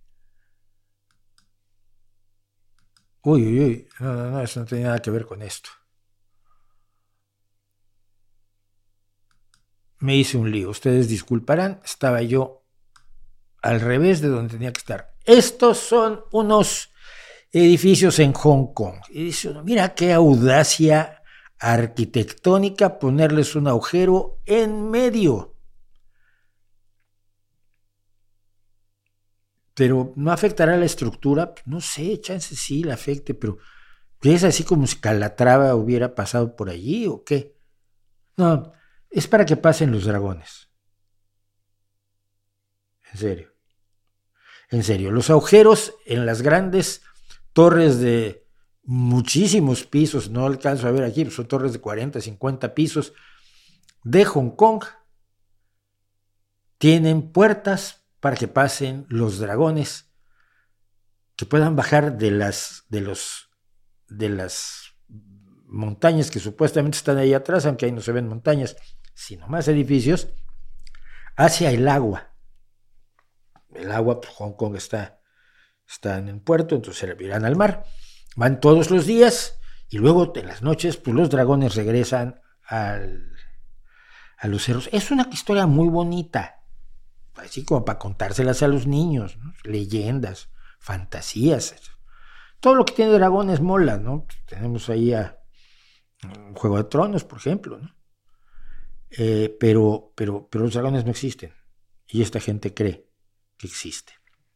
A: Uy, uy, uy, no, no, no, eso no tiene nada que ver con esto. Me hice un lío, ustedes disculparán, estaba yo al revés de donde tenía que estar. Estos son unos edificios en Hong Kong. Y dice uno, mira qué audacia arquitectónica ponerles un agujero en medio. Pero no afectará la estructura, no sé, chance sí la afecte, pero es así como si Calatrava hubiera pasado por allí o qué. No, es para que pasen los dragones. En serio. En serio, los agujeros en las grandes torres de muchísimos pisos, no alcanzo a ver aquí, son torres de cuarenta, cincuenta pisos de Hong Kong, tienen puertas para que pasen los dragones, que puedan bajar de las, de los, de las montañas que supuestamente están ahí atrás, aunque ahí no se ven montañas, sino más edificios, hacia el agua. El agua, pues Hong Kong está, está en el puerto, entonces se irán al mar. Van todos los días y luego en las noches, pues los dragones regresan al, a los cerros. Es una historia muy bonita. Así como para contárselas a los niños, ¿no? Leyendas, fantasías, todo lo que tiene dragones mola, ¿no? Tenemos ahí a um, Juego de Tronos, por ejemplo, ¿no? Eh, pero, pero, pero los dragones no existen y esta gente cree que existe.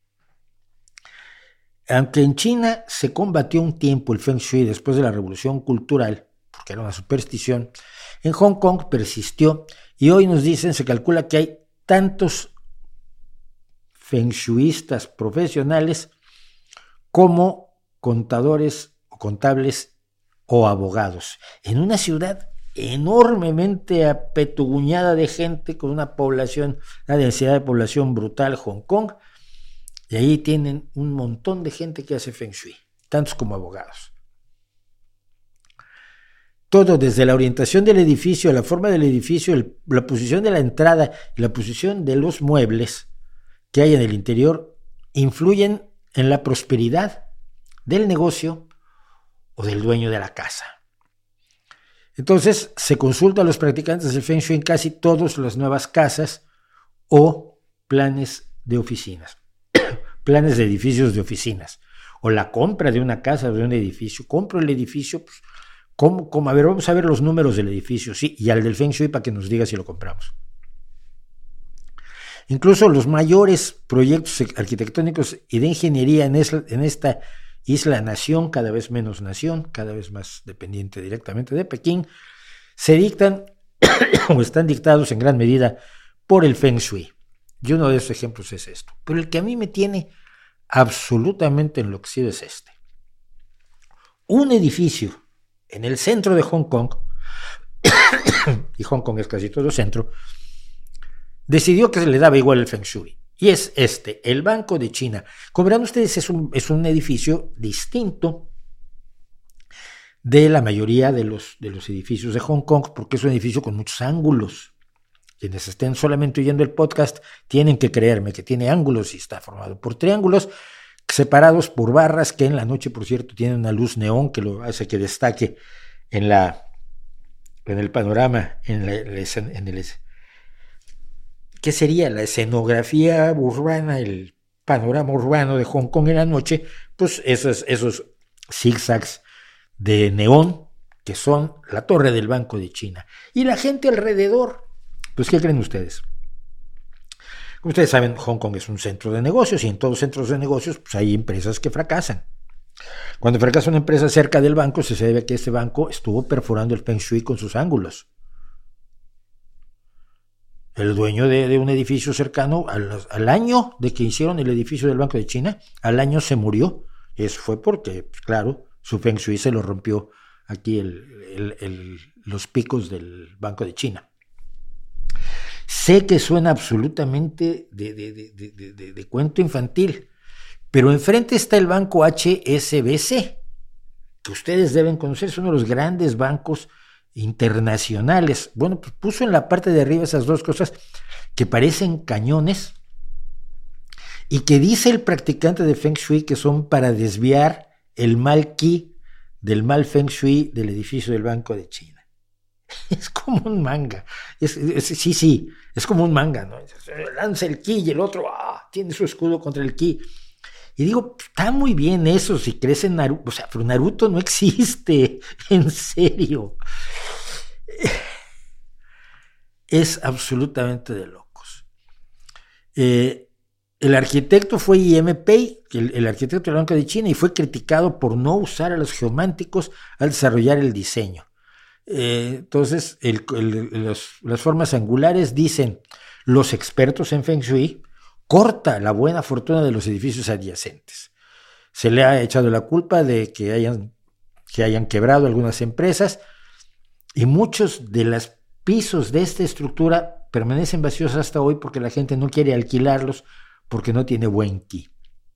A: Aunque en China se combatió un tiempo el Feng Shui después de la Revolución Cultural, porque era una superstición, en Hong Kong persistió y hoy nos dicen, se calcula que hay tantos Feng Shuistas profesionales como contadores o contables o abogados. En una ciudad enormemente apetuguñada de gente, con una población, una densidad de población brutal, Hong Kong, y ahí tienen un montón de gente que hace Feng Shui, tantos como abogados. Todo, desde la orientación del edificio, la forma del edificio, el, la posición de la entrada y la posición de los muebles que hay en el interior, influyen en la prosperidad del negocio o del dueño de la casa. Entonces, se consulta a los practicantes del Feng Shui en casi todas las nuevas casas o planes de oficinas, planes de edificios de oficinas, o la compra de una casa o de un edificio. Compro el edificio, pues, ¿cómo, cómo? A ver, vamos a ver los números del edificio, sí, y al del Feng Shui para que nos diga si lo compramos. Incluso los mayores proyectos arquitectónicos y de ingeniería en, esta, en esta isla-nación, cada vez menos nación, cada vez más dependiente directamente de Pekín, se dictan o están dictados en gran medida por el Feng Shui. Y uno de esos ejemplos es esto. Pero el que a mí me tiene absolutamente enloquecido es este. Un edificio en el centro de Hong Kong, y Hong Kong es casi todo centro, decidió que se le daba igual el Feng Shui Y es este, el Banco de China. Como verán ustedes, es un, es un edificio distinto de la mayoría de los, de los edificios de Hong Kong, porque es un edificio con muchos ángulos. Quienes estén solamente oyendo el podcast tienen que creerme que tiene ángulos y está formado por triángulos separados por barras que en la noche, por cierto, tienen una luz neón que lo hace que destaque en, la, en el panorama, en, la, en el... ¿Qué sería la escenografía urbana, el panorama urbano de Hong Kong en la noche? Pues esos, esos zigzags de neón que son la torre del Banco de China. Y la gente alrededor, pues ¿qué creen ustedes? Como ustedes saben, Hong Kong es un centro de negocios y en todos los centros de negocios pues hay empresas que fracasan. Cuando fracasa una empresa cerca del banco, se debe a que ese banco estuvo perforando el Feng Shui con sus ángulos. El dueño de, de un edificio cercano, al, al año de que hicieron el edificio del Banco de China, al año se murió. Eso fue porque, pues, claro, su Feng Shui se lo rompió aquí el, el, el, los picos del Banco de China. Sé que suena absolutamente de, de, de, de, de, de cuento infantil, pero enfrente está el banco H S B C, que ustedes deben conocer, es uno de los grandes bancos internacionales. Bueno, pues puso en la parte de arriba esas dos cosas que parecen cañones y que dice el practicante de Feng Shui que son para desviar el mal ki del mal Feng Shui del edificio del Banco de China. Es como un manga. Es, es, sí, sí, es como un manga, ¿no? Lanza el ki y el otro ah, tiene su escudo contra el ki. Y digo, está muy bien eso si crees en Naruto. O sea, pero Naruto no existe, en serio. Es absolutamente de locos. Eh, el arquitecto fue I M Pei, el, el arquitecto del Banco de China, y fue criticado por no usar a los geománticos al desarrollar el diseño. Eh, entonces, el, el, los, las formas angulares, dicen los expertos en Feng Shui, corta la buena fortuna de los edificios adyacentes. Se le ha echado la culpa de que hayan, que hayan quebrado algunas empresas y muchos de los pisos de esta estructura permanecen vacíos hasta hoy porque la gente no quiere alquilarlos porque no tiene buen ki.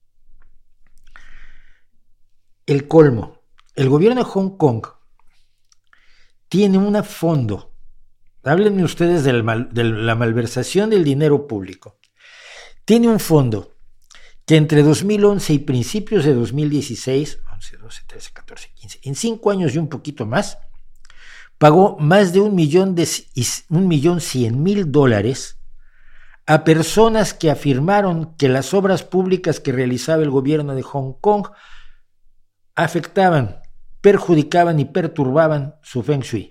A: El colmo. El gobierno de Hong Kong tiene un fondo. Háblenme ustedes del mal, de la malversación del dinero público. Tiene un fondo que entre dos mil once y principios de dos mil dieciséis, once, doce, trece, catorce, quince, en cinco años y un poquito más, pagó más de un millón de un millón cien mil dólares a personas que afirmaron que las obras públicas que realizaba el gobierno de Hong Kong afectaban, perjudicaban y perturbaban su Feng Shui.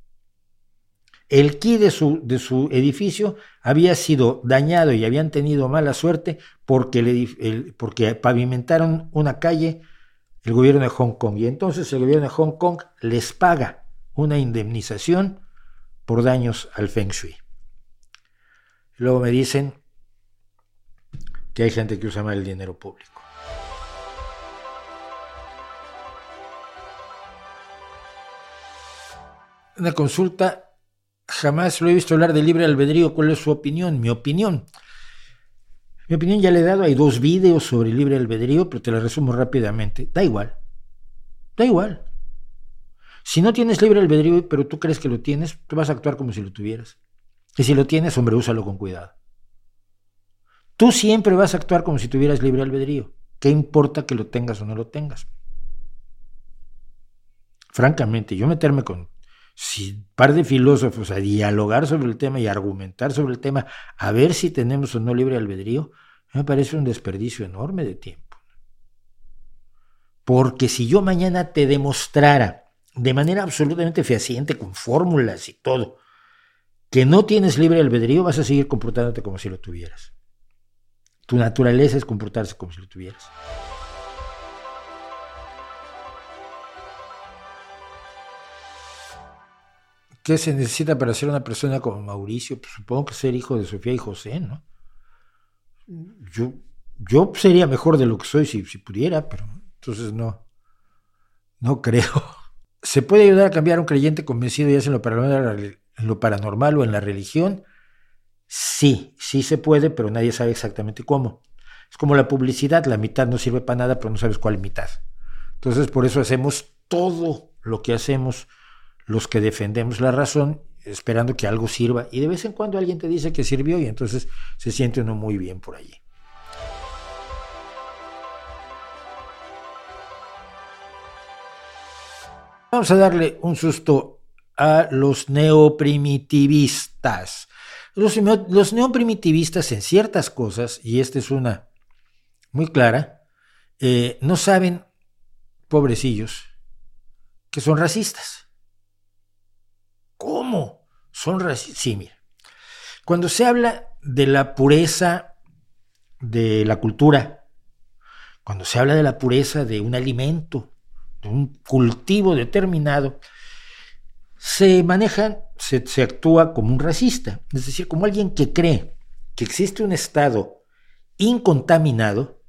A: El ki de su, de su edificio había sido dañado y habían tenido mala suerte porque, el, el, porque pavimentaron una calle el gobierno de Hong Kong. Y entonces el gobierno de Hong Kong les paga una indemnización por daños al Feng Shui. Luego me dicen que hay gente que usa mal el dinero público. Una consulta. Jamás lo he visto hablar de libre albedrío. ¿Cuál es su opinión? Mi opinión. Mi opinión ya le he dado. Hay dos videos sobre libre albedrío, pero te la resumo rápidamente. Da igual. Da igual. Si no tienes libre albedrío, pero tú crees que lo tienes, tú vas a actuar como si lo tuvieras. Y si lo tienes, hombre, úsalo con cuidado. Tú siempre vas a actuar como si tuvieras libre albedrío. ¿Qué importa que lo tengas o no lo tengas? Francamente, yo meterme con si un par de filósofos a dialogar sobre el tema y a argumentar sobre el tema, a ver si tenemos o no libre albedrío, me parece un desperdicio enorme de tiempo. Porque si yo mañana te demostrara de manera absolutamente fehaciente, con fórmulas y todo, que no tienes libre albedrío, vas a seguir comportándote como si lo tuvieras. Tu naturaleza es comportarse como si lo tuvieras. ¿Qué se necesita para ser una persona como Mauricio? Pues supongo que ser hijo de Sofía y José, ¿no? Yo, yo sería mejor de lo que soy si, si pudiera, pero entonces no, no creo. ¿Se puede ayudar a cambiar a un creyente convencido, ya sea en lo paranormal, en lo paranormal o en la religión? Sí, sí se puede, pero nadie sabe exactamente cómo. Es como la publicidad, la mitad no sirve para nada, pero no sabes cuál mitad. Entonces, por eso hacemos todo lo que hacemos los que defendemos la razón, esperando que algo sirva. Y de vez en cuando alguien te dice que sirvió y entonces se siente uno muy bien por allí. Vamos a darle un susto a los neoprimitivistas. Los, los neoprimitivistas en ciertas cosas, y esta es una muy clara, eh, no saben, pobrecillos, que son racistas. ¿Cómo? Son racistas. Sí, mira. Cuando se habla de la pureza de la cultura, cuando se habla de la pureza de un alimento, de un cultivo determinado, se maneja, se, se actúa como un racista, es decir, como alguien que cree que existe un estado incontaminado,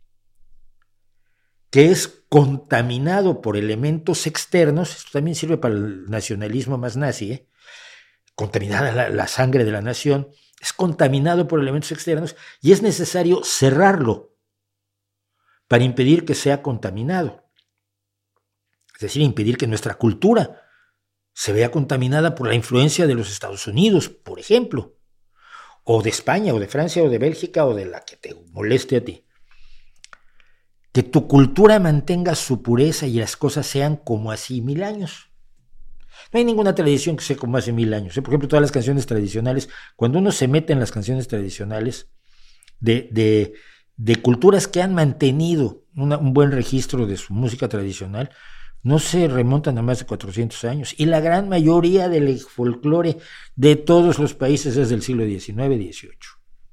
A: que es contaminado por elementos externos. Esto también sirve para el nacionalismo más nazi, ¿eh? Contaminada la, la sangre de la nación, es contaminado por elementos externos y es necesario cerrarlo para impedir que sea contaminado. Es decir, impedir que nuestra cultura se vea contaminada por la influencia de los Estados Unidos, por ejemplo, o de España, o de Francia, o de Bélgica, o de la que te moleste a ti. Que tu cultura mantenga su pureza y las cosas sean como hace mil años. No hay ninguna tradición que sea como hace mil años. Por ejemplo, todas las canciones tradicionales, cuando uno se mete en las canciones tradicionales de, de, de culturas que han mantenido una, un buen registro de su música tradicional, no se remontan a más de cuatrocientos años. Y la gran mayoría del folclore de todos los países es del siglo diecinueve, dieciocho.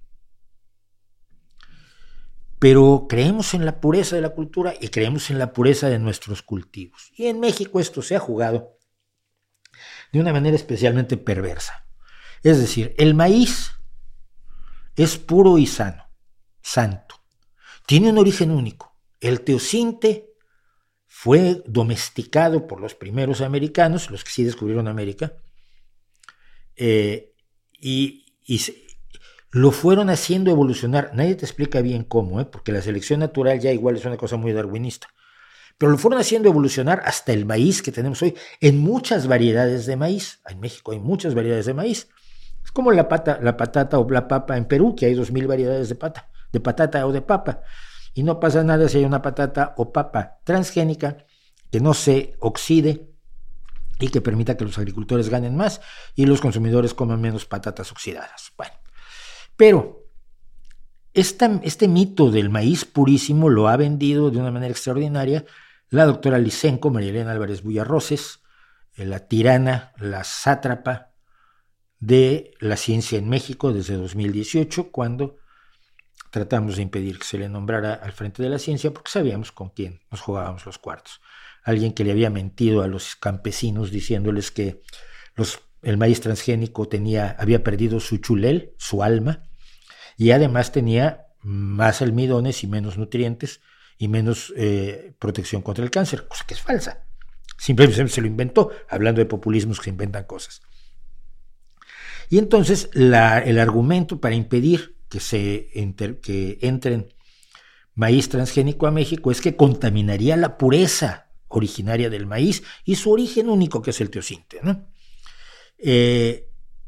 A: Pero creemos en la pureza de la cultura y creemos en la pureza de nuestros cultivos. Y en México esto se ha jugado de una manera especialmente perversa. Es decir, el maíz es puro y sano, santo. Tiene un origen único. El teosinte fue domesticado por los primeros americanos, los que sí descubrieron América, eh, y, y se, lo fueron haciendo evolucionar. Nadie te explica bien cómo, ¿eh? Porque la selección natural ya igual es una cosa muy darwinista. Pero lo fueron haciendo evolucionar hasta el maíz que tenemos hoy, en muchas variedades de maíz. En México hay muchas variedades de maíz. Es como la, pata, la patata o la papa en Perú, que hay dos mil variedades de, pata, de patata o de papa. Y no pasa nada si hay una patata o papa transgénica que no se oxide y que permita que los agricultores ganen más y los consumidores coman menos patatas oxidadas. Bueno, pero esta, este mito del maíz purísimo lo ha vendido de una manera extraordinaria la doctora Lysenko, María Elena Álvarez Bullarroces, la tirana, la sátrapa de la ciencia en México desde dos mil dieciocho, cuando tratamos de impedir que se le nombrara al frente de la ciencia porque sabíamos con quién nos jugábamos los cuartos. Alguien que le había mentido a los campesinos diciéndoles que los, el maíz transgénico tenía, había perdido su chulel, su alma, y además tenía más almidones y menos nutrientes y menos eh, protección contra el cáncer, cosa que es falsa. Simplemente se lo inventó, hablando de populismos que inventan cosas. Y entonces la, el argumento para impedir que, se enter, que entren maíz transgénico a México es que contaminaría la pureza originaria del maíz y su origen único, que es el teosinte, ¿no? Eh,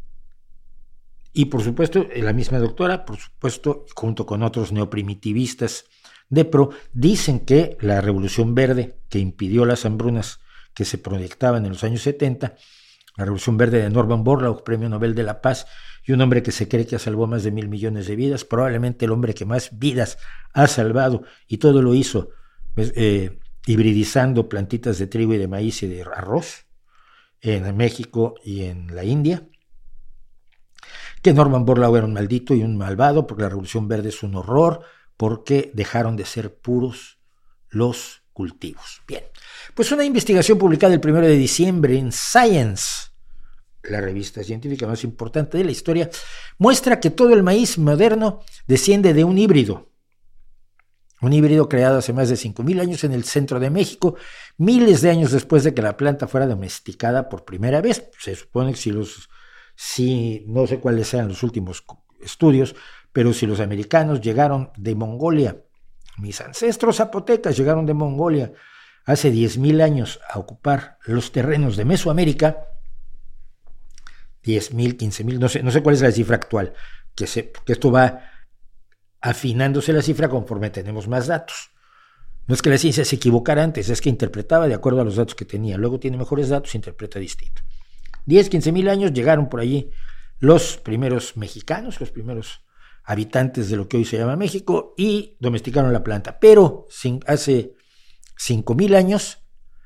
A: y por supuesto, la misma doctora, por supuesto, junto con otros neoprimitivistas de pro, dicen que la Revolución Verde, que impidió las hambrunas que se proyectaban en los años setenta, la Revolución Verde de Norman Borlaug, Premio Nobel de la Paz, y un hombre que se cree que ha salvado más de mil millones de vidas, probablemente el hombre que más vidas ha salvado, y todo lo hizo eh, hibridizando plantitas de trigo y de maíz y de arroz en México y en la India, que Norman Borlaug era un maldito y un malvado, porque la Revolución Verde es un horror, porque dejaron de ser puros los cultivos. Bien, pues una investigación publicada el primero de diciembre en Science, la revista científica más importante de la historia, muestra que todo el maíz moderno desciende de un híbrido. Un híbrido creado hace más de cinco mil años en el centro de México, miles de años después de que la planta fuera domesticada por primera vez. Se supone que si los, si, no sé cuáles sean los últimos estudios, pero si los americanos llegaron de Mongolia, mis ancestros zapotecas llegaron de Mongolia hace diez mil años a ocupar los terrenos de Mesoamérica, diez mil, quince mil, no sé, no sé cuál es la cifra actual, que, se, que esto va afinándose la cifra conforme tenemos más datos. No es que la ciencia se equivocara antes, es que interpretaba de acuerdo a los datos que tenía, luego tiene mejores datos, interpreta distinto. diez, quince mil años llegaron por allí los primeros mexicanos, los primeros habitantes de lo que hoy se llama México, y domesticaron la planta. Pero sin, hace cinco mil años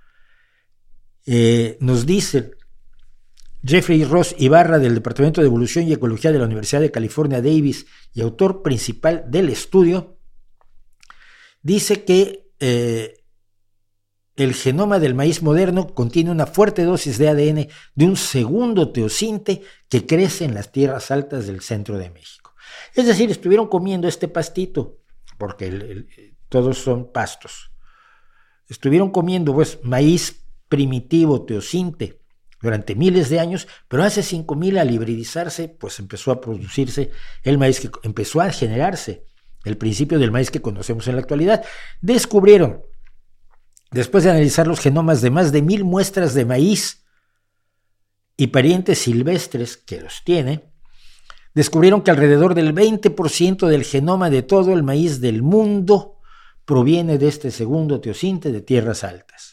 A: eh, nos dice Jeffrey Ross Ibarra, del Departamento de Evolución y Ecología de la Universidad de California, Davis, y autor principal del estudio, dice que eh, el genoma del maíz moderno contiene una fuerte dosis de A D N de un segundo teosinte que crece en las tierras altas del centro de México. Es decir, estuvieron comiendo este pastito, porque el, el, todos son pastos. Estuvieron comiendo pues maíz primitivo teosinte durante miles de años, pero hace cinco mil, al hibridizarse, pues empezó a producirse el maíz, que empezó a generarse el principio del maíz que conocemos en la actualidad. Descubrieron, después de analizar los genomas de más de mil muestras de maíz y parientes silvestres que los tiene, descubrieron que alrededor del veinte por ciento del genoma de todo el maíz del mundo proviene de este segundo teosinte de tierras altas.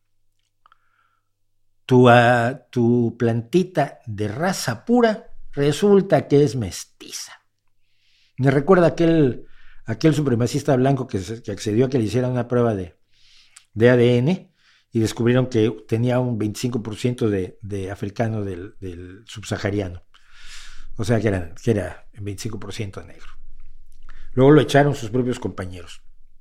A: Tu, uh, tu plantita de raza pura resulta que es mestiza. Me recuerda aquel, aquel supremacista blanco que, que accedió a que le hicieran una prueba de, de A D N y descubrieron que tenía un veinticinco por ciento de, de africano del, del subsahariano. O sea que era, que era veinticinco por ciento negro. Luego lo echaron sus propios compañeros.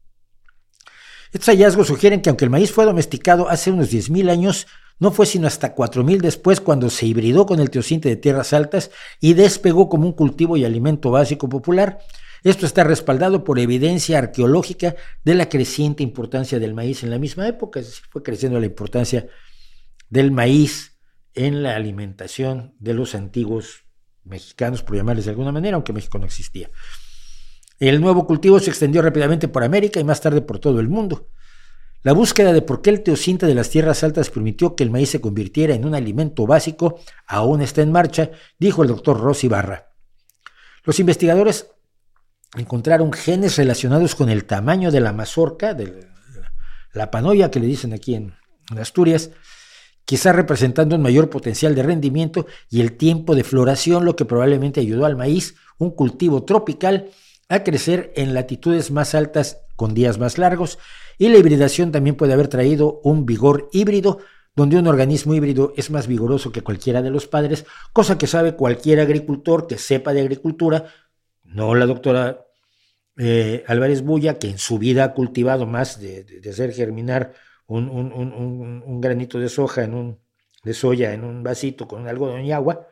A: Estos hallazgos sugieren que aunque el maíz fue domesticado hace unos diez mil años, no fue sino hasta cuatro mil después cuando se hibridó con el teosinte de tierras altas y despegó como un cultivo y alimento básico popular. Esto está respaldado por evidencia arqueológica de la creciente importancia del maíz en la misma época, es decir, fue creciendo la importancia del maíz en la alimentación de los antiguos mexicanos, por llamarles de alguna manera, aunque México no existía. El nuevo cultivo se extendió rápidamente por América y más tarde por todo el mundo. La búsqueda de por qué el teosinte de las tierras altas permitió que el maíz se convirtiera en un alimento básico aún está en marcha, dijo el doctor Ross Ibarra. Los investigadores encontraron genes relacionados con el tamaño de la mazorca, de la panoya que le dicen aquí en, en Asturias, quizá representando un mayor potencial de rendimiento y el tiempo de floración, lo que probablemente ayudó al maíz, un cultivo tropical, a crecer en latitudes más altas con días más largos, y la hibridación también puede haber traído un vigor híbrido, donde un organismo híbrido es más vigoroso que cualquiera de los padres, cosa que sabe cualquier agricultor que sepa de agricultura, no la doctora eh, Álvarez Bulla, que en su vida ha cultivado más de, de, de hacer germinar un, un, un, un, un granito de soja, en un, de soya en un vasito con algodón y agua,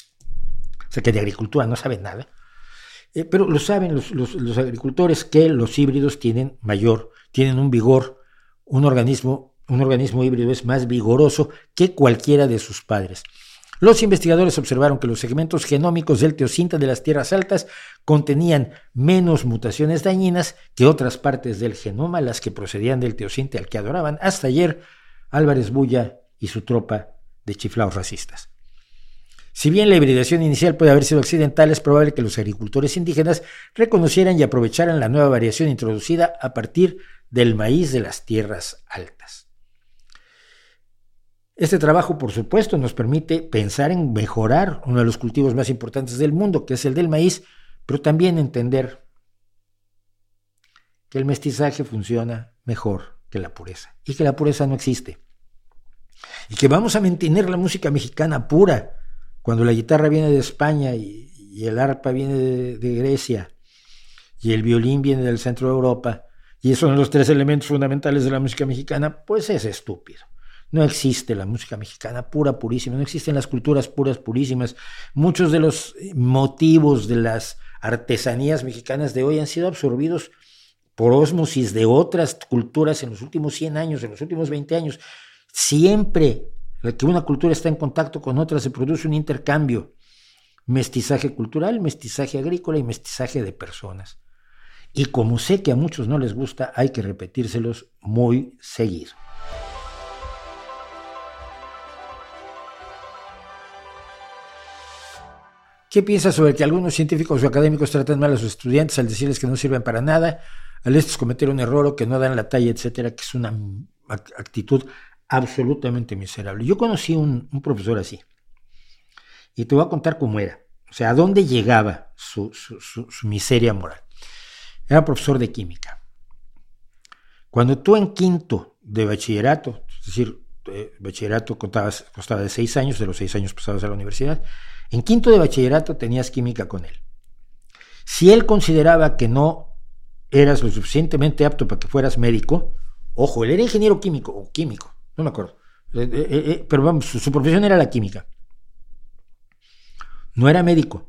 A: o sea que de agricultura no sabe nada. Eh, pero lo saben los, los, los agricultores que los híbridos tienen mayor, tienen un vigor, un organismo, un organismo híbrido es más vigoroso que cualquiera de sus padres. Los investigadores observaron que los segmentos genómicos del teosinte de las tierras altas contenían menos mutaciones dañinas que otras partes del genoma, las que procedían del teosinte al que adoraban hasta ayer Álvarez Bulla y su tropa de chiflaos racistas. Si bien la hibridación inicial puede haber sido accidental, es probable que los agricultores indígenas reconocieran y aprovecharan la nueva variación introducida a partir del maíz de las tierras altas. Este trabajo, por supuesto, nos permite pensar en mejorar uno de los cultivos más importantes del mundo, que es el del maíz, pero también entender que el mestizaje funciona mejor que la pureza y que la pureza no existe. Y que vamos a mantener la música mexicana pura, cuando la guitarra viene de España y, y el arpa viene de, de Grecia y el violín viene del centro de Europa, y esos son los tres elementos fundamentales de la música mexicana, pues es estúpido. No existe la música mexicana pura, purísima, no existen las culturas puras, purísimas. Muchos de los motivos de las artesanías mexicanas de hoy han sido absorbidos por ósmosis de otras culturas en los últimos cien años, en los últimos veinte años. Siempre que una cultura está en contacto con otra se produce un intercambio. mestizaje cultural, mestizaje agrícola y mestizaje de personas. Y como sé que a muchos no les gusta, hay que repetírselos muy seguido. ¿Qué piensas sobre que algunos científicos o académicos tratan mal a sus estudiantes al decirles que no sirven para nada, al estos cometer un error o que no dan la talla, etcétera, que es una actitud absolutamente miserable? Yo conocí un, un profesor así, y te voy a contar cómo era, o sea, a dónde llegaba su, su, su, su miseria moral. Era profesor de química. Cuando tú en quinto de bachillerato, es decir, eh, bachillerato contabas, costaba de seis años, de los seis años pasabas a la universidad, en quinto de bachillerato tenías química con él. Si él consideraba que no eras lo suficientemente apto para que fueras médico, ojo, él era ingeniero químico, o químico, no me acuerdo, eh, eh, eh, pero vamos, su, su profesión era la química. No era médico.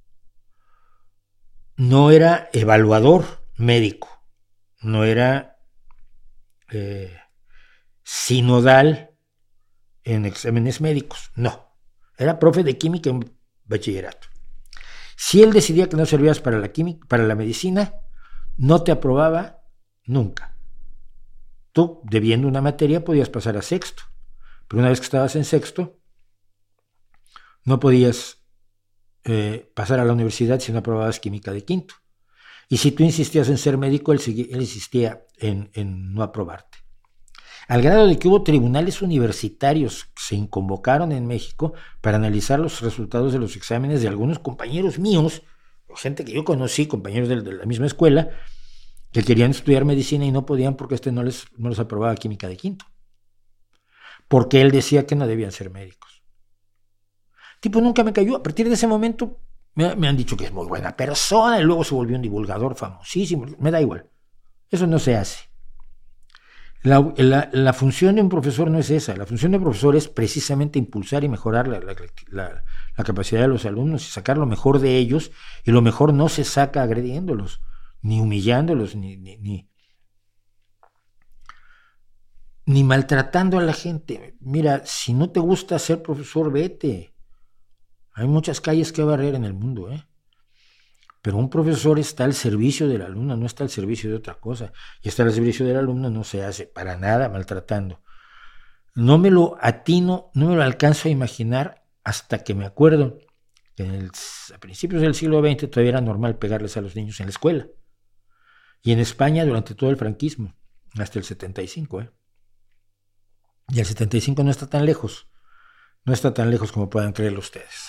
A: No era evaluador médico. No era eh, sinodal en exámenes médicos. No. Era profe de química en bachillerato. Si él decidía que no servías para la química, para la medicina, no te aprobaba nunca. Tú, debiendo una materia, podías pasar a sexto. Pero una vez que estabas en sexto, no podías eh, pasar a la universidad si no aprobabas química de quinto. Y si tú insistías en ser médico, él, él insistía en, en no aprobarte. Al grado de que hubo tribunales universitarios que se inconvocaron en México para analizar los resultados de los exámenes de algunos compañeros míos, gente que yo conocí, compañeros de, de la misma escuela, que querían estudiar medicina y no podían porque este no les, no les aprobaba química de quinto. Porque él decía que no debían ser médicos. Tipo, nunca me cayó. A partir de ese momento me, me han dicho que es muy buena persona y luego se volvió un divulgador famosísimo. Me da igual. Eso no se hace. La, la, la función de un profesor no es esa. La función de un profesor es precisamente impulsar y mejorar la, la, la, la capacidad de los alumnos y sacar lo mejor de ellos, y lo mejor no se saca agrediéndolos, ni humillándolos, ni, ni, ni, ni maltratando a la gente. Mira, si no te gusta ser profesor, vete. Hay muchas calles que barrer en el mundo, ¿eh? Pero un profesor está al servicio del alumno, no está al servicio de otra cosa. Y estar al servicio del alumno no se hace para nada maltratando. No me lo atino, no me lo alcanzo a imaginar hasta que me acuerdo que en el, a principios del siglo veinte todavía era normal pegarles a los niños en la escuela. Y en España durante todo el franquismo, hasta el setenta y cinco. ¿eh? Y el setenta y cinco no está tan lejos. No está tan lejos como puedan creerlo ustedes.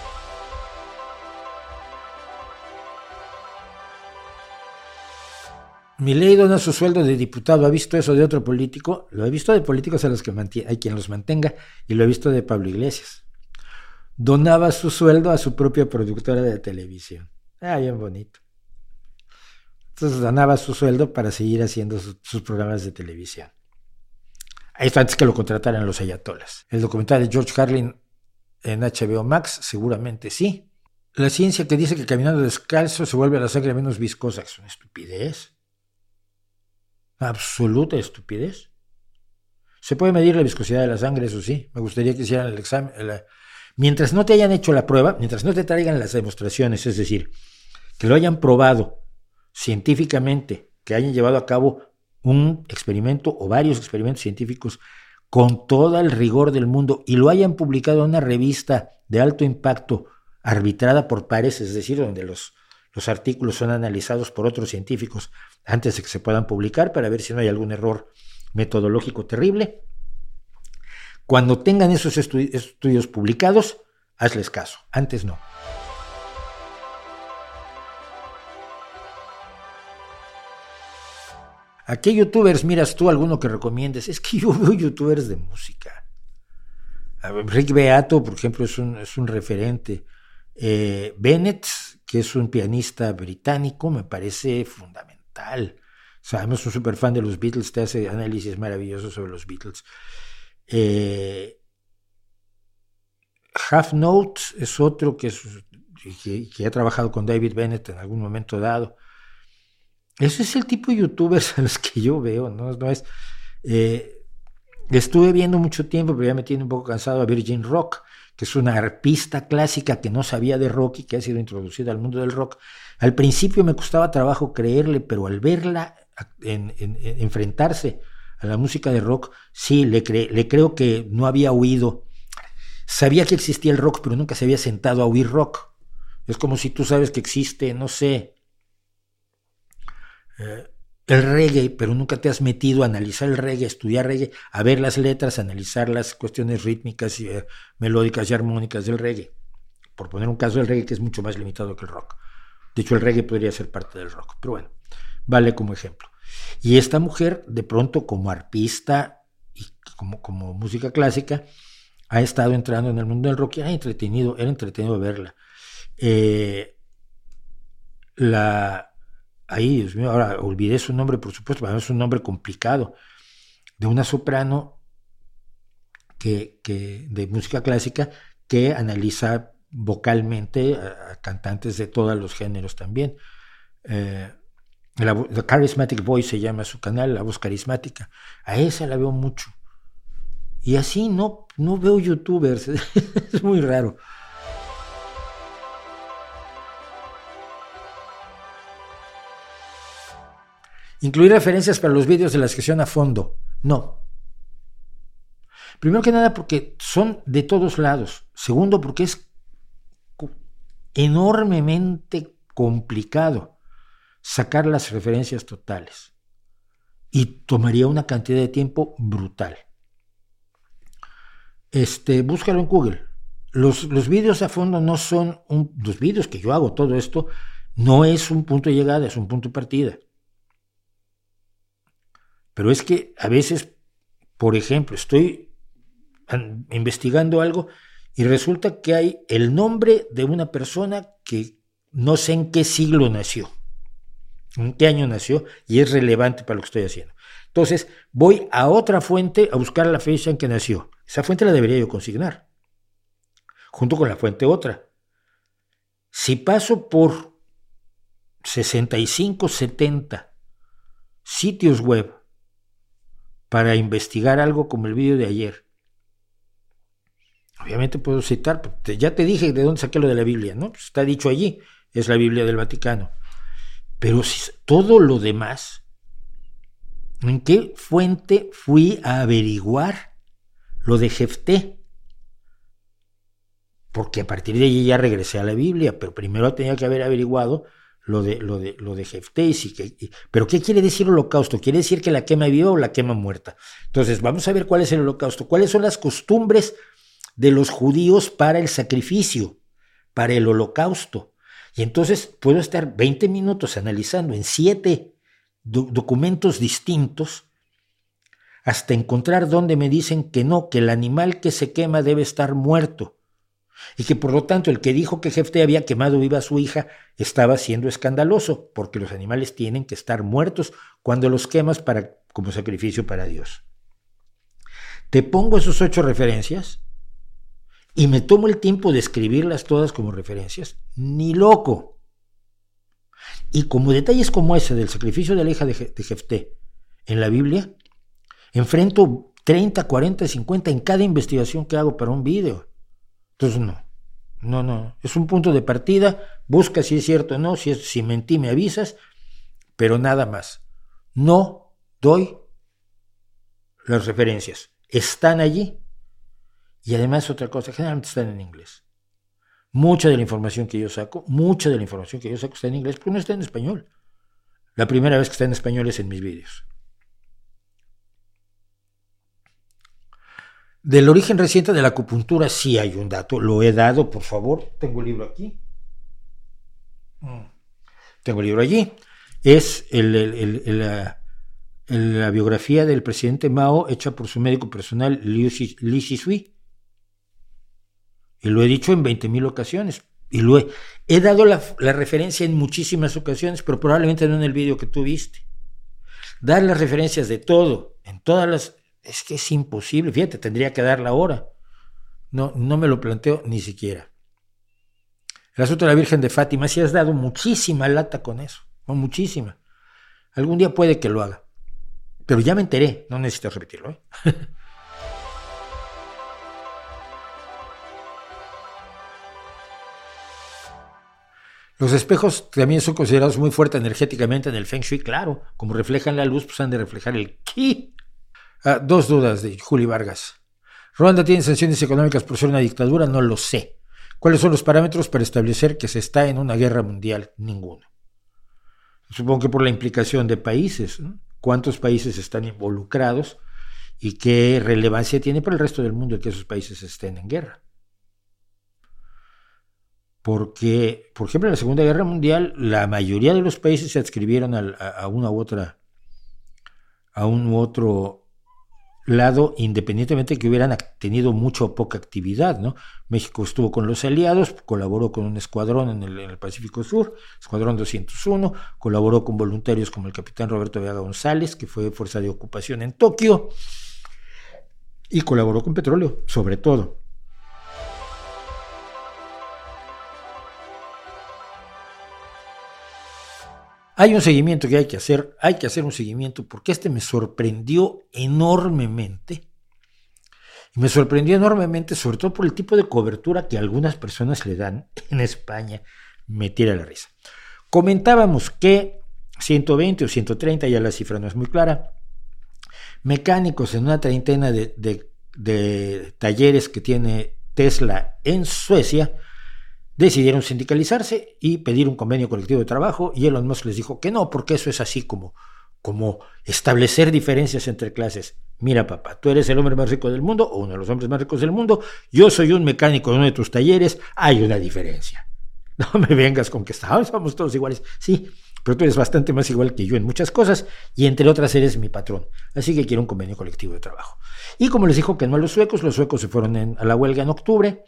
A: Milei dona su sueldo de diputado. ¿Ha visto eso de otro político? Lo he visto de políticos a los que mantiene, hay quien los mantenga, y lo he visto de Pablo Iglesias. Donaba su sueldo a su propia productora de televisión. Ah, bien bonito. Entonces donaba su sueldo para seguir haciendo su, sus programas de televisión. Esto antes que lo contrataran los ayatolas. El documental de George Carlin en H B O Max, seguramente sí. La ciencia que dice que caminando descalzo se vuelve la sangre menos viscosa, es una estupidez. Absoluta estupidez. Se puede medir la viscosidad de la sangre, eso sí. Me gustaría que hicieran el examen. La... Mientras no te hayan hecho la prueba, mientras no te traigan las demostraciones, es decir, que lo hayan probado científicamente, que hayan llevado a cabo un experimento o varios experimentos científicos con todo el rigor del mundo y lo hayan publicado en una revista de alto impacto arbitrada por pares, es decir, donde los, los artículos son analizados por otros científicos antes de que se puedan publicar para ver si no hay algún error metodológico terrible. Cuando tengan esos estu- estudios publicados, hazles caso, antes no. ¿A qué youtubers miras tú, alguno que recomiendes? Es que yo veo youtubers de música. Rick Beato, por ejemplo, es un, es un referente. Eh, Bennett, que es un pianista británico, me parece fundamental. Sabemos, es un super fan de los Beatles, te hace análisis maravillosos sobre los Beatles. Eh, Half Note es otro que, es, que, que ha trabajado con David Bennett en algún momento dado. Ese es el tipo de youtubers a los que yo veo, ¿no? No es, eh, Estuve viendo mucho tiempo, pero ya me tiene un poco cansado, a Virgin Rock, que es una arpista clásica que no sabía de rock y que ha sido introducida al mundo del rock. Al principio me costaba trabajo creerle, pero al verla en, en, en enfrentarse a la música de rock, sí, le, cre le creo que no había oído. Sabía que existía el rock, pero nunca se había sentado a oír rock. Es como si tú sabes que existe, no sé, eh, el reggae, pero nunca te has metido a analizar el reggae, a estudiar reggae, a ver las letras, a analizar las cuestiones rítmicas, y, eh, melódicas y armónicas del reggae. Por poner un caso del reggae que es mucho más limitado que el rock. De hecho, el reggae podría ser parte del rock, pero bueno, vale como ejemplo. Y esta mujer, de pronto, como arpista y como, como música clásica, ha estado entrando en el mundo del rock y era entretenido, era entretenido verla. Eh, la... Ahí, Dios mío, ahora olvidé su nombre, por supuesto, pero es un nombre complicado, de una soprano que, que, de música clásica que analiza vocalmente a, a cantantes de todos los géneros también. Eh, la, The Charismatic Voice se llama su canal, la voz carismática. A esa la veo mucho. Y así no, no veo youtubers, es muy raro. Incluir referencias para los vídeos de la sección a fondo. No. Primero que nada porque son de todos lados. Segundo porque es enormemente complicado sacar las referencias totales. Y tomaría una cantidad de tiempo brutal. Este, búscalo en Google. Los, los vídeos a fondo no son... Un, los vídeos que yo hago, todo esto, no es un punto de llegada, es un punto de partida. Pero es que a veces, por ejemplo, estoy investigando algo y resulta que hay el nombre de una persona que no sé en qué siglo nació, en qué año nació, y es relevante para lo que estoy haciendo. Entonces, voy a otra fuente a buscar la fecha en que nació. Esa fuente la debería yo consignar, junto con la fuente otra. Si paso por sesenta y cinco, setenta sitios web para investigar algo como el vídeo de ayer, obviamente puedo citar, ya te dije de dónde saqué lo de la Biblia, ¿no? Pues está dicho allí, es la Biblia del Vaticano. Pero si, todo lo demás, ¿en qué fuente fui a averiguar lo de Jefté? Porque a partir de allí ya regresé a la Biblia, pero primero tenía que haber averiguado lo de, lo de, lo de Jefté. Y sí que, y, ¿pero qué quiere decir holocausto? ¿Quiere decir que la quema viva o la quema muerta? Entonces vamos a ver cuál es el holocausto, cuáles son las costumbres de los judíos para el sacrificio, para el holocausto. Y entonces puedo estar veinte minutos analizando en siete do- documentos distintos hasta encontrar donde me dicen que no, que el animal que se quema debe estar muerto y que por lo tanto el que dijo que Jefté había quemado viva a su hija estaba siendo escandaloso, porque los animales tienen que estar muertos cuando los quemas para, como sacrificio para Dios. Te pongo esos ocho referencias y me tomo el tiempo de escribirlas todas como referencias, ni loco. Y como detalles como ese del sacrificio de la hija de Jefté en la Biblia, enfrento treinta, cuarenta, cincuenta en cada investigación que hago para un video. Entonces no, no, no, es un punto de partida, busca si es cierto o no, si, es, si mentí me avisas, pero nada más. No doy las referencias, están allí. Y además otra cosa, generalmente están en inglés. Mucha de la información que yo saco, mucha de la información que yo saco está en inglés, pero no está en español. La primera vez que está en español es en mis vídeos. Del origen reciente de la acupuntura sí hay un dato, lo he dado, por favor, tengo el libro aquí. Tengo el libro allí. Es el, el, el, el, la, el, la biografía del presidente Mao hecha por su médico personal Li Zhishui. Y lo he dicho en veinte mil ocasiones. Y lo he, he dado la, la referencia en muchísimas ocasiones, pero probablemente no en el vídeo que tú viste. Dar las referencias de todo, en todas las... Es que es imposible. Fíjate, tendría que darla ahora. No, no me lo planteo ni siquiera. El asunto de la Virgen de Fátima, sí has dado muchísima lata con eso. No, muchísima. Algún día puede que lo haga. Pero ya me enteré. No necesito repetirlo, ¿eh? Los espejos también son considerados muy fuertes energéticamente en el Feng Shui, claro, como reflejan la luz, pues han de reflejar el Qi. Ah, dos dudas de Juli Vargas. ¿Ruanda tiene sanciones económicas por ser una dictadura? No lo sé. ¿Cuáles son los parámetros para establecer que se está en una guerra mundial? Ninguno. Supongo que por la implicación de países, ¿no? ¿Cuántos países están involucrados y qué relevancia tiene para el resto del mundo el que esos países estén en guerra? Porque, por ejemplo, en la Segunda Guerra Mundial, la mayoría de los países se adscribieron a, a una u otra, a un u otro lado, independientemente de que hubieran tenido mucha o poca actividad, ¿no? México estuvo con los aliados, colaboró con un escuadrón en el, en el Pacífico Sur, Escuadrón doscientos uno, colaboró con voluntarios como el capitán Roberto Vega González, que fue fuerza de ocupación en Tokio, y colaboró con petróleo, sobre todo. Hay un seguimiento que hay que hacer, hay que hacer un seguimiento porque este me sorprendió enormemente. Y me sorprendió enormemente, sobre todo por el tipo de cobertura que algunas personas le dan en España. Me tira la risa. Comentábamos que ciento veinte o ciento treinta, ya la cifra no es muy clara, mecánicos en una treintena de, de, de talleres que tiene Tesla en Suecia decidieron sindicalizarse y pedir un convenio colectivo de trabajo, y Elon Musk les dijo que no, porque eso es así como, como establecer diferencias entre clases. Mira, papá, tú eres el hombre más rico del mundo, o uno de los hombres más ricos del mundo, yo soy un mecánico de uno de tus talleres, hay una diferencia. No me vengas con que estamos todos iguales. Sí, pero tú eres bastante más igual que yo en muchas cosas, y entre otras eres mi patrón, así que quiero un convenio colectivo de trabajo. Y como les dijo que no a los suecos, los suecos se fueron en, a la huelga en octubre,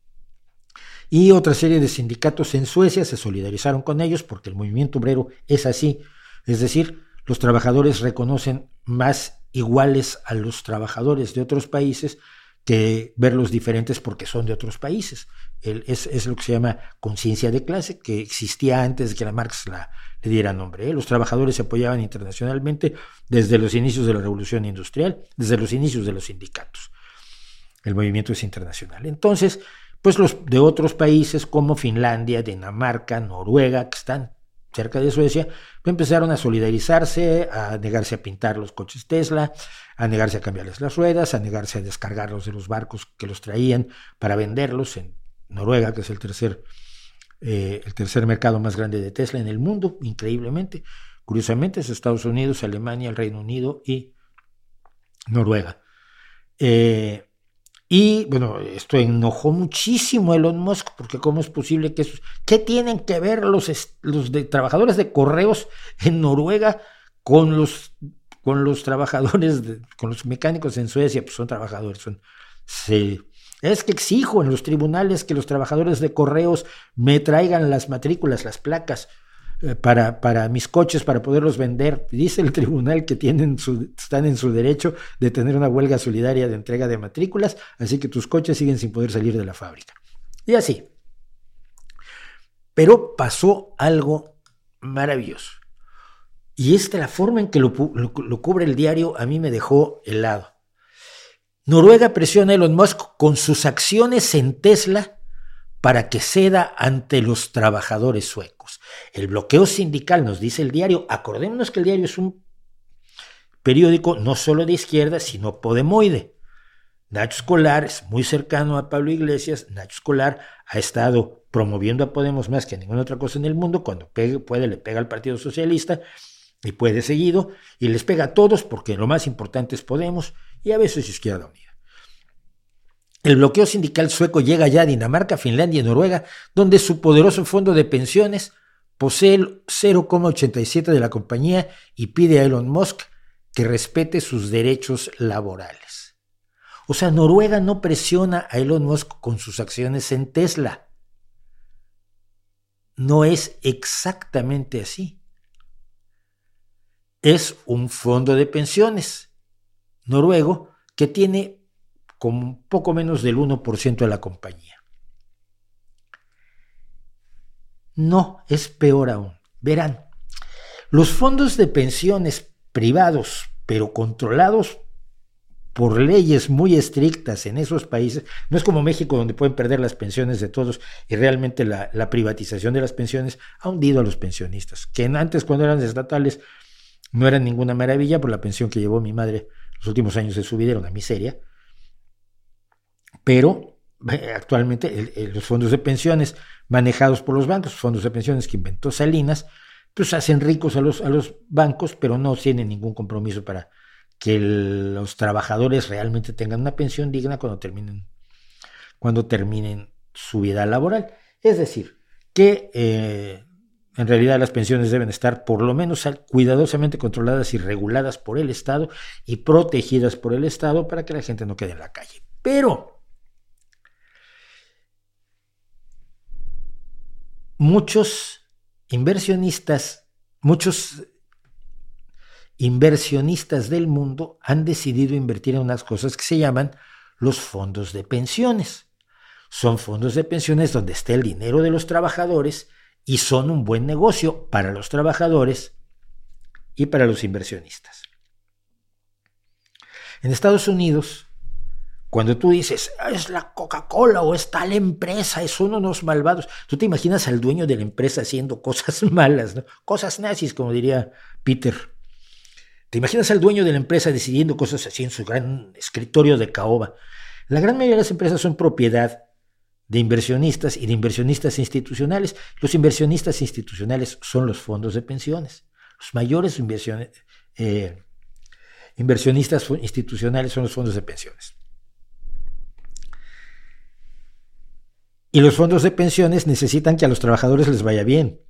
A: y otra serie de sindicatos en Suecia se solidarizaron con ellos porque el movimiento obrero es así, es decir, los trabajadores reconocen más iguales a los trabajadores de otros países que verlos diferentes porque son de otros países. El, es, es lo que se llama conciencia de clase, que existía antes de que la Marx la, le diera nombre, ¿eh? Los trabajadores se apoyaban internacionalmente desde los inicios de la Revolución Industrial, desde los inicios de los sindicatos. El movimiento es internacional. Entonces, pues los de otros países como Finlandia, Dinamarca, Noruega, que están cerca de Suecia, empezaron a solidarizarse, a negarse a pintar los coches Tesla, a negarse a cambiarles las ruedas, a negarse a descargarlos de los barcos que los traían para venderlos en Noruega, que es el tercer, eh, el tercer mercado más grande de Tesla en el mundo, increíblemente. Curiosamente es Estados Unidos, Alemania, el Reino Unido y Noruega. Eh, Y, bueno, esto enojó muchísimo a Elon Musk, porque cómo es posible que esos... ¿Qué tienen que ver los, los de, trabajadores de correos en Noruega con los, con los trabajadores, de, con los mecánicos en Suecia? Pues son trabajadores, son... Sí. Es que exijo en los tribunales que los trabajadores de correos me traigan las matrículas, las placas, Para, para mis coches, para poderlos vender. Dice el tribunal que tienen su, están en su derecho de tener una huelga solidaria de entrega de matrículas, así que tus coches siguen sin poder salir de la fábrica. Y así. Pero pasó algo maravilloso. Y esta, la forma en que lo, lo, lo cubre el diario, a mí me dejó helado. Noruega presiona a Elon Musk con sus acciones en Tesla para que ceda ante los trabajadores suecos. El bloqueo sindical, nos dice el diario, acordémonos que el diario es un periódico no solo de izquierda, sino podemoide. Nacho Escolar es muy cercano a Pablo Iglesias. Nacho Escolar ha estado promoviendo a Podemos más que a ninguna otra cosa en el mundo. Cuando pegue, puede, le pega al Partido Socialista y puede seguido, y les pega a todos porque lo más importante es Podemos y a veces Izquierda Unida. El bloqueo sindical sueco llega ya a Dinamarca, Finlandia y Noruega, donde su poderoso fondo de pensiones posee el cero coma ochenta y siete por ciento de la compañía y pide a Elon Musk que respete sus derechos laborales. O sea, Noruega no presiona a Elon Musk con sus acciones en Tesla. No es exactamente así. Es un fondo de pensiones noruego que tiene con poco menos del uno por ciento de la compañía. No, es peor aún. Verán, los fondos de pensiones privados, pero controlados por leyes muy estrictas en esos países. No es como México, donde pueden perder las pensiones de todos, y realmente la, la privatización de las pensiones ha hundido a los pensionistas, que antes, cuando eran estatales, no eran ninguna maravilla. Por la pensión que llevó mi madre los últimos años de su vida era una miseria, pero eh, actualmente el, el, los fondos de pensiones manejados por los bancos, fondos de pensiones que inventó Salinas, pues hacen ricos a los, a los bancos, pero no tienen ningún compromiso para que el, los trabajadores realmente tengan una pensión digna cuando terminen, cuando terminen su vida laboral. Es decir, que eh, en realidad las pensiones deben estar por lo menos cuidadosamente controladas y reguladas por el Estado y protegidas por el Estado para que la gente no quede en la calle. Pero muchos inversionistas, muchos inversionistas del mundo han decidido invertir en unas cosas que se llaman los fondos de pensiones. Son fondos de pensiones donde está el dinero de los trabajadores y son un buen negocio para los trabajadores y para los inversionistas. En Estados Unidos, cuando tú dices, es la Coca-Cola o es tal empresa, son unos malvados, tú te imaginas al dueño de la empresa haciendo cosas malas, ¿no? Cosas nazis, como diría Peter. Te imaginas al dueño de la empresa decidiendo cosas así en su gran escritorio de caoba. La gran mayoría de las empresas son propiedad de inversionistas y de inversionistas institucionales. Los inversionistas institucionales son los fondos de pensiones. Los mayores inversiones, eh, inversionistas institucionales son los fondos de pensiones. Y los fondos de pensiones necesitan que a los trabajadores les vaya bien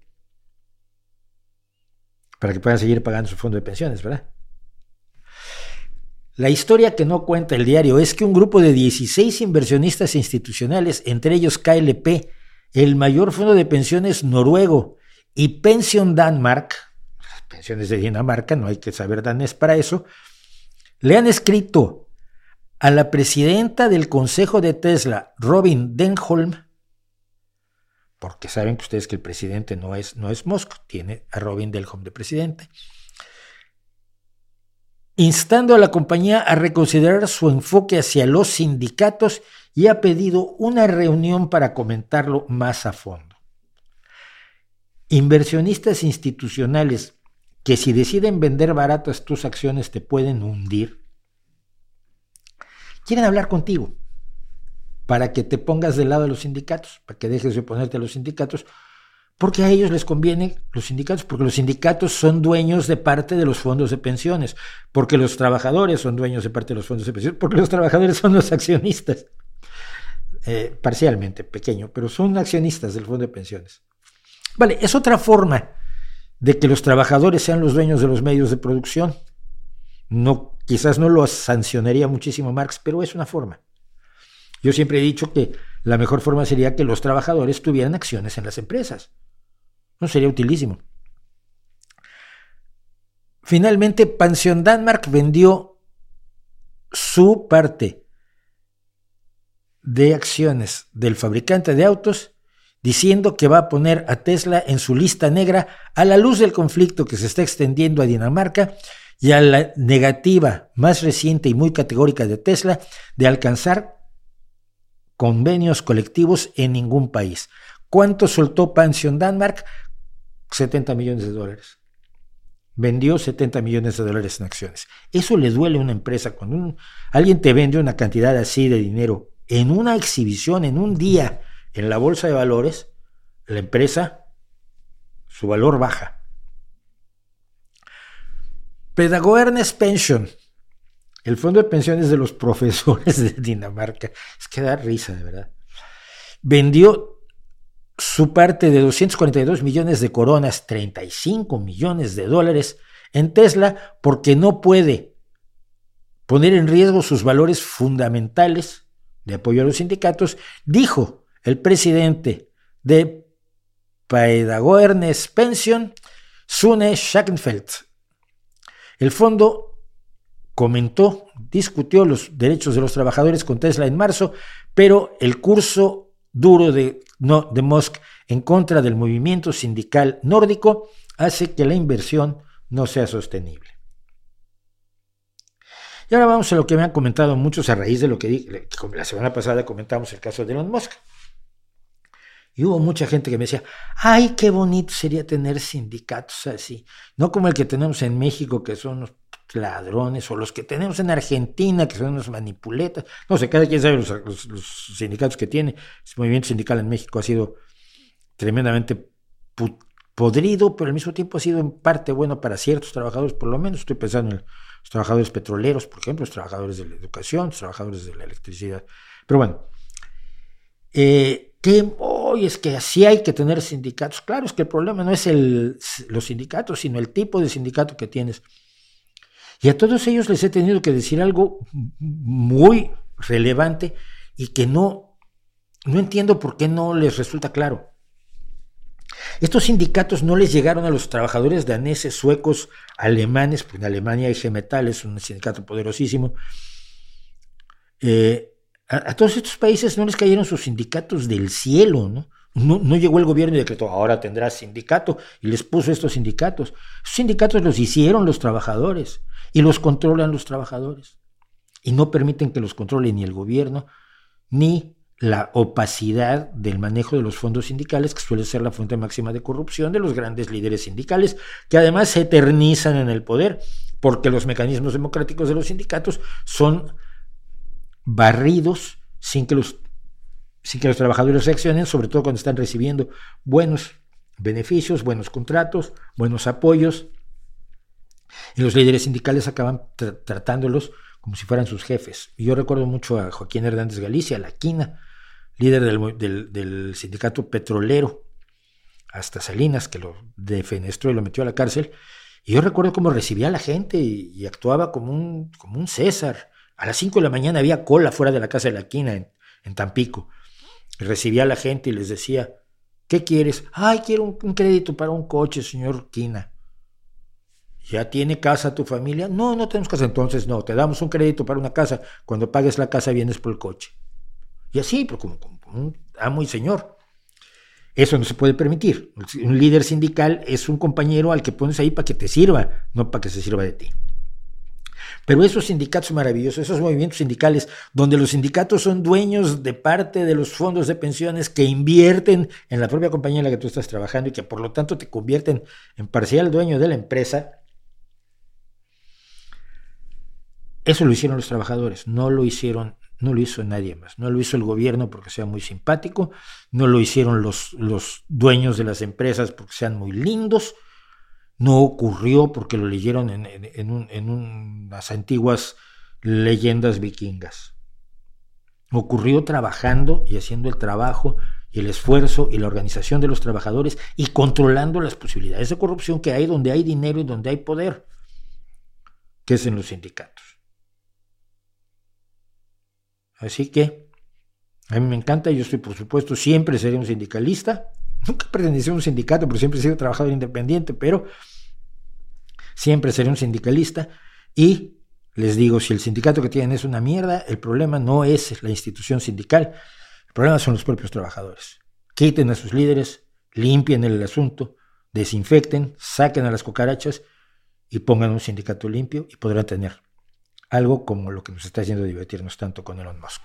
A: para que puedan seguir pagando su fondo de pensiones, ¿verdad? La historia que no cuenta el diario es que un grupo de dieciséis inversionistas institucionales, entre ellos K L P, el mayor fondo de pensiones noruego, y Pension Danmark, las pensiones de Dinamarca, no hay que saber danés para eso, le han escrito a la presidenta del consejo de Tesla, Robin Denholm, porque saben que ustedes que el presidente no es, no es Musk, tiene a Robin Denholm de presidente, instando a la compañía a reconsiderar su enfoque hacia los sindicatos y ha pedido una reunión para comentarlo más a fondo. Inversionistas institucionales que, si deciden vender baratas tus acciones, te pueden hundir, quieren hablar contigo para que te pongas del lado de los sindicatos, para que dejes de oponerte a los sindicatos, porque a ellos les conviene los sindicatos, porque los sindicatos son dueños de parte de los fondos de pensiones, porque los trabajadores son dueños de parte de los fondos de pensiones, porque los trabajadores son los accionistas, eh, parcialmente, pequeño, pero son accionistas del fondo de pensiones. Vale, es otra forma de que los trabajadores sean los dueños de los medios de producción. No, quizás no lo sancionaría muchísimo Marx, pero es una forma. Yo siempre he dicho que la mejor forma sería que los trabajadores tuvieran acciones en las empresas. No sería utilísimo. Finalmente, Pension Danmark vendió su parte de acciones del fabricante de autos, diciendo que va a poner a Tesla en su lista negra a la luz del conflicto que se está extendiendo a Dinamarca y a la negativa más reciente y muy categórica de Tesla de alcanzar convenios colectivos en ningún país. ¿Cuánto soltó Pension Danmark? setenta millones de dólares. Vendió setenta millones de dólares en acciones. Eso le duele a una empresa. Cuando un, alguien te vende una cantidad así de dinero en una exhibición, en un día, en la bolsa de valores, la empresa, su valor baja. Pedagoernes Pension, el fondo de pensiones de los profesores de Dinamarca, es que da risa, de verdad, vendió su parte de doscientos cuarenta y dos millones de coronas, treinta y cinco millones de dólares, en Tesla porque no puede poner en riesgo sus valores fundamentales de apoyo a los sindicatos, dijo el presidente de Pedagoernes Pension, Sune Schackenfeldt. El fondo comentó, discutió los derechos de los trabajadores con Tesla en marzo, pero el curso duro de, no, de Musk en contra del movimiento sindical nórdico hace que la inversión no sea sostenible. Y ahora vamos a lo que me han comentado muchos a raíz de lo que dije. La semana pasada comentamos el caso de Elon Musk. Y hubo mucha gente que me decía, ay, qué bonito sería tener sindicatos así. No como el que tenemos en México, que son unos ladrones, o los que tenemos en Argentina, que son unos manipuletas. No sé, cada quien sabe los, los, los sindicatos que tiene. El movimiento sindical en México ha sido tremendamente podrido, pero al mismo tiempo ha sido en parte bueno para ciertos trabajadores, por lo menos. Estoy pensando en los trabajadores petroleros, por ejemplo, los trabajadores de la educación, los trabajadores de la electricidad. Pero bueno, eh, que hoy oh, es que así hay que tener sindicatos. Claro, es que el problema no es el, los sindicatos, sino el tipo de sindicato que tienes. Y a todos ellos les he tenido que decir algo muy relevante y que no, no entiendo por qué no les resulta claro. Estos sindicatos no les llegaron a los trabajadores daneses, suecos, alemanes, porque en Alemania hay G-Metal, es un sindicato poderosísimo. Eh, a, a todos estos países no les cayeron sus sindicatos del cielo, ¿no? No, no llegó el gobierno y decretó, ahora tendrás sindicato, y les puso estos sindicatos. Esos sindicatos los hicieron los trabajadores, y los controlan los trabajadores. Y no permiten que los controle ni el gobierno, ni la opacidad del manejo de los fondos sindicales, que suele ser la fuente máxima de corrupción de los grandes líderes sindicales, que además se eternizan en el poder, porque los mecanismos democráticos de los sindicatos son barridos sin que los, sin que los trabajadores reaccionen, sobre todo cuando están recibiendo buenos beneficios, buenos contratos, buenos apoyos, y los líderes sindicales acaban tra- tratándolos como si fueran sus jefes. Y yo recuerdo mucho a Joaquín Hernández Galicia, la Quina, líder del, del, del sindicato petrolero, hasta Salinas, que lo defenestró y lo metió a la cárcel. Y yo recuerdo cómo recibía a la gente y, y actuaba como un, como un César. A las cinco de la mañana había cola fuera de la casa de la Quina en, en Tampico. Y recibía a la gente y les decía, ¿qué quieres? Ay, quiero un, un crédito para un coche, señor Quina. ¿Ya tiene casa tu familia? No, no tenemos casa. Entonces no, te damos un crédito para una casa. Cuando pagues la casa vienes por el coche. Y así, pero como, como un amo y señor. Eso no se puede permitir. Un líder sindical es un compañero al que pones ahí para que te sirva, no para que se sirva de ti. Pero esos sindicatos maravillosos, esos movimientos sindicales, donde los sindicatos son dueños de parte de los fondos de pensiones que invierten en la propia compañía en la que tú estás trabajando y que por lo tanto te convierten en parcial dueño de la empresa, eso lo hicieron los trabajadores, no lo hicieron, no lo hizo nadie más, no lo hizo el gobierno porque sea muy simpático, no lo hicieron los, los dueños de las empresas porque sean muy lindos, no ocurrió porque lo leyeron en, en, en, un, en unas antiguas leyendas vikingas. Ocurrió trabajando y haciendo el trabajo y el esfuerzo y la organización de los trabajadores y controlando las posibilidades de corrupción que hay donde hay dinero y donde hay poder, que es en los sindicatos. Así que a mí me encanta, yo estoy por supuesto, siempre seré un sindicalista, nunca pertenecí a un sindicato, pero siempre he sido trabajador independiente, pero siempre seré un sindicalista y les digo, si el sindicato que tienen es una mierda, el problema no es la institución sindical, el problema son los propios trabajadores. Quiten a sus líderes, limpien el asunto, desinfecten, saquen a las cucarachas y pongan un sindicato limpio y podrán tener algo como lo que nos está haciendo divertirnos tanto con Elon Musk.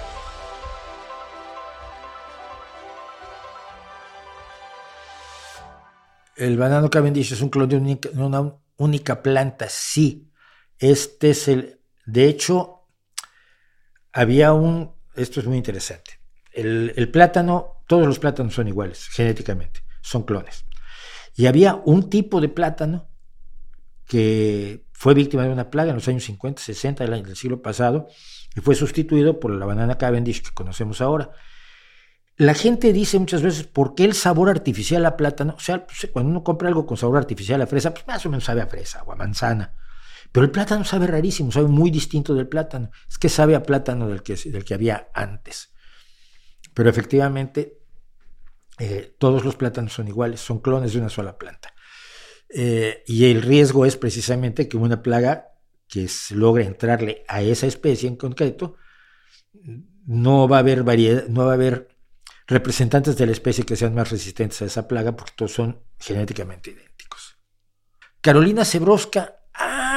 A: El banano Cavendish es un clon de única, una única planta, sí. Este es el... De hecho, había un... Esto es muy interesante. El, el plátano, todos los plátanos son iguales, genéticamente, son clones. Y había un tipo de plátano que fue víctima de una plaga en los años cincuenta, sesenta del, del siglo pasado y fue sustituido por la banana Cavendish que conocemos ahora. La gente dice muchas veces, ¿por qué el sabor artificial a plátano? O sea, pues, cuando uno compra algo con sabor artificial a fresa, pues más o menos sabe a fresa o a manzana. Pero el plátano sabe rarísimo, sabe muy distinto del plátano. Es que sabe a plátano del que, del que había antes. Pero efectivamente, eh, todos los plátanos son iguales, son clones de una sola planta. Eh, y el riesgo es precisamente que una plaga que se logre entrarle a esa especie en concreto, no va a haber variedad, no va a haber representantes de la especie que sean más resistentes a esa plaga porque todos son genéticamente idénticos. Carolina Zebrowska, ah,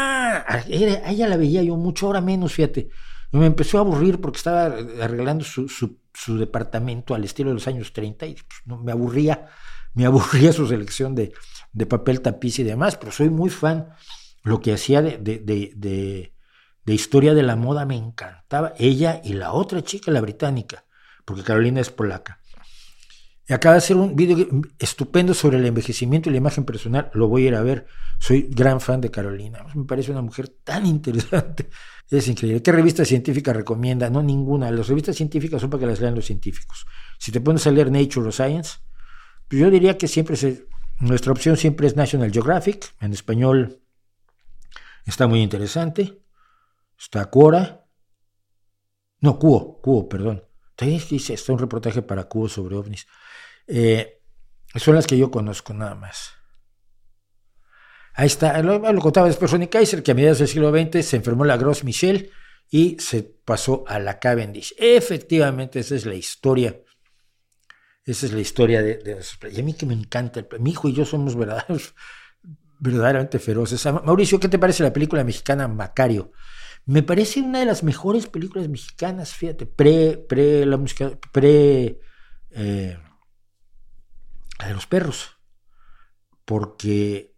A: a, era, a ella la veía yo mucho, ahora menos, fíjate. Me empezó a aburrir porque estaba arreglando su, su, su departamento al estilo de los años treinta y pues, no, me aburría, me aburría su selección de, de papel tapiz y demás, pero soy muy fan. Lo que hacía de, de, de, de, de historia de la moda me encantaba. Ella y la otra chica, la británica, porque Carolina es polaca. Y acaba de hacer un video estupendo sobre el envejecimiento y la imagen personal. Lo voy a ir a ver. Soy gran fan de Carolina. Me parece una mujer tan interesante. Es increíble. ¿Qué revista científica recomienda? No, ninguna. Las revistas científicas son para que las lean los científicos. Si te pones a leer Nature o Science, pues yo diría que siempre se, nuestra opción siempre es National Geographic. En español está muy interesante. Está Quora. No, Cuo, Cuo, perdón. Dice, está un reportaje para Cuo sobre ovnis. Eh, son las que yo conozco nada más. Ahí está, lo, lo contaba después Ronnie Kaiser, que a mediados del siglo veinte se enfermó la Gros Michel y se pasó a la Cavendish. Efectivamente, esa es la historia. Esa es la historia de, de y a mí que me encanta. Mi hijo y yo somos verdaderos, verdaderamente feroces. Mauricio, ¿qué te parece la película mexicana Macario? Me parece una de las mejores películas mexicanas, fíjate, pre, pre la música, pre eh, la de los perros, porque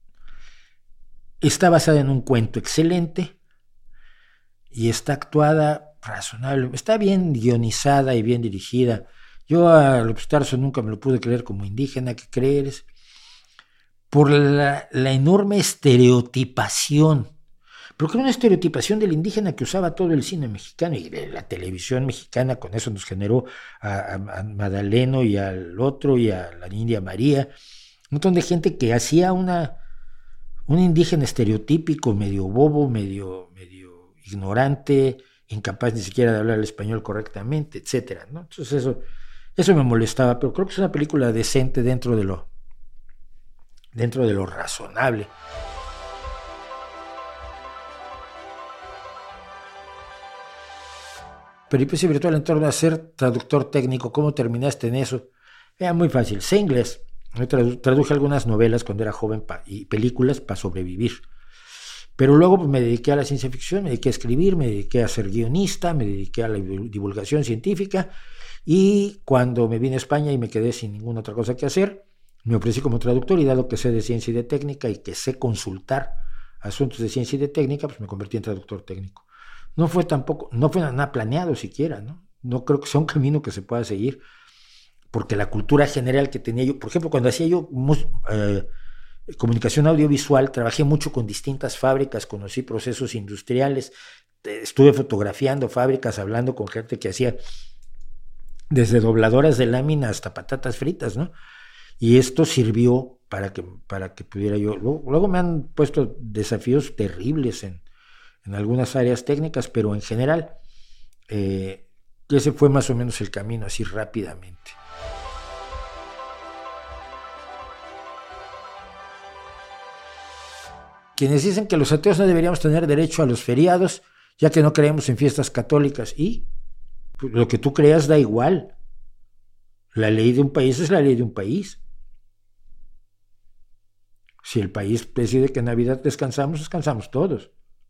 A: está basada en un cuento excelente y está actuada razonable, está bien guionizada y bien dirigida. Yo a López Tarso nunca me lo pude creer como indígena, ¿qué crees? Por la, la enorme estereotipación. Pero que era una estereotipación del indígena que usaba todo el cine mexicano y la televisión mexicana, con eso nos generó a, a, a Madaleno y al otro y a la India María, un montón de gente que hacía una, un indígena estereotípico, medio bobo, medio, medio ignorante, incapaz ni siquiera de hablar el español correctamente, etcétera, ¿no? Entonces eso, eso me molestaba, pero creo que es una película decente dentro de lo, dentro de lo razonable. Peripecia virtual en torno a ser traductor técnico. ¿Cómo terminaste en eso? Era muy fácil. Sé inglés. Yo tradu- traduje algunas novelas cuando era joven pa- y películas para sobrevivir. Pero luego pues, me dediqué a la ciencia ficción, me dediqué a escribir, me dediqué a ser guionista, me dediqué a la divulgación científica y cuando me vine a España y me quedé sin ninguna otra cosa que hacer, me ofrecí como traductor y dado que sé de ciencia y de técnica y que sé consultar asuntos de ciencia y de técnica, pues me convertí en traductor técnico. No fue tampoco, no fue nada planeado siquiera, ¿no? No creo que sea un camino que se pueda seguir, porque la cultura general que tenía yo, por ejemplo, cuando hacía yo eh, comunicación audiovisual, trabajé mucho con distintas fábricas, conocí procesos industriales, estuve fotografiando fábricas, hablando con gente que hacía desde dobladoras de lámina hasta patatas fritas, ¿no? Y esto sirvió para que, para que pudiera yo, luego, luego me han puesto desafíos terribles en en algunas áreas técnicas, pero en general eh, ese fue más o menos el camino, así rápidamente. Quienes dicen que los ateos no deberíamos tener derecho a los feriados, ya que no creemos en fiestas católicas, y pues, lo que tú creas da igual. La ley de un país es la ley de un país. Si el país decide que en Navidad descansamos, descansamos todos.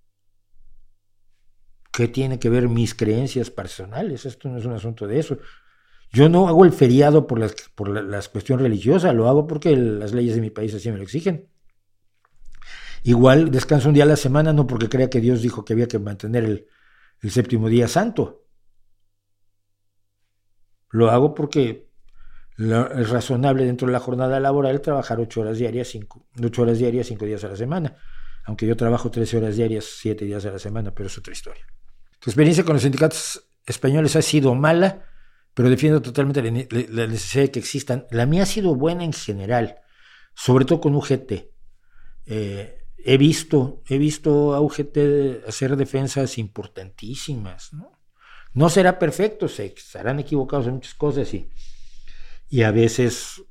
A: ¿Qué tiene que ver mis creencias personales? Esto no es un asunto de eso. Yo no hago el feriado por las, por la, las cuestión religiosa, lo hago porque las leyes de mi país así me lo exigen. Igual descanso un día a la semana, no porque crea que Dios dijo que había que mantener el, el séptimo día santo. Lo hago porque la, es razonable dentro de la jornada laboral trabajar ocho horas diarias, cinco, ocho horas diarias, cinco días a la semana. Aunque yo trabajo trece horas diarias, siete días a la semana, pero es otra historia. Tu experiencia con los sindicatos españoles ha sido mala, pero defiendo totalmente la necesidad de que existan. La mía ha sido buena en general, sobre todo con U G T. Eh, he visto, he visto a U G T hacer defensas importantísimas, ¿no? No será perfecto, se estarán equivocados en muchas cosas y, y a veces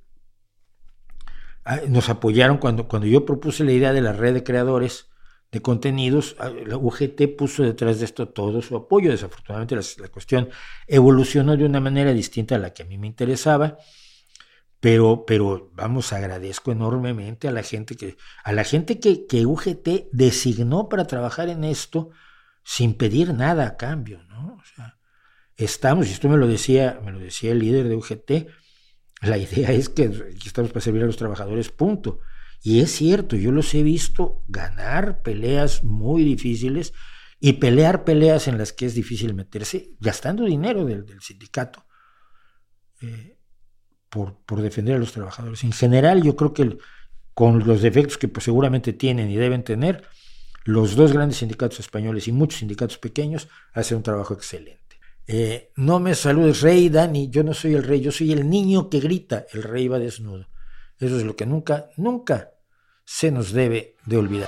A: nos apoyaron cuando, cuando yo propuse la idea de la red de creadores de contenidos. La U G T puso detrás de esto todo su apoyo. Desafortunadamente la, la cuestión evolucionó de una manera distinta a la que a mí me interesaba, Pero, pero vamos, agradezco enormemente a la gente que, a la gente que, que U G T designó para trabajar en esto sin pedir nada a cambio, ¿no? O sea, estamos, y esto me lo decía, me lo decía el líder de U G T, la idea es que aquí estamos para servir a los trabajadores, punto. Y es cierto, yo los he visto ganar peleas muy difíciles y pelear peleas en las que es difícil meterse, gastando dinero del, del sindicato. Eh, Por, por defender a los trabajadores. En general, yo creo que el, con los defectos que pues, seguramente tienen y deben tener, los dos grandes sindicatos españoles y muchos sindicatos pequeños hacen un trabajo excelente. Eh, no me saludes, rey, Dani, yo no soy el rey, yo soy el niño que grita, el rey va desnudo. Eso es lo que nunca, nunca se nos debe de olvidar.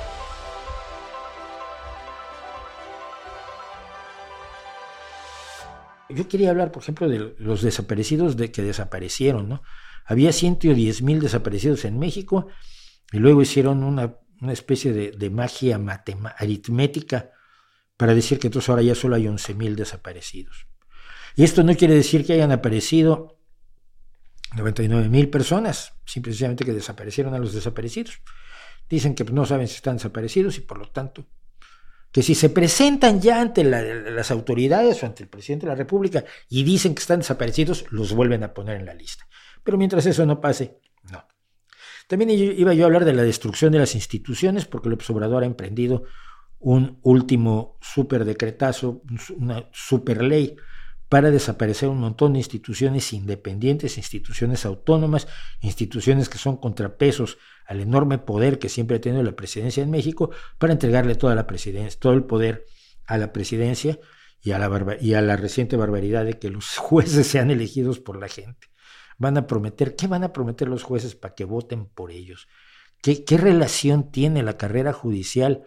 A: Yo quería hablar, por ejemplo, de los desaparecidos de que desaparecieron, ¿no? Había ciento diez mil desaparecidos en México y luego hicieron una, una especie de, de magia matema, aritmética para decir que entonces ahora ya solo hay once mil desaparecidos. Y esto no quiere decir que hayan aparecido noventa y nueve mil personas, simplemente que desaparecieron a los desaparecidos. Dicen que no saben si están desaparecidos y por lo tanto que si se presentan ya ante la, las autoridades o ante el presidente de la República y dicen que están desaparecidos, los vuelven a poner en la lista. Pero mientras eso no pase, no. También iba yo a hablar de la destrucción de las instituciones, porque López Obrador ha emprendido un último super decretazo, una super ley para desaparecer un montón de instituciones independientes, instituciones autónomas, instituciones que son contrapesos al enorme poder que siempre ha tenido la presidencia en México, para entregarle toda la presidencia, todo el poder a la presidencia y a la, barba, y a la reciente barbaridad de que los jueces sean elegidos por la gente. Van a prometer, ¿qué van a prometer los jueces para que voten por ellos? ¿Qué, qué relación tiene la carrera judicial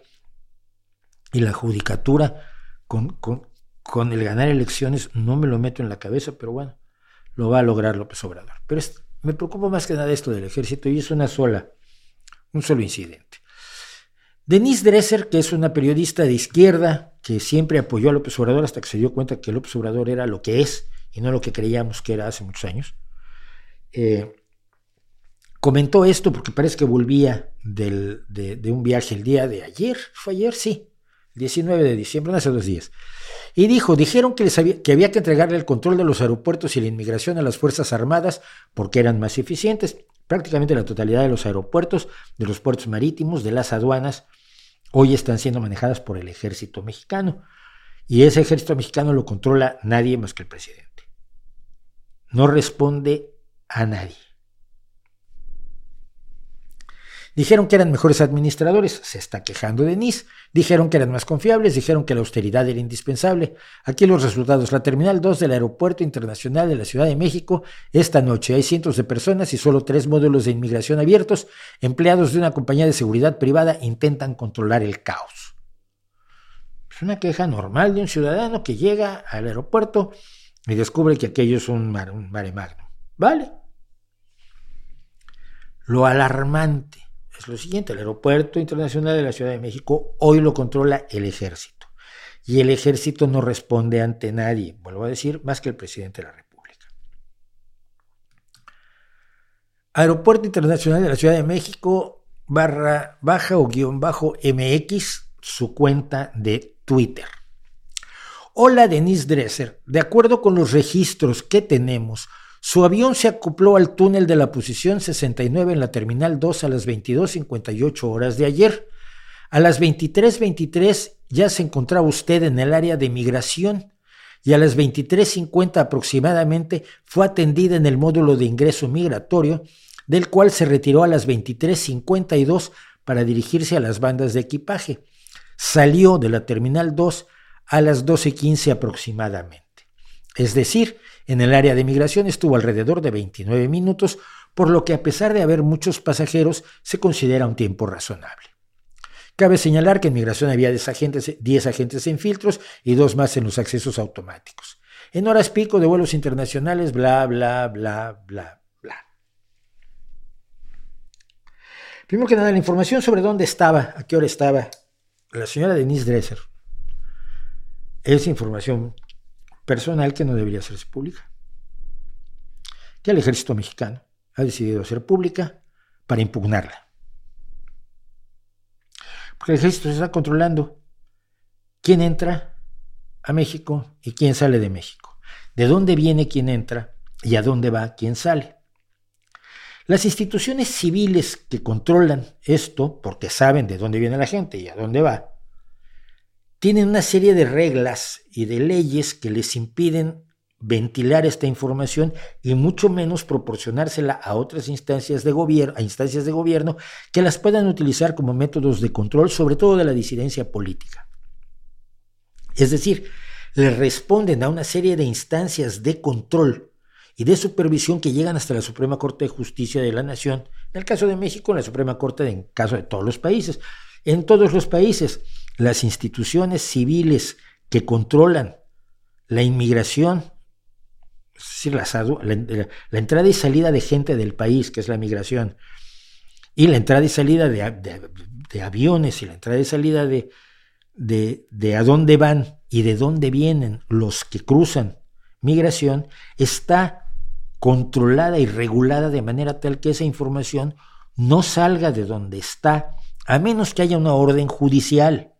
A: y la judicatura con, con, con el ganar elecciones? No me lo meto en la cabeza, pero bueno, lo va a lograr López Obrador. Pero es, me preocupa más que nada esto del ejército y es una sola, un solo incidente. Denise Dresser, que es una periodista de izquierda que siempre apoyó a López Obrador hasta que se dio cuenta que López Obrador era lo que es y no lo que creíamos que era hace muchos años, eh, comentó esto porque parece que volvía del, de, de un viaje el día de ayer, fue ayer, sí, diecinueve de diciembre, hace dos días, y dijo, dijeron que, les había, que había que entregarle el control de los aeropuertos y la inmigración a las Fuerzas Armadas porque eran más eficientes. Prácticamente la totalidad de los aeropuertos, de los puertos marítimos, de las aduanas, hoy están siendo manejadas por el ejército mexicano, y ese ejército mexicano lo controla nadie más que el presidente. No responde a nadie. Dijeron que eran mejores administradores, se está quejando Denise. Dijeron que eran más confiables, dijeron que la austeridad era indispensable. Aquí los resultados. La Terminal dos del Aeropuerto Internacional de la Ciudad de México, esta noche hay cientos de personas y solo tres módulos de inmigración abiertos. Empleados de una compañía de seguridad privada intentan controlar el caos. Es una queja normal de un ciudadano que llega al aeropuerto y descubre que aquello es un, mar, un mare magnum. ¿Vale? Lo alarmante es lo siguiente: el Aeropuerto Internacional de la Ciudad de México hoy lo controla el ejército, y el ejército no responde ante nadie, vuelvo a decir, más que el presidente de la República. Aeropuerto Internacional de la Ciudad de México barra baja o guión bajo M X, su cuenta de Twitter. Hola Denise Dresser, de acuerdo con los registros que tenemos, su avión se acopló al túnel de la posición sesenta y nueve en la Terminal dos a las veintidós cincuenta y ocho horas de ayer. A las veintitrés veintitrés ya se encontraba usted en el área de migración y a las veintitrés cincuenta aproximadamente fue atendida en el módulo de ingreso migratorio, del cual se retiró a las veintitrés cincuenta y dos para dirigirse a las bandas de equipaje. Salió de la Terminal dos a las doce quince aproximadamente. Es decir, en el área de migración estuvo alrededor de veintinueve minutos, por lo que a pesar de haber muchos pasajeros, se considera un tiempo razonable. Cabe señalar que en migración había diez agentes, diez agentes en filtros y dos más en los accesos automáticos. En horas pico de vuelos internacionales, bla, bla, bla, bla, bla. Primero que nada, la información sobre dónde estaba, a qué hora estaba la señora Denise Dresser es información personal que no debería hacerse pública. Que el ejército mexicano ha decidido hacer pública para impugnarla. Porque el ejército está controlando quién entra a México y quién sale de México, de dónde viene quién entra y a dónde va quién sale. Las instituciones civiles que controlan esto, porque saben de dónde viene la gente y a dónde va, tienen una serie de reglas y de leyes que les impiden ventilar esta información y mucho menos proporcionársela a otras instancias de gobierno, a instancias de gobierno que las puedan utilizar como métodos de control, sobre todo de la disidencia política. Es decir, le responden a una serie de instancias de control y de supervisión que llegan hasta la Suprema Corte de Justicia de la Nación, en el caso de México, la Suprema Corte, en el caso de todos los países. En todos los países, las instituciones civiles que controlan la inmigración, es decir, la, la, la entrada y salida de gente del país, que es la migración, y la entrada y salida de, de, de aviones y la entrada y salida de, de, de a dónde van y de dónde vienen los que cruzan migración, está controlada y regulada de manera tal que esa información no salga de donde está, a menos que haya una orden judicial.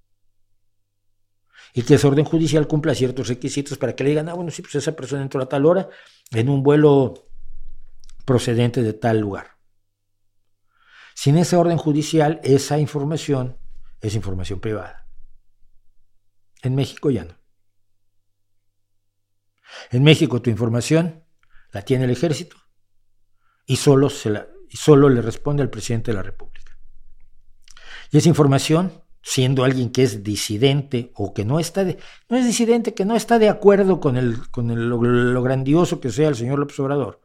A: Y que esa orden judicial cumpla ciertos requisitos para que le digan, ah, bueno, sí, pues esa persona entró a tal hora en un vuelo procedente de tal lugar. Sin esa orden judicial, esa información es información privada. En México ya no. En México tu información la tiene el ejército y solo, se la, y solo le responde al presidente de la República. Y esa información, siendo alguien que es disidente o que no está de, no es disidente, que no está de acuerdo con, el, con el, lo, lo grandioso que sea el señor López Obrador,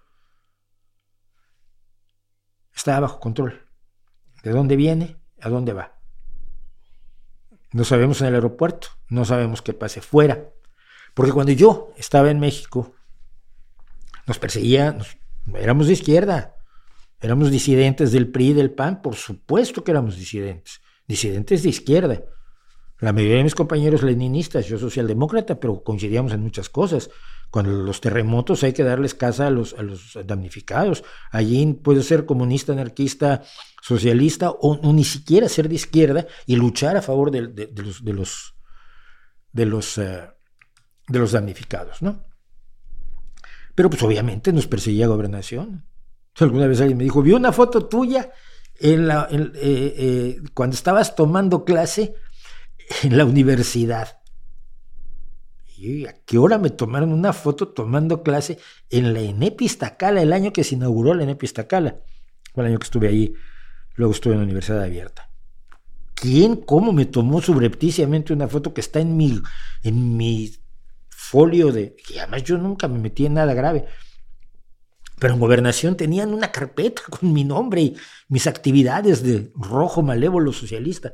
A: está bajo control. ¿De dónde viene? ¿A dónde va? No sabemos en el aeropuerto, no sabemos qué pase fuera. Porque cuando yo estaba en México, nos perseguía, nos, éramos de izquierda, éramos disidentes del P R I y del P A N, por supuesto que éramos disidentes. Disidentes de izquierda. La mayoría de mis compañeros leninistas, yo socialdemócrata, pero coincidíamos en muchas cosas. Con los terremotos hay que darles casa a los, a los damnificados. Allí puedes ser comunista, anarquista, socialista o, o ni siquiera ser de izquierda y luchar a favor de, de, de los, de los, de los, uh, de los damnificados, ¿no? Pero pues obviamente nos perseguía Gobernación. Alguna vez alguien me dijo, vi una foto tuya En la, en, eh, eh, cuando estabas tomando clase en la universidad. ¿Y a qué hora me tomaron una foto tomando clase en la ENEP Iztacala, el año que se inauguró la ENEP Iztacala? Fue el año que estuve ahí, luego estuve en la Universidad Abierta. ¿Quién, cómo me tomó subrepticiamente una foto que está en mi, en mi folio de... Y además yo nunca me metí en nada grave. Pero en Gobernación tenían una carpeta con mi nombre y mis actividades de rojo malévolo socialista.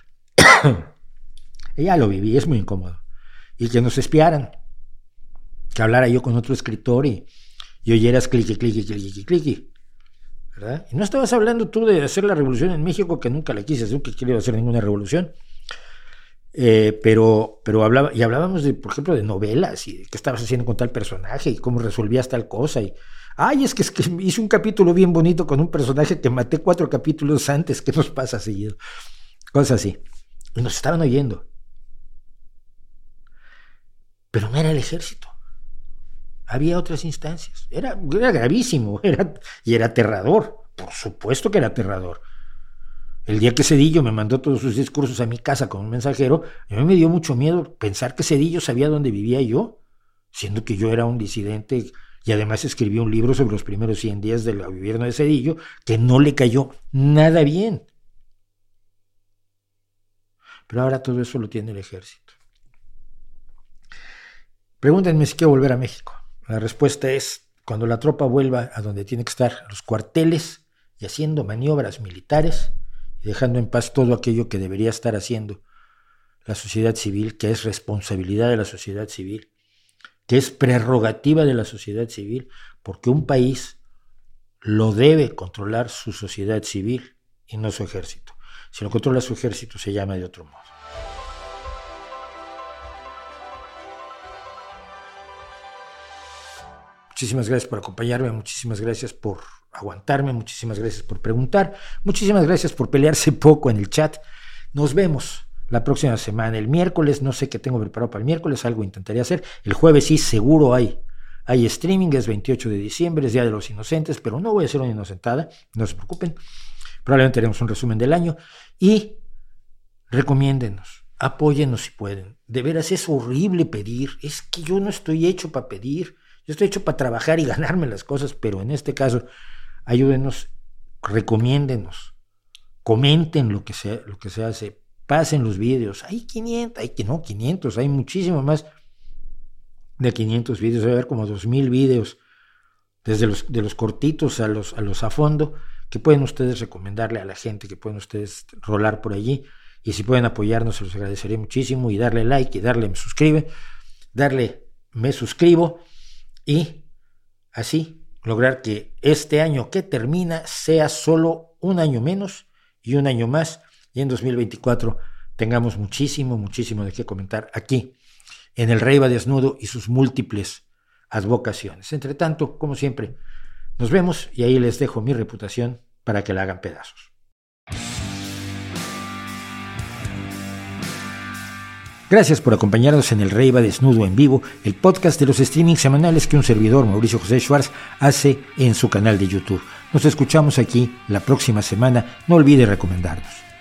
A: Y ya lo viví, es muy incómodo. Y que nos espiaran, que hablara yo con otro escritor y, y oyeras cliqui, cliqui, cliqui, cliqui, ¿verdad? Y no estabas hablando tú de hacer la revolución en México, que nunca la quise hacer, nunca quiero hacer ninguna revolución. Eh, pero, pero hablaba, y hablábamos de, por ejemplo, de novelas y de qué estabas haciendo con tal personaje y cómo resolvías tal cosa y ay, es que, es que hice un capítulo bien bonito con un personaje que maté cuatro capítulos antes. ¿Qué nos pasa seguido? Cosas así. Y nos estaban oyendo. Pero no era el ejército. Había otras instancias. Era, era gravísimo. Era, y era aterrador. Por supuesto que era aterrador. El día que Zedillo me mandó todos sus discursos a mi casa con un mensajero, a mí me dio mucho miedo pensar que Zedillo sabía dónde vivía yo, siendo que yo era un disidente. Y además escribió un libro sobre los primeros cien días del gobierno de Zedillo que no le cayó nada bien. Pero ahora todo eso lo tiene el ejército. Pregúntenme si quiero volver a México. La respuesta es, cuando la tropa vuelva a donde tiene que estar, a los cuarteles, y haciendo maniobras militares, y dejando en paz todo aquello que debería estar haciendo la sociedad civil, que es responsabilidad de la sociedad civil, que es prerrogativa de la sociedad civil, porque un país lo debe controlar su sociedad civil y no su ejército. Si lo controla su ejército, se llama de otro modo. Muchísimas gracias por acompañarme, muchísimas gracias por aguantarme, muchísimas gracias por preguntar, muchísimas gracias por pelearse poco en el chat. Nos vemos la próxima semana, el miércoles, no sé qué tengo preparado para el miércoles, algo intentaré hacer. El jueves sí, seguro hay, hay streaming, es veintiocho de diciembre, es Día de los Inocentes, pero no voy a hacer una inocentada, no se preocupen. Probablemente haremos un resumen del año y recomiéndenos, apóyennos si pueden. De veras es horrible pedir, es que yo no estoy hecho para pedir, yo estoy hecho para trabajar y ganarme las cosas, pero en este caso, ayúdenos, recomiéndenos, comenten lo que se, lo que se hace, pasen los vídeos. Hay quinientos, hay que no, quinientos, hay muchísimo más de quinientos vídeos, debe haber como dos mil vídeos, desde los, de los cortitos a los, a los a fondo, que pueden ustedes recomendarle a la gente, que pueden ustedes rolar por allí, y si pueden apoyarnos se los agradecería muchísimo, y darle like, y darle me suscribe, darle me suscribo, y así lograr que este año que termina sea solo un año menos y un año más, y en dos mil veinticuatro tengamos muchísimo, muchísimo de qué comentar aquí en El Rey va Desnudo y sus múltiples advocaciones. Entre tanto, como siempre, nos vemos y ahí les dejo mi reputación para que la hagan pedazos. Gracias por acompañarnos en El Rey va Desnudo en vivo, el podcast de los streamings semanales que un servidor, Mauricio José Schwartz, hace en su canal de YouTube. Nos escuchamos aquí la próxima semana. No olvide recomendarnos.